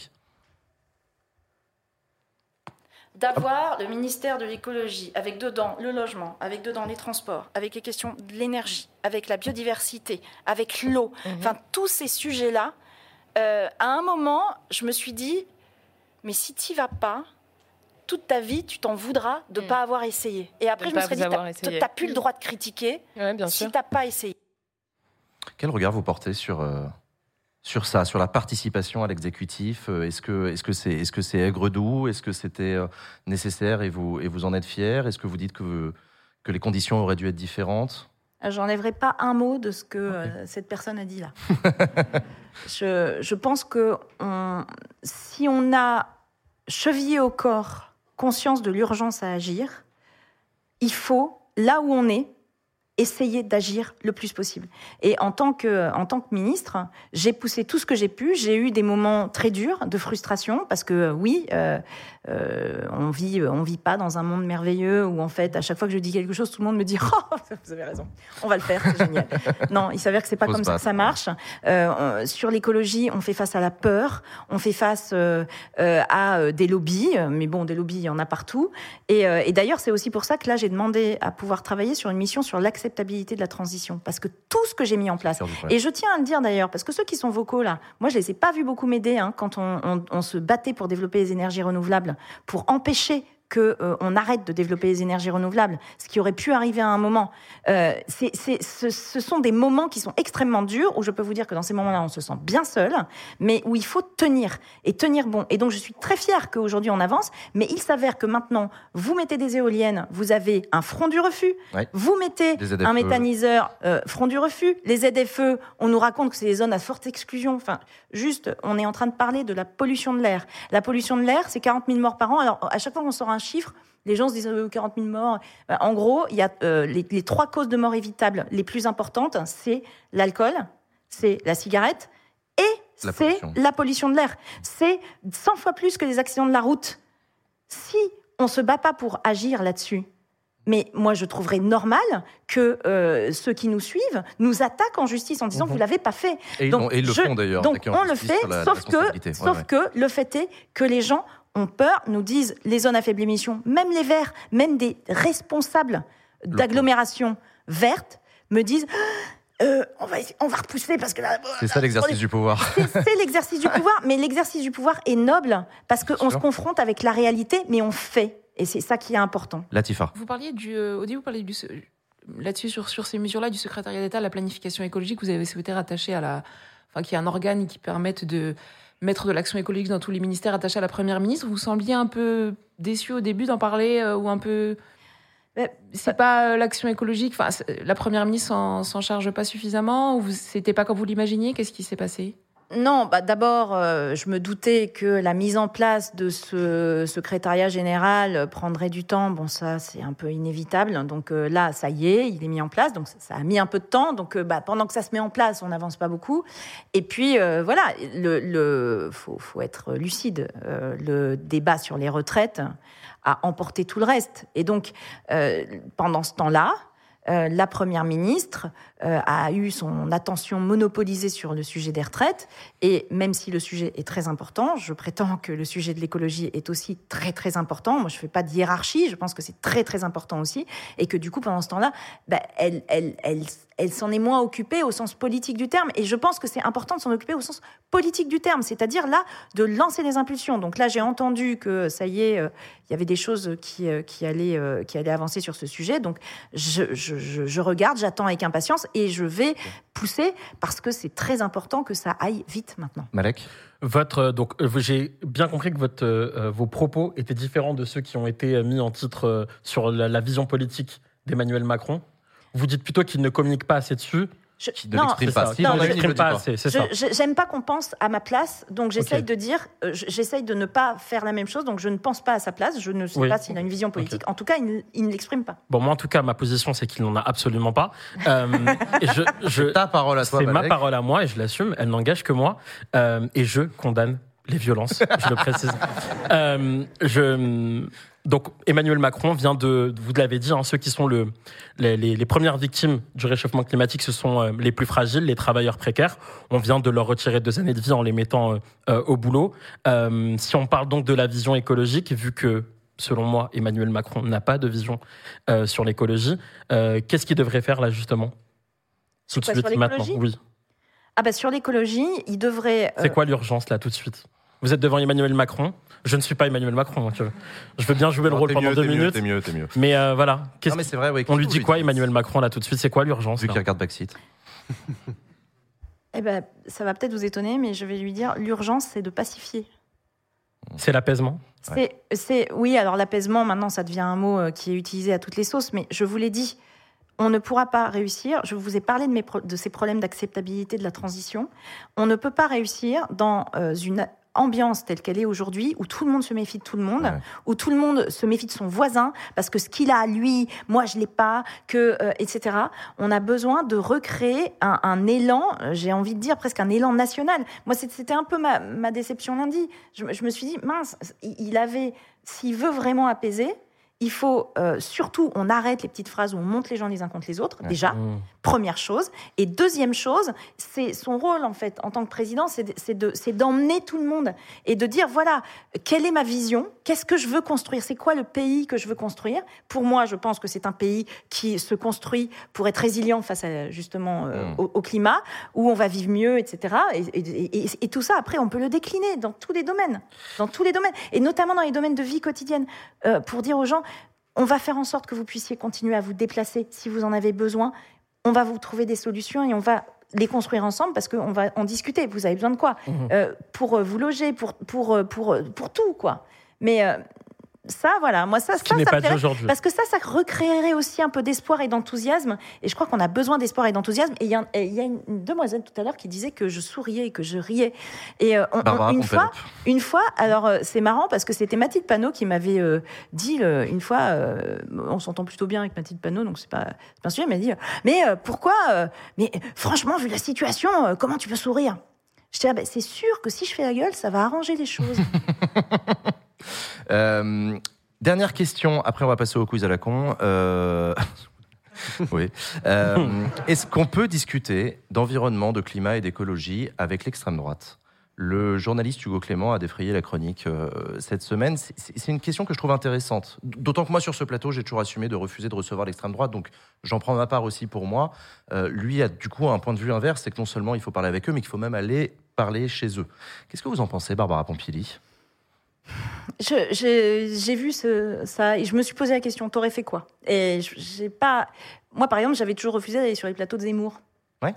D'avoir le ministère de l'écologie, avec dedans le logement, avec dedans les transports, avec les questions de l'énergie, avec la biodiversité, avec l'eau, tous ces sujets-là, à un moment, je me suis dit, mais si tu n'y vas pas, toute ta vie, tu t'en voudras de ne pas avoir essayé. Et après, je me serais dit, tu n'as plus le droit de critiquer si tu n'as pas essayé. Quel regard vous portez sur ça, sur la participation à l'exécutif ? Est-ce que c'est aigre-doux ? Est-ce que c'était nécessaire et vous en êtes fiers ? Est-ce que vous dites que les conditions auraient dû être différentes ? J'enlèverai pas un mot de ce que cette personne a dit là. Je pense que si on a chevillé au corps conscience de l'urgence à agir, il faut, là où on est, essayer d'agir le plus possible. Et en tant que ministre, j'ai poussé tout ce que j'ai pu. J'ai eu des moments très durs de frustration parce que on vit pas dans un monde merveilleux où en fait à chaque fois que je dis quelque chose, tout le monde me dit oh vous avez raison, on va le faire, c'est génial. Non, il s'avère que c'est pas comme ça que ça marche. Sur l'écologie, on fait face à la peur, on fait face à des lobbies, mais bon, des lobbies il y en a partout. Et d'ailleurs c'est aussi pour ça que là j'ai demandé à pouvoir travailler sur une mission sur l'acceptabilité de la transition, parce que tout ce que j'ai mis en place, et je tiens à le dire d'ailleurs, parce que ceux qui sont vocaux là, moi je les ai pas vus beaucoup m'aider quand on se battait pour développer les énergies renouvelables, pour empêcher qu'on arrête de développer les énergies renouvelables, ce qui aurait pu arriver à un moment. Ce sont des moments qui sont extrêmement durs, où je peux vous dire que dans ces moments-là, on se sent bien seul, mais où il faut tenir, et tenir bon. Et donc, je suis très fière qu'aujourd'hui, on avance, mais il s'avère que maintenant, vous mettez des éoliennes, vous avez un front du refus, vous mettez un méthaniseur, front du refus, les ZFE, on nous raconte que c'est des zones à forte exclusion. Enfin, juste, on est en train de parler de la pollution de l'air. La pollution de l'air, c'est 40 000 morts par an. Alors, à chaque fois qu'on sort un chiffre, les gens se disent 40 000 morts. En gros, il y a les 3 causes de mort évitables les plus importantes, c'est l'alcool, c'est la cigarette et la pollution de l'air. C'est 100 fois plus que les accidents de la route. Si on ne se bat pas pour agir là-dessus, mais moi, je trouverais normal que ceux qui nous suivent nous attaquent en justice en disant vous l'avez pas fait. Et ils le font d'ailleurs. Donc on le fait, sauf que le fait est que les gens ont peur, nous disent les zones à faible émission, même les Verts, même des responsables d'agglomérations vertes me disent on va repousser parce que là, c'est ça l'exercice du pouvoir. C'est l'exercice du pouvoir, mais l'exercice du pouvoir est noble parce qu'on se confronte avec la réalité, mais on fait. Et c'est ça qui est important. Latifa. Vous parliez au début, vous parliez là-dessus, sur ces mesures-là, du secrétariat d'État à la planification écologique. Vous avez souhaité rattacher qu'il y ait un organe qui permette de mettre de l'action écologique dans tous les ministères attachés à la Première ministre. Vous sembliez un peu déçu au début d'en parler ou un peu... C'est pas l'action écologique, la Première ministre s'en charge pas suffisamment ou c'était pas comme vous l'imaginiez? Qu'est-ce qui s'est passé? Non, d'abord, je me doutais que la mise en place de ce secrétariat général prendrait du temps. Bon, ça, c'est un peu inévitable. Donc là, ça y est, il est mis en place. Donc ça a mis un peu de temps. Donc pendant que ça se met en place, on n'avance pas beaucoup. Et puis, voilà, faut être lucide. Le débat sur les retraites a emporté tout le reste. Et donc, pendant ce temps-là, la Première ministre a eu son attention monopolisée sur le sujet des retraites. Et même si le sujet est très important, je prétends que le sujet de l'écologie est aussi très, très important. Moi, je ne fais pas de hiérarchie. Je pense que c'est très, très important aussi. Et que du coup, pendant ce temps-là, elle s'en est moins occupée au sens politique du terme. Et je pense que c'est important de s'en occuper au sens politique du terme. C'est-à-dire, là, de lancer des impulsions. Donc là, j'ai entendu que, ça y est, il y avait des choses qui allaient avancer sur ce sujet. Donc, je regarde, j'attends avec impatience et je vais pousser parce que c'est très important que ça aille vite maintenant. Malek ? J'ai bien compris que vos propos étaient différents de ceux qui ont été mis en titre sur la vision politique d'Emmanuel Macron. Vous dites plutôt qu'il ne communique pas assez dessus. Qui ne l'exprime pas. J'aime pas qu'on pense à ma place, donc j'essaye de dire, j'essaye de ne pas faire la même chose, donc je ne pense pas à sa place, je ne sais pas s'il a une vision politique. En tout cas, il ne l'exprime pas. Bon, moi, en tout cas, ma position, c'est qu'il n'en a absolument pas. C'est ta parole à toi, c'est ma parole à moi, et je l'assume, elle n'engage que moi, et je condamne les violences, je le précise. Donc, Emmanuel Macron vient vous l'avez dit, ceux qui sont les premières victimes du réchauffement climatique, ce sont les plus fragiles, les travailleurs précaires. On vient de leur retirer 2 années de vie en les mettant au boulot. Si on parle donc de la vision écologique, vu que, selon moi, Emmanuel Macron n'a pas de vision sur l'écologie, qu'est-ce qu'il devrait faire là, justement ? Tout de suite, maintenant, oui. Sur l'écologie, il devrait... C'est quoi l'urgence, là, tout de suite ? Vous êtes devant Emmanuel Macron. Je ne suis pas Emmanuel Macron. Donc je veux bien jouer le rôle pendant 2 minutes. T'es mieux. Mais voilà. Non, mais c'est vrai, on lui dit quoi, Emmanuel Macron, là, tout de suite ? C'est quoi l'urgence ? Vu qu'il regarde Backseat. Ça va peut-être vous étonner, mais je vais lui dire, l'urgence, c'est de pacifier. C'est l'apaisement ? Oui, alors l'apaisement, maintenant, ça devient un mot qui est utilisé à toutes les sauces, mais je vous l'ai dit, on ne pourra pas réussir. Je vous ai parlé de ces problèmes d'acceptabilité de la transition. On ne peut pas réussir dans une ambiance telle qu'elle est aujourd'hui, où tout le monde se méfie de tout le monde, où tout le monde se méfie de son voisin, parce que ce qu'il a, lui, moi, je ne l'ai pas, etc. On a besoin de recréer un élan, j'ai envie de dire presque un élan national. Moi, c'était un peu ma déception lundi. Je me suis dit, mince, s'il veut vraiment apaiser, Il faut surtout, on arrête les petites phrases où on monte les gens les uns contre les autres, déjà, première chose. Et deuxième chose, c'est son rôle, en fait, en tant que président, c'est d'emmener tout le monde et de dire, voilà, quelle est ma vision, qu'est-ce que je veux construire, c'est quoi le pays que je veux construire. Pour moi, je pense que c'est un pays qui se construit pour être résilient face à, justement, au climat, où on va vivre mieux, etc. Et tout ça, après, on peut le décliner dans tous les domaines, et notamment dans les domaines de vie quotidienne, pour dire aux gens, on va faire en sorte que vous puissiez continuer à vous déplacer si vous en avez besoin. On va vous trouver des solutions et on va les construire ensemble parce qu'on va en discuter. Vous avez besoin de quoi pour vous loger, pour tout, quoi. Mais ça, voilà, moi, ça me plairait, parce que ça recréerait aussi un peu d'espoir et d'enthousiasme. Et je crois qu'on a besoin d'espoir et d'enthousiasme. Et il y a une demoiselle tout à l'heure qui disait que je souriais et que je riais. Et une fois, alors c'est marrant parce que c'était Mathilde Panot qui m'avait dit une fois, on s'entend plutôt bien avec Mathilde Panot, donc c'est pas un sujet, elle m'a dit, mais pourquoi, mais franchement, vu la situation, comment tu peux sourire? Je dis, c'est sûr que si je fais la gueule, ça va arranger les choses. Dernière question, après on va passer au quiz à la con. Oui. Est-ce qu'on peut discuter d'environnement, de climat et d'écologie avec l'extrême droite ? Le journaliste Hugo Clément a défrayé la chronique cette semaine. C'est une question que je trouve intéressante. D'autant que moi, sur ce plateau, j'ai toujours assumé de refuser de recevoir l'extrême droite. Donc, j'en prends ma part aussi pour moi. Lui a du coup un point de vue inverse. C'est que non seulement il faut parler avec eux, mais qu'il faut même aller parler chez eux. Qu'est-ce que vous en pensez, Barbara Pompili ? J'ai vu ça et je me suis posé la question, t'aurais fait quoi? Et moi, par exemple, j'avais toujours refusé d'aller sur les plateaux de Zemmour. Ouais.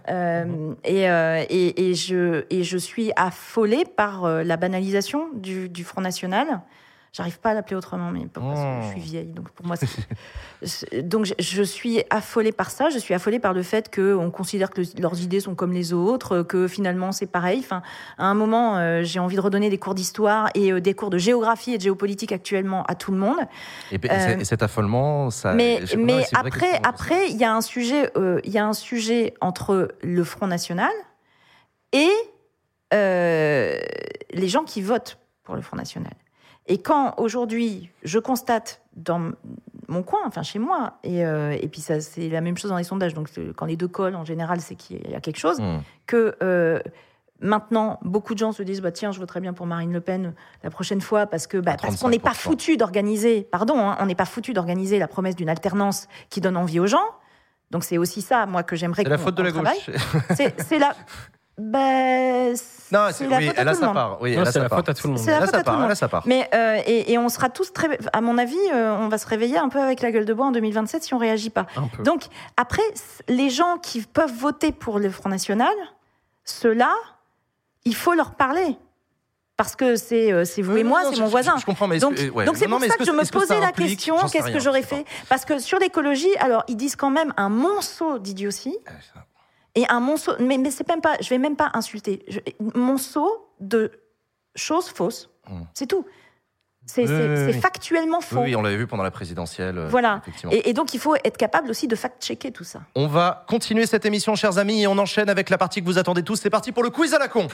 Et je suis affolée par la banalisation du Front National. J'arrive pas à l'appeler autrement, mais parce que je suis vieille. Donc pour moi, donc je suis affolée par ça. Je suis affolée par le fait qu'on considère que leurs idées sont comme les autres, que finalement c'est pareil. Enfin, à un moment, j'ai envie de redonner des cours d'histoire et des cours de géographie et de géopolitique actuellement à tout le monde. Et cet affolement, ça. Mais après, il y a un sujet entre le Front National et les gens qui votent pour le Front National. Et quand, aujourd'hui, je constate dans mon coin, enfin chez moi, et puis ça, c'est la même chose dans les sondages, donc quand les deux collent, en général, c'est qu'il y a quelque chose, que maintenant, beaucoup de gens se disent, tiens, je voterai bien pour Marine Le Pen la prochaine fois, parce qu'on n'est pas foutu d'organiser, on n'est pas foutu d'organiser la promesse d'une alternance qui donne envie aux gens. Donc c'est aussi ça, moi, que j'aimerais qu'on travaille. C'est la faute de la gauche. C'est la... non, c'est la faute à tout le monde. Oui, c'est la faute à tout le monde. C'est la faute à tout le monde. Mais et on sera tous à mon avis, on va se réveiller un peu avec la gueule de bois en 2027 si on réagit pas. Donc après, les gens qui peuvent voter pour le Front National, ceux-là, il faut leur parler. Parce que c'est vous et moi, c'est mon voisin. Je comprends, mais donc c'est pour ça que je me posais la question, qu'est-ce que j'aurais fait ? Parce que sur l'écologie, alors ils disent quand même un monceau d'idiotie. Et un monceau, mais c'est même pas, je vais même pas insulter, monceau de choses fausses. C'est tout. C'est factuellement faux. Oui, on l'avait vu pendant la présidentielle. Voilà. Et donc, il faut être capable aussi de fact-checker tout ça. On va continuer cette émission, chers amis, et on enchaîne avec la partie que vous attendez tous. C'est parti pour le quiz à la con.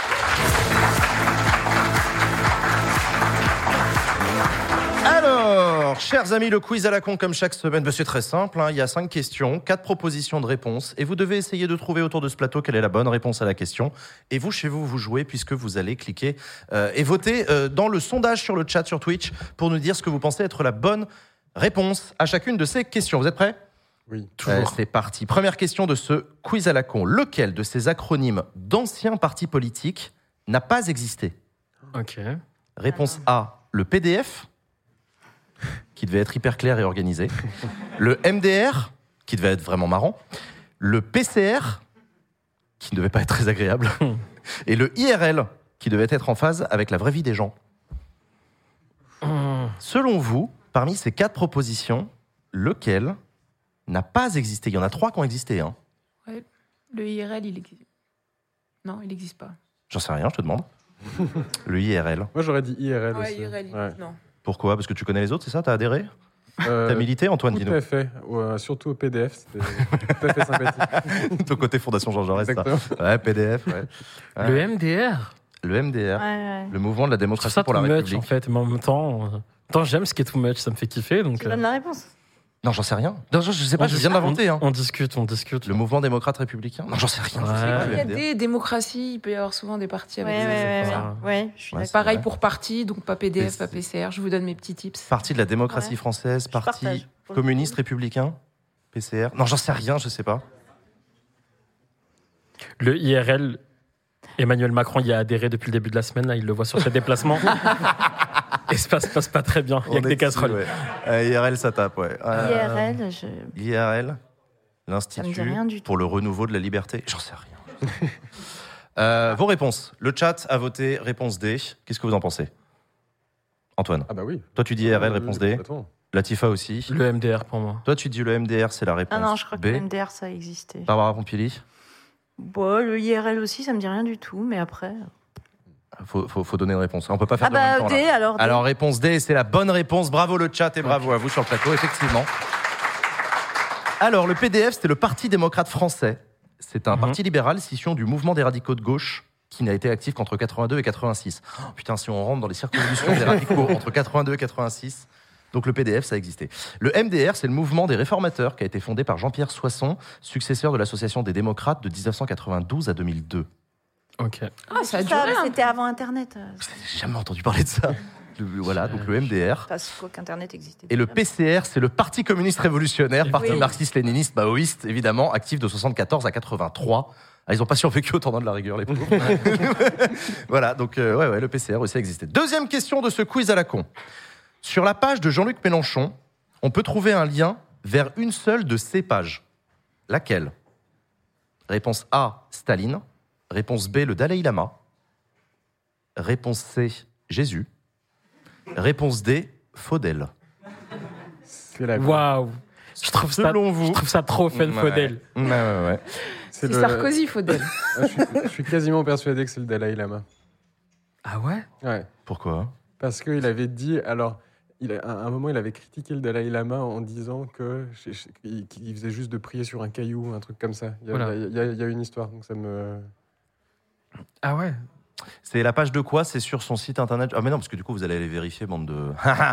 Alors, chers amis, le quiz à la con comme chaque semaine, c'est très simple, il y a 5 questions, 4 propositions de réponses et vous devez essayer de trouver autour de ce plateau quelle est la bonne réponse à la question. Et vous, chez vous, vous jouez puisque vous allez cliquer et voter dans le sondage sur le chat sur Twitch pour nous dire ce que vous pensez être la bonne réponse à chacune de ces questions. Vous êtes prêts ? Oui, toujours. C'est parti. Première question de ce quiz à la con. Lequel de ces acronymes d'anciens partis politiques n'a pas existé ? Ok. Réponse A, le PDF, qui devait être hyper clair et organisé. Le MDR, qui devait être vraiment marrant. Le PCR, qui ne devait pas être très agréable. Et le IRL, qui devait être en phase avec la vraie vie des gens. Selon vous, parmi ces 4 propositions, lequel n'a pas existé ? Il y en a 3 qui ont existé. Ouais, le IRL, il existe. Non, il n'existe pas. J'en sais rien, je te demande. Le IRL. Moi, j'aurais dit IRL ouais, aussi. IRL, ouais. Non. Pourquoi ? Parce que tu connais les autres, c'est ça ? T'as adhéré ? T'as milité, Antoine Dino ? Tout à fait. Surtout au PDF, c'était tout à fait sympathique. Ton côté Fondation Jean Jaurès, ça. Ouais, PDF, ouais. Le MDR ? Le MDR, le mouvement de la démocratie pour la République. En fait, mais en même temps... Attends, j'aime ce qui est too much, ça me fait kiffer. Donc, Tu donnes la réponse. Non, j'en sais rien. Non, je sais pas, je viens de l'inventer. On discute. Le mouvement démocrate républicain. Non, j'en sais rien. Il y a des démocraties, il peut y avoir souvent des partis avec Ouais, je suis d'accord. Pareil pour parti, donc pas PDF, pas PCR. Je vous donne mes petits tips. Parti de la démocratie française, parti communiste républicain, PCR. Non, j'en sais rien, je sais pas. Le IRL, Emmanuel Macron y a adhéré depuis le début de la semaine. Là, il le voit sur ses déplacements. Et ça se passe pas très bien. Il y a que des casseroles. IRL, ça tape, ouais. IRL, l'Institut pour le renouveau de la liberté. J'en sais rien. Vos réponses. Le chat a voté réponse D. Qu'est-ce que vous en pensez, Antoine? Ah bah oui. Toi, tu dis IRL, réponse D. Latifa aussi. Le MDR pour moi. Toi, tu dis le MDR, c'est la réponse B. Ah non, je crois que le MDR, ça existait. Barbara Pompili. Bon, le IRL aussi, ça me dit rien du tout, mais après... Faut donner une réponse. On peut pas faire de même temps, D, là. D. Alors, réponse D, c'est la bonne réponse. Bravo le chat et bravo à vous sur le plateau, effectivement. Alors, le PDF, c'était le Parti démocrate français. C'est un parti libéral, scission du mouvement des radicaux de gauche, qui n'a été actif qu'entre 82 et 86. Oh, putain, si on rentre dans les circonscriptions des radicaux entre 82 et 86... Donc le PDF, ça existait. Le MDR, c'est le mouvement des réformateurs qui a été fondé par Jean-Pierre Soisson, successeur de l'Association des démocrates de 1992 à 2002. Ok. Ah, ça a duré. C'était avant Internet. J'ai jamais entendu parler de ça. Voilà, donc le MDR. Parce qu'Internet existait. Et le PCR, c'est le Parti communiste révolutionnaire, parti marxiste-léniniste, maoïste, évidemment, actif de 74 à 83. Ah, ils n'ont pas survécu au tournant de la rigueur, les pauvres. Voilà, donc le PCR aussi existait. Deuxième question de ce quiz à la con. Sur la page de Jean-Luc Mélenchon, on peut trouver un lien vers une seule de ces pages. Laquelle? Réponse A, Staline. Réponse B, le Dalai Lama. Réponse C, Jésus. Réponse D, Faudel. Waouh! Je trouve ça trop fun, Faudel. Ouais. C'est Sarkozy, Faudel. Je suis quasiment persuadé que c'est le Dalai Lama. Ah ouais? Ouais. Pourquoi? Parce qu'il avait dit... Alors, à un moment, il avait critiqué le Dalai Lama en disant qu'il faisait juste de prier sur un caillou, un truc comme ça. Il y a une histoire, donc ça me... Ah ouais? C'est la page de quoi? C'est sur son site internet? Ah mais non, parce que du coup, vous allez aller vérifier, bande de...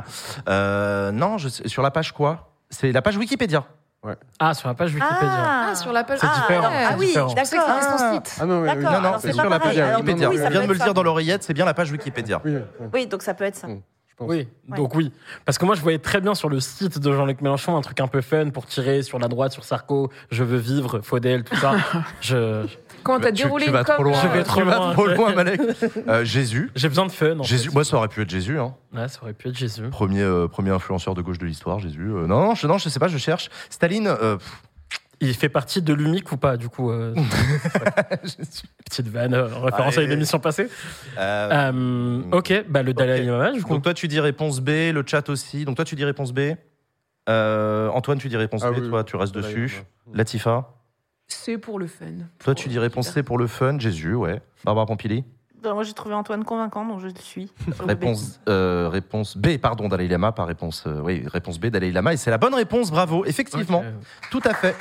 non, sur la page quoi? C'est la page Wikipédia. Ouais. Ah, sur la page Wikipédia. Ah, sur la page... C'est différent. Ah oui, d'accord. C'est son site. Ah non, non, c'est sur la page Wikipédia. Oui, on vient de me le dire dans l'oreillette, c'est bien la page Wikipédia. Oui, donc ça peut être ça. Oui, donc oui. Parce que moi, je voyais très bien sur le site de Jean-Luc Mélenchon un truc un peu fun pour tirer sur la droite, sur Sarko, je veux vivre, Faudel, tout ça. Quand t'as déroulé tu vas trop loin. Je vais trop loin, Malek. Jésus. J'ai besoin de fun. Jésus. Moi, ça aurait pu être Jésus. Hein. Ouais, ça aurait pu être Jésus. Premier influenceur de gauche de l'histoire, Jésus. Non, je sais pas, je cherche. Staline. Il fait partie de l'UMIC ou pas, du coup Petite vanne, référence à une émission passée. Ok, le Dalai Lama, du coup. Donc toi, tu dis réponse B, le chat aussi. Donc toi, tu dis réponse B. Antoine, tu dis réponse B, toi, tu restes dessus. Latifa? C'est pour le fun. Toi, tu dis réponse C pour le fun. Jésus, ouais. Barbara Pompili? Moi, j'ai trouvé Antoine convaincant, donc je le suis. Réponse B, pardon, Dalai Lama, pas réponse... réponse B, Dalai Lama. Et c'est la bonne réponse, bravo, effectivement. Okay. Tout à fait.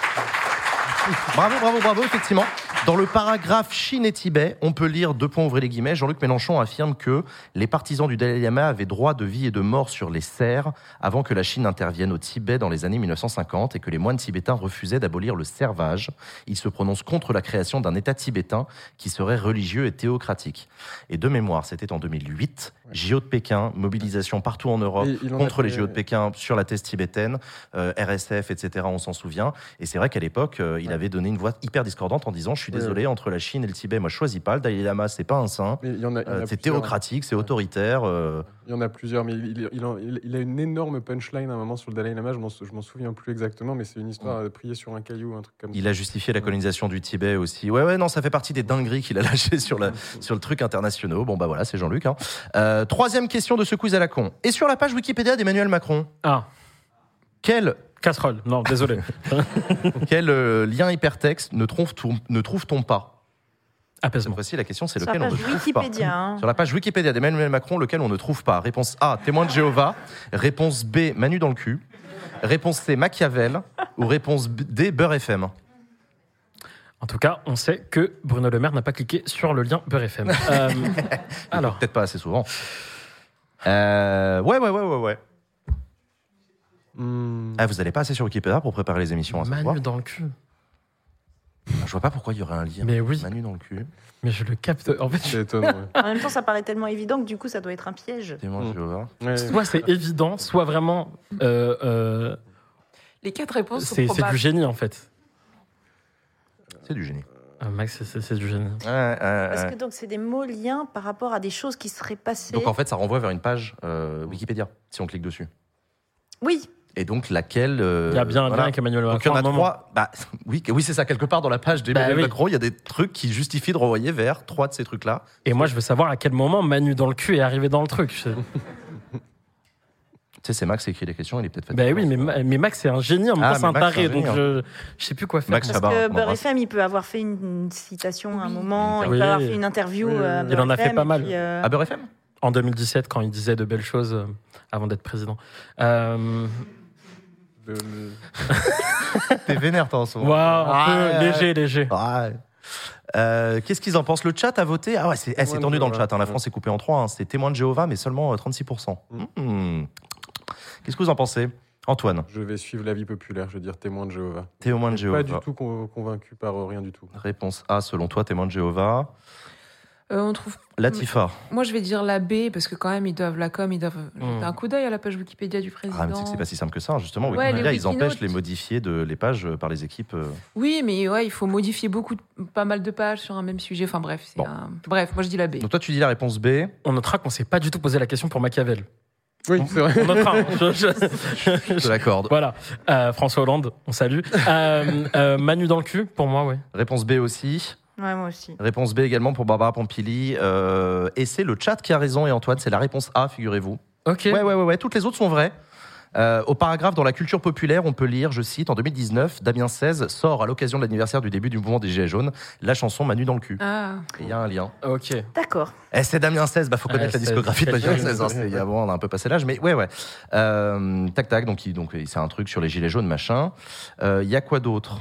Bravo, effectivement. Dans le paragraphe Chine et Tibet, on peut lire, Jean-Luc Mélenchon affirme que les partisans du Dalai Lama avaient droit de vie et de mort sur les serfs avant que la Chine intervienne au Tibet dans les années 1950 et que les moines tibétains refusaient d'abolir le servage. Il se prononce contre la création d'un État tibétain qui serait religieux et théocratique. Et de mémoire, c'était en 2008, JO de Pékin, mobilisation partout en Europe contre les JO de Pékin sur la thèse tibétaine, RSF, etc., on s'en souvient. Et c'est vrai qu'à l'époque, il avait donné une voix hyper discordante en disant « Je suis désolé, entre la Chine et le Tibet, moi je choisis pas, le Dalai Lama c'est pas un saint, c'est théocratique, c'est autoritaire. » Il y en a plusieurs, mais il a une énorme punchline à un moment sur le Dalai Lama, je m'en souviens plus exactement, mais c'est une histoire de prier sur un caillou, un truc comme ça. Il a justifié la colonisation du Tibet aussi. Non, ça fait partie des dingueries qu'il a lâchées sur le truc international. Bon bah voilà, c'est Jean-Luc. Hein. Troisième question de ce quiz à la con. Et sur la page Wikipédia d'Emmanuel Macron, quel... Casserole, non, désolé. Quel lien hypertexte ne trouve-t-on pas? Apaisement. Cette fois-ci, la question, c'est lequel on ne trouve Wikipédia, pas. hein. Sur la page Wikipédia d'Emmanuel Macron, lequel on ne trouve pas. Réponse A, témoin de Jéhovah. Réponse B, Manu dans le cul. Réponse C, Machiavel. Ou réponse D, Beurre FM. En tout cas, on sait que Bruno Le Maire n'a pas cliqué sur le lien Beurre FM. Alors, peut-être pas assez souvent. Ouais. Ah, vous n'allez pas assez sur Wikipédia pour préparer les émissions à ce soir. Manu dans le cul. Je vois pas pourquoi il y aurait un lien. Mais oui. Manu dans le cul. Mais je le capte. En fait, C'est étonnant. En même temps, ça paraît tellement évident que du coup, ça doit être un piège. Témoin de Jéhovah. soit c'est évident, soit vraiment. Les 4 réponses sont C'est probables. du génie, en fait. C'est du génie. Max, c'est du génie. Parce que donc, c'est des mots liens par rapport à des choses qui seraient passées. Donc en fait, ça renvoie vers une page Wikipédia, si on clique dessus. Oui. Et donc laquelle... Il y a bien un lien avec Emmanuel Macron. Donc il y en a à un moment. 3. Bah, oui, c'est ça, quelque part dans la page d'Emmanuel Macron, il y a des trucs qui justifient de renvoyer vers 3 de ces trucs-là. Et moi, je veux savoir à quel moment Manu dans le cul est arrivé dans le truc. Tu sais, c'est Max qui écrit les questions, il est peut-être fatigué. Ben oui, mais Max, c'est un génie, en même temps, c'est un taré, donc je sais plus quoi faire. Max Parce que Beurre FM, il peut avoir fait une citation à un moment, il peut avoir fait une interview. À Il en a Beurre fait FM, pas et mal. puis, À Beurre FM En 2017, quand il disait de belles choses avant d'être président. T'es vénère, toi, en ce moment. Wow, un peu léger. Qu'est-ce qu'ils en pensent? Le chat a voté. Ah ouais, c'est tendu dans le chat. La France est coupée en 3. C'est Témoin de Jéhovah, mais seulement 36%. Qu'est-ce que vous en pensez, Antoine? Je vais suivre l'avis populaire, je veux dire Témoin de Jéhovah. Témoin de Jéhovah. Pas du tout convaincu par rien du tout. Réponse A, selon toi, Témoin de Jéhovah. On trouve. Latifa. Moi, je vais dire la B, parce que quand même, ils doivent jeter un coup d'œil à la page Wikipédia du président. Ah, mais c'est pas si simple que ça, justement. Ouais, Wikipédia, les ils empêchent Wikinotes. les modifier les pages par les équipes. Oui, mais ouais, il faut modifier pas mal de pages sur un même sujet. Enfin bref, bref, moi je dis la B. Donc toi, tu dis la réponse B. On notera qu'on s'est pas du tout posé la question pour Machiavel. Oui, c'est vrai. On notera. Je te l'accorde. Voilà. François Hollande, on salue. Manu dans le cul, pour moi, ouais. Réponse B aussi. Ouais, moi aussi. Réponse B également pour Barbara Pompili. Et c'est le chat qui a raison, et Antoine, c'est la réponse A, figurez-vous. Ok. Ouais. Toutes les autres sont vraies. Au paragraphe dans la culture populaire, on peut lire, je cite, en 2019, Damien XVI sort à l'occasion de l'anniversaire du début du mouvement des Gilets jaunes la chanson Manu dans le cul. Ah. Et il y a un lien. Ok. D'accord. C'est Damien XVI, faut connaître la discographie de Damien XVI. c'est- On a un peu passé l'âge, mais ouais. Tac, donc c'est un truc sur les Gilets jaunes, machin. Il y a quoi d'autre?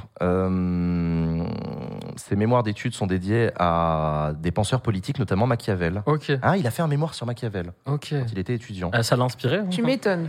Ces mémoires d'études sont dédiées à des penseurs politiques, notamment Machiavel. Ok. Ah, il a fait un mémoire sur Machiavel Ok. quand il était étudiant. Ça l'a inspiré Tu m'étonnes.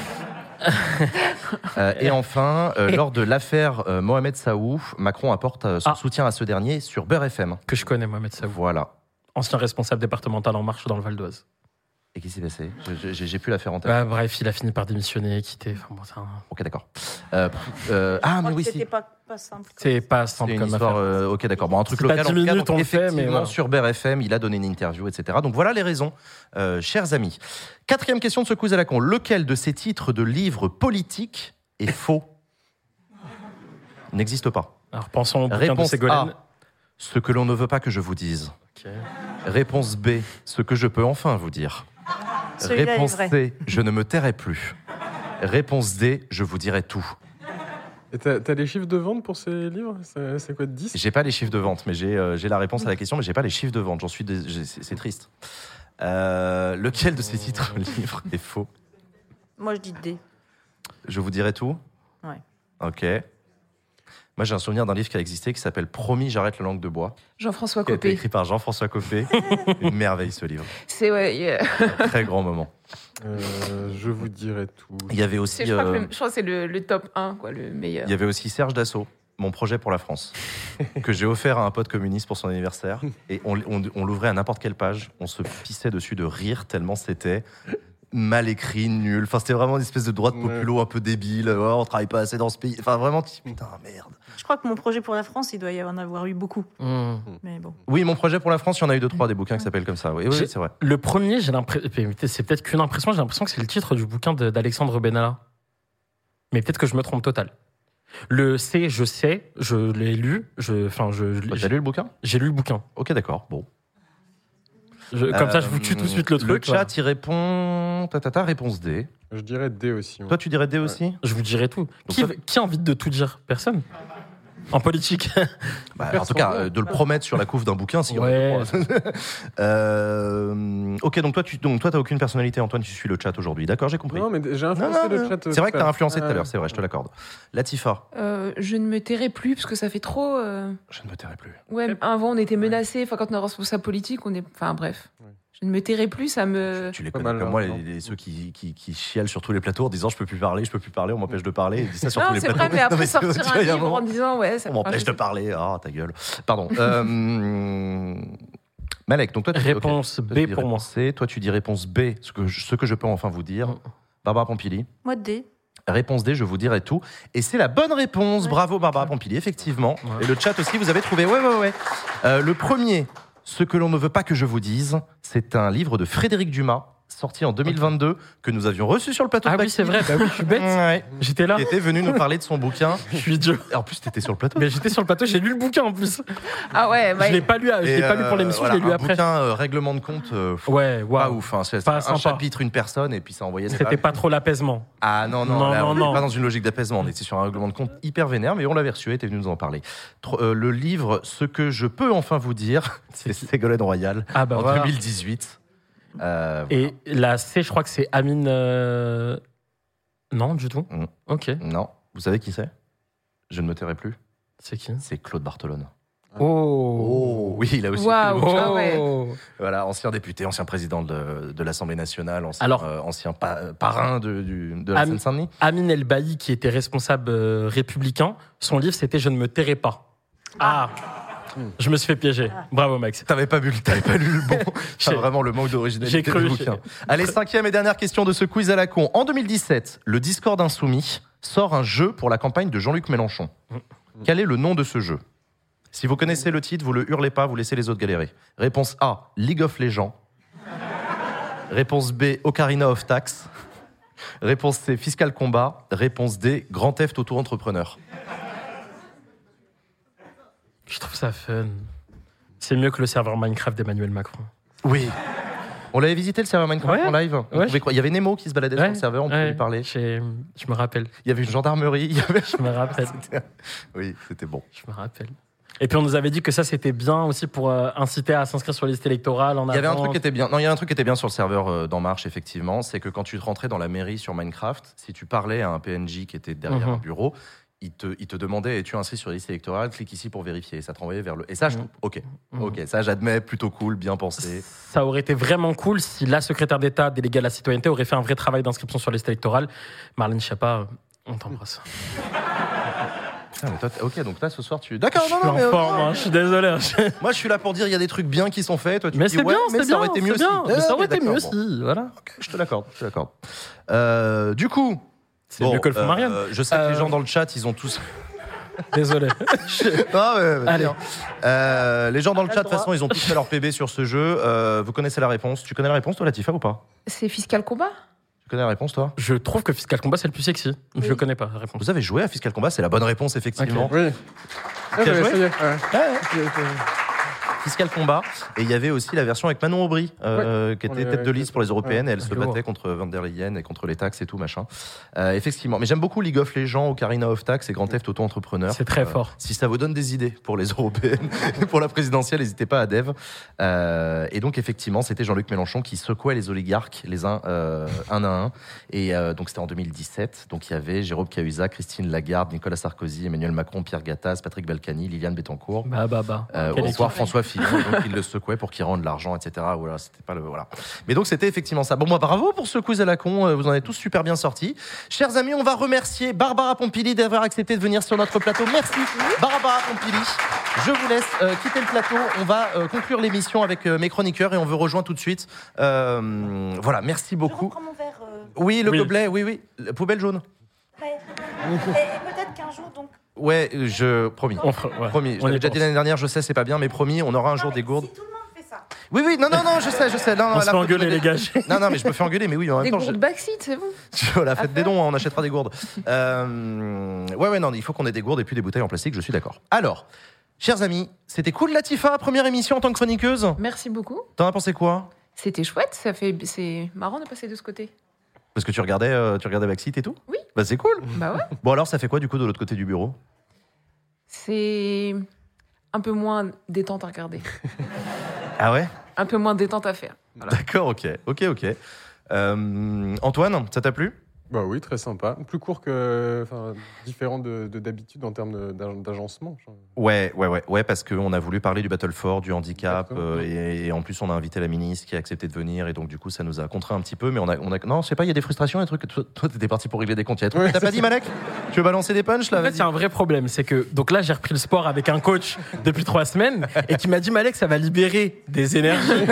Et enfin, lors de l'affaire Mohamed Saou, Macron apporte son soutien à ce dernier sur Beurre FM. Que je connais, Mohamed Saou. Voilà. Ancien responsable départemental En Marche dans le Val d'Oise. Et qu'est-ce qui s'est passé? J'ai plus l'affaire en tête. Bah, bref, il a fini par démissionner, quitter. Enfin, bon, c'est un... Ok, d'accord. Mais oui, c'était si. pas simple. C'est pas simple C'est une comme histoire, affaire. ok, d'accord. Bon, un truc C'est pas local. 10 en tout cas, minutes, donc, on le fait, mais effectivement, voilà. sur Beurre FM, il a donné une interview, etc. Donc voilà les raisons, chers amis. 4e question de ce quiz à la con. Lequel de ces titres de livres politiques est faux? N'existe pas. Alors, pensons au bouquin de Réponse Ségolène. A. Ce que l'on ne veut pas que je vous dise. Ok. Réponse B. Ce que je peux enfin vous dire. Celui-là est Réponse vrai. C. Je ne me tairai plus. Réponse D. Je vous dirai tout. Et t'as les chiffres de vente pour ces livres? C'est quoi, 10? J'ai pas les chiffres de vente, mais j'ai la réponse à la question, mais j'ai pas les chiffres de vente. C'est triste. Lequel de ces titres livres est faux? Moi, je dis D. Je vous dirai tout. Ouais. Ok. Moi, j'ai un souvenir d'un livre qui a existé qui s'appelle Promis, j'arrête la langue de bois. Jean-François Qui a été Copé. écrit par Jean-François Copé. Une merveille, ce livre. C'est ouais. Un très grand moment. Je vous dirai tout. Il y avait aussi. Je crois que c'est le top 1, quoi, le meilleur. Il y avait aussi Serge Dassault, Mon projet pour la France, que j'ai offert à un pote communiste pour son anniversaire. Et on l'ouvrait à n'importe quelle page. On se pissait dessus de rire tellement c'était mal écrit, nul. Enfin, c'était vraiment une espèce de droite populo un peu débile. Oh, on travaille pas assez dans ce pays. Enfin, vraiment, putain, merde. Je crois que mon projet pour la France, il doit y en avoir eu beaucoup. Mais bon. Oui, mon projet pour la France, il y en a eu 2-3 des bouquins qui s'appellent comme ça. Oui, c'est vrai. Le premier, j'ai l'impression, c'est peut-être qu'une impression, j'ai l'impression que c'est le titre du bouquin d'Alexandre Benalla. Mais peut-être que je me trompe total. Le C, je sais, je l'ai lu. T'as lu le bouquin? J'ai lu le bouquin. Ok, d'accord. Bon. Comme ça, je vous tue tout de suite le truc. Le chat, il répond. Réponse D. Je dirais D aussi. Toi, tu dirais D aussi? Je vous dirais tout. Qui a envie de tout dire? Personne. En politique. En tout cas, de le promettre sur la couve d'un bouquin, si ouais. Ok, donc toi, t'as aucune personnalité, Antoine, tu suis le chat aujourd'hui. D'accord, j'ai compris. Non, mais j'ai influencé le chat. C'est vrai que t'as influencé tout à l'heure, c'est vrai, je te l'accorde. Latifa. Je ne me tairai plus, parce que ça fait trop... Je ne me tairai plus. Ouais, avant, on était menacés. Enfin, quand on est responsable politique, on est... Enfin, bref. Je ne me tairai plus, ça me... Tu les connais comme moi, ceux qui chialent sur tous les plateaux en disant je peux plus parler, on m'empêche de parler. Ils disent ça sur tous les plateaux. Non, c'est vrai, mais après sortir un livre en disant on m'empêche de parler. Ah, ta gueule. Pardon. Malek, donc toi tu réponse B pour moi. C. Toi tu dis réponse B, ce que je peux enfin vous dire. Barbara Pompili. Moi D. Réponse D, je vous dirai tout. Et c'est la bonne réponse. Bravo Barbara Pompili, effectivement. Et le chat aussi, vous avez trouvé. Ouais. Le premier, ce que l'on ne veut pas que je vous dise, c'est un livre de Frédéric Dumas, sorti en 2022, que nous avions reçu sur le plateau de oui, c'est vrai, je suis bête. Ouais. J'étais là. Il était venu nous parler de son bouquin. Je suis idiot. Et en plus, t'étais sur le plateau. Mais j'étais sur le plateau, j'ai lu le bouquin en plus. Ah ouais, je l'ai pas lu pour l'émission, je l'ai lu après. Bouquin règlement de compte. Pas ouf. C'est pas un chapitre, une personne, et puis ça envoyait des C'était pas trop l'apaisement. Ah non. On n'est pas dans une logique d'apaisement. On était sur un règlement de compte hyper vénère, mais on l'avait reçu et était venu nous en parler. Le livre, ce que je peux enfin vous dire, c'est Ségolène Royal en 2018. Et la C, je crois que c'est Amine. Non, du tout. Ok. Non. Vous savez qui c'est ? Je ne me tairai plus. C'est qui ? C'est Claude Barthelone. Oh oui, il a aussi. Voilà, ancien député, ancien président de l'Assemblée nationale, ancien parrain de la Seine-Saint-Denis. Amine El Bailly, qui était responsable républicain, son livre c'était Je ne me tairai pas. Je me suis fait piéger. Bravo, Max. T'avais pas lu le bon. C'est vraiment le manque d'originalité du bouquin. Allez, 5e et dernière question de ce quiz à la con. En 2017, le Discord Insoumis sort un jeu pour la campagne de Jean-Luc Mélenchon. Quel est le nom de ce jeu ? Si vous connaissez le titre, vous le hurlez pas, vous laissez les autres galérer. Réponse A, League of Legends. Réponse B, Ocarina of Tax. Réponse C, Fiscal Combat. Réponse D, Grand Theft Auto Entrepreneur. Je trouve ça fun. C'est mieux que le serveur Minecraft d'Emmanuel Macron. Oui. On l'avait visité le serveur Minecraft en live. Il y avait Nemo qui se baladait sur le serveur, on pouvait lui parler. Je me rappelle. Il y avait une gendarmerie. Je me rappelle. Oui, c'était bon. Je me rappelle. Et puis on nous avait dit que ça c'était bien aussi pour inciter à s'inscrire sur les listes électorales. Il y avait un truc qui était bien. Non, il y a un truc qui était bien sur le serveur d'En Marche, effectivement, c'est que quand tu rentrais dans la mairie sur Minecraft, si tu parlais à un PNJ qui était derrière un bureau, il te demandait es-tu inscrit sur les listes électorales, clique ici pour vérifier. Et ça te renvoyait vers le. Et ça, je trouve. Ok, ça j'admets, plutôt cool, bien pensé. Ça aurait été vraiment cool si la secrétaire d'État déléguée à la citoyenneté aurait fait un vrai travail d'inscription sur les listes électorales. Marlène Schiappa, on t'embrasse. Mais toi, ok, donc là ce soir tu. D'accord, je suis en forme, je suis désolé. Moi je suis là pour dire il y a des trucs bien qui sont faits. Toi, tu mais dis, c'est bien, mais ça aurait été mieux aussi. Ça aurait été mieux aussi, voilà. Okay, je te l'accorde. Du coup. C'est mieux que le fond Marianne. Je sais que les gens dans le chat, ils ont tous. Désolé. Allez. Les gens dans le chat, de toute façon, ils ont tous fait leur PB sur ce jeu. Vous connaissez la réponse. Tu connais la réponse, toi, Latifa, ou pas ? C'est Fiscal Combat ? Tu connais la réponse, toi ? Je trouve que Fiscal Combat, c'est le plus sexy. Oui. Je ne connais pas la réponse. Vous avez joué à Fiscal Combat, c'est la bonne réponse, effectivement. Okay. Oui. Tu as joué ? Fiscal Combat. Et il y avait aussi la version avec Manon Aubry, qui était tête de liste pour les européennes. Et elle se battait contre Van der Leyen et contre les taxes et tout, machin. Effectivement. Mais j'aime beaucoup League of Legends, Ocarina of Tax et Grand Theft Auto Entrepreneur. C'est très fort. Si ça vous donne des idées pour les européennes, pour la présidentielle, n'hésitez pas à Dev. Et donc, effectivement, c'était Jean-Luc Mélenchon qui secouait les oligarques, les uns un à un. Et donc, c'était en 2017. Donc, il y avait Jérôme Cahuzac, Christine Lagarde, Nicolas Sarkozy, Emmanuel Macron, Pierre Gattaz, Patrick Balkany, Liliane Bettencourt. Au revoir François Fillon. Donc il le secouait pour qu'il rende l'argent, etc. Voilà, c'était pas le voilà. Mais donc c'était effectivement ça. Bon, moi bravo pour ce quiz à la con. Vous en êtes tous super bien sortis. Chers amis, on va remercier Barbara Pompili d'avoir accepté de venir sur notre plateau. Merci Barbara Pompili. Je vous laisse quitter le plateau. On va conclure l'émission avec mes chroniqueurs et on vous rejoint tout de suite. Voilà, merci beaucoup. Je reprends mon verre. Oui, le gobelet, oui. La poubelle jaune. Ouais. Et peut-être qu'un jour donc. Ouais, promis. Promis. Je l'avais déjà dit l'année dernière, je sais, c'est pas bien, mais promis, on aura un jour des gourdes. Si tout le monde fait ça. Oui, non, je sais. Non, on se fait engueuler, les gars. Non, mais je me fais engueuler, mais oui, en même temps. Des gourdes backseat, c'est bon. Voilà, faites des dons, on achètera des gourdes. Non, il faut qu'on ait des gourdes et puis des bouteilles en plastique, je suis d'accord. Alors, chers amis, c'était cool, Latifa, première émission en tant que chroniqueuse. Merci beaucoup. T'en as pensé quoi ? C'était chouette, c'est marrant de passer de ce côté. Parce que tu regardais Backseat et tout ? Oui. Bah c'est cool. Bah ouais. Bon alors, ça fait quoi du coup de l'autre côté du bureau ? C'est un peu moins détente à regarder. Ah ouais ? Un peu moins détente à faire. Voilà. D'accord, ok. Antoine, ça t'a plu ? Bah oui, très sympa. Plus court que, différent de d'habitude en termes d'agencement. Ouais, parce qu'on a voulu parler du Battle for, du handicap, et en plus on a invité la ministre qui a accepté de venir, et donc du coup ça nous a contraint un petit peu, mais on a non, je sais pas, il y a des frustrations, des trucs. Toi, t'étais parti pour régler des comptes. Il y a des trucs que t'as pas dit, Malek. Tu veux balancer des punchs là? En fait, il y a un vrai problème, c'est que donc là j'ai repris le sport avec un coach depuis 3 semaines et qui m'a dit Malek, ça va libérer des énergies.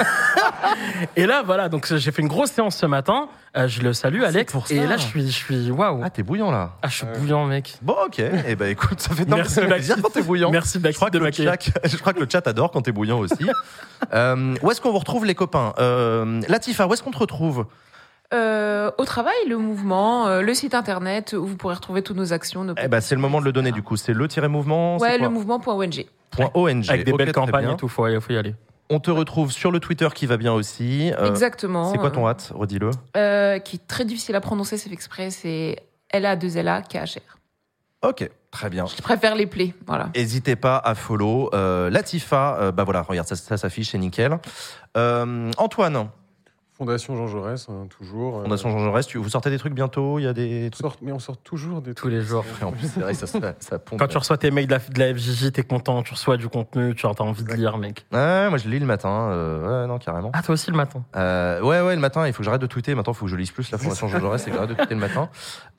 Et là, voilà, donc j'ai fait une grosse séance ce matin. Je le salue, Alex. Et là, je suis waouh. Ah, t'es bouillant là. Ah, je suis bouillant, mec. Bon, ok. Eh ben, écoute, ça fait Merci, plaisir quand t'es bouillant. Merci, je crois que le chat adore quand t'es bouillant aussi. Où est-ce qu'on vous retrouve, les copains? Latifa, où est-ce qu'on te retrouve? Au travail, le mouvement, le site internet où vous pourrez retrouver toutes nos actions. C'est le moment de le donner du coup. C'est le-mouvement. Ouais, le mouvement.ong. .ong. Avec des belles campagnes et tout, faut y aller. On te retrouve sur le Twitter qui va bien aussi. Exactement. C'est quoi ton hâte? Redis-le. Qui est très difficile à prononcer, c'est fait exprès. C'est LA2LAKHR. Ok, très bien. Je préfère les plaies, voilà. N'hésitez pas à follow. Latifa, voilà, regarde, ça s'affiche, c'est nickel. Antoine. Fondation Jean Jaurès, toujours. Fondation Jean Jaurès, vous sortez des trucs bientôt? Il y a des trucs... Mais on sort toujours des trucs. Tous les jours. En plus, c'est vrai, ça pompe. Quand tu reçois tes mails de la FJJ, t'es content, tu reçois du contenu, tu as envie de lire, mec. Ouais, moi je lis le matin, non, carrément. Ah, toi aussi le matin? Ouais, le matin, il faut que j'arrête de tweeter. Maintenant, il faut que je lise plus la Fondation Jean Jaurès et que j'arrête de tweeter le matin.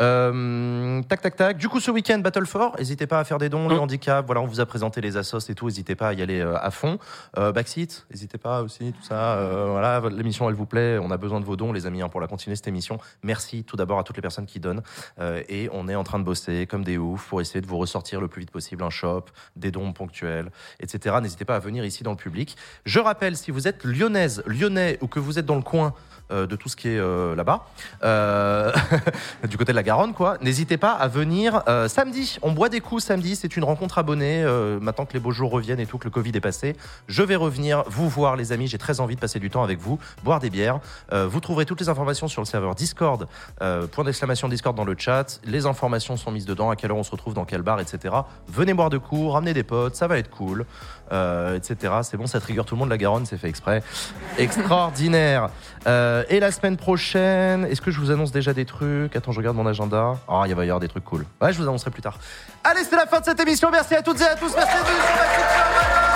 Tac. Du coup, ce week-end, Battle for, n'hésitez pas à faire des dons, le handicap. Voilà, on vous a présenté les assos et tout, n'hésitez pas à y aller à fond. Backseat, n'hésitez pas aussi, tout ça. Voilà, l'émission, elle vous plaît, on a besoin de vos dons, les amis, pour la continuer cette émission. Merci tout d'abord à toutes les personnes qui donnent. Et on est en train de bosser comme des oufs pour essayer de vous ressortir le plus vite possible un shop, des dons ponctuels, etc. N'hésitez pas à venir ici dans le public. Je rappelle, si vous êtes lyonnais ou que vous êtes dans le coin de tout ce qui est là-bas, du côté de la Garonne, quoi, n'hésitez pas à venir samedi. On boit des coups samedi, c'est une rencontre abonnée. Maintenant que les beaux jours reviennent et tout, que le Covid est passé, je vais revenir vous voir, les amis. J'ai très envie de passer du temps avec vous, boire des bières. Vous trouverez toutes les informations sur le serveur Discord, !Discord dans le chat. Les informations sont mises dedans, à quelle heure on se retrouve, dans quel bar, etc. Venez boire de coups, ramenez des potes, ça va être cool, etc. C'est bon, ça trigger tout le monde, la Garonne, c'est fait exprès. Extraordinaire. Et la semaine prochaine, est-ce que je vous annonce déjà des trucs? Attends, je regarde mon agenda. Il va y avoir des trucs cool. Ouais, je vous annoncerai plus tard. Allez, c'est la fin de cette émission. Merci à toutes et à tous. Merci à tous.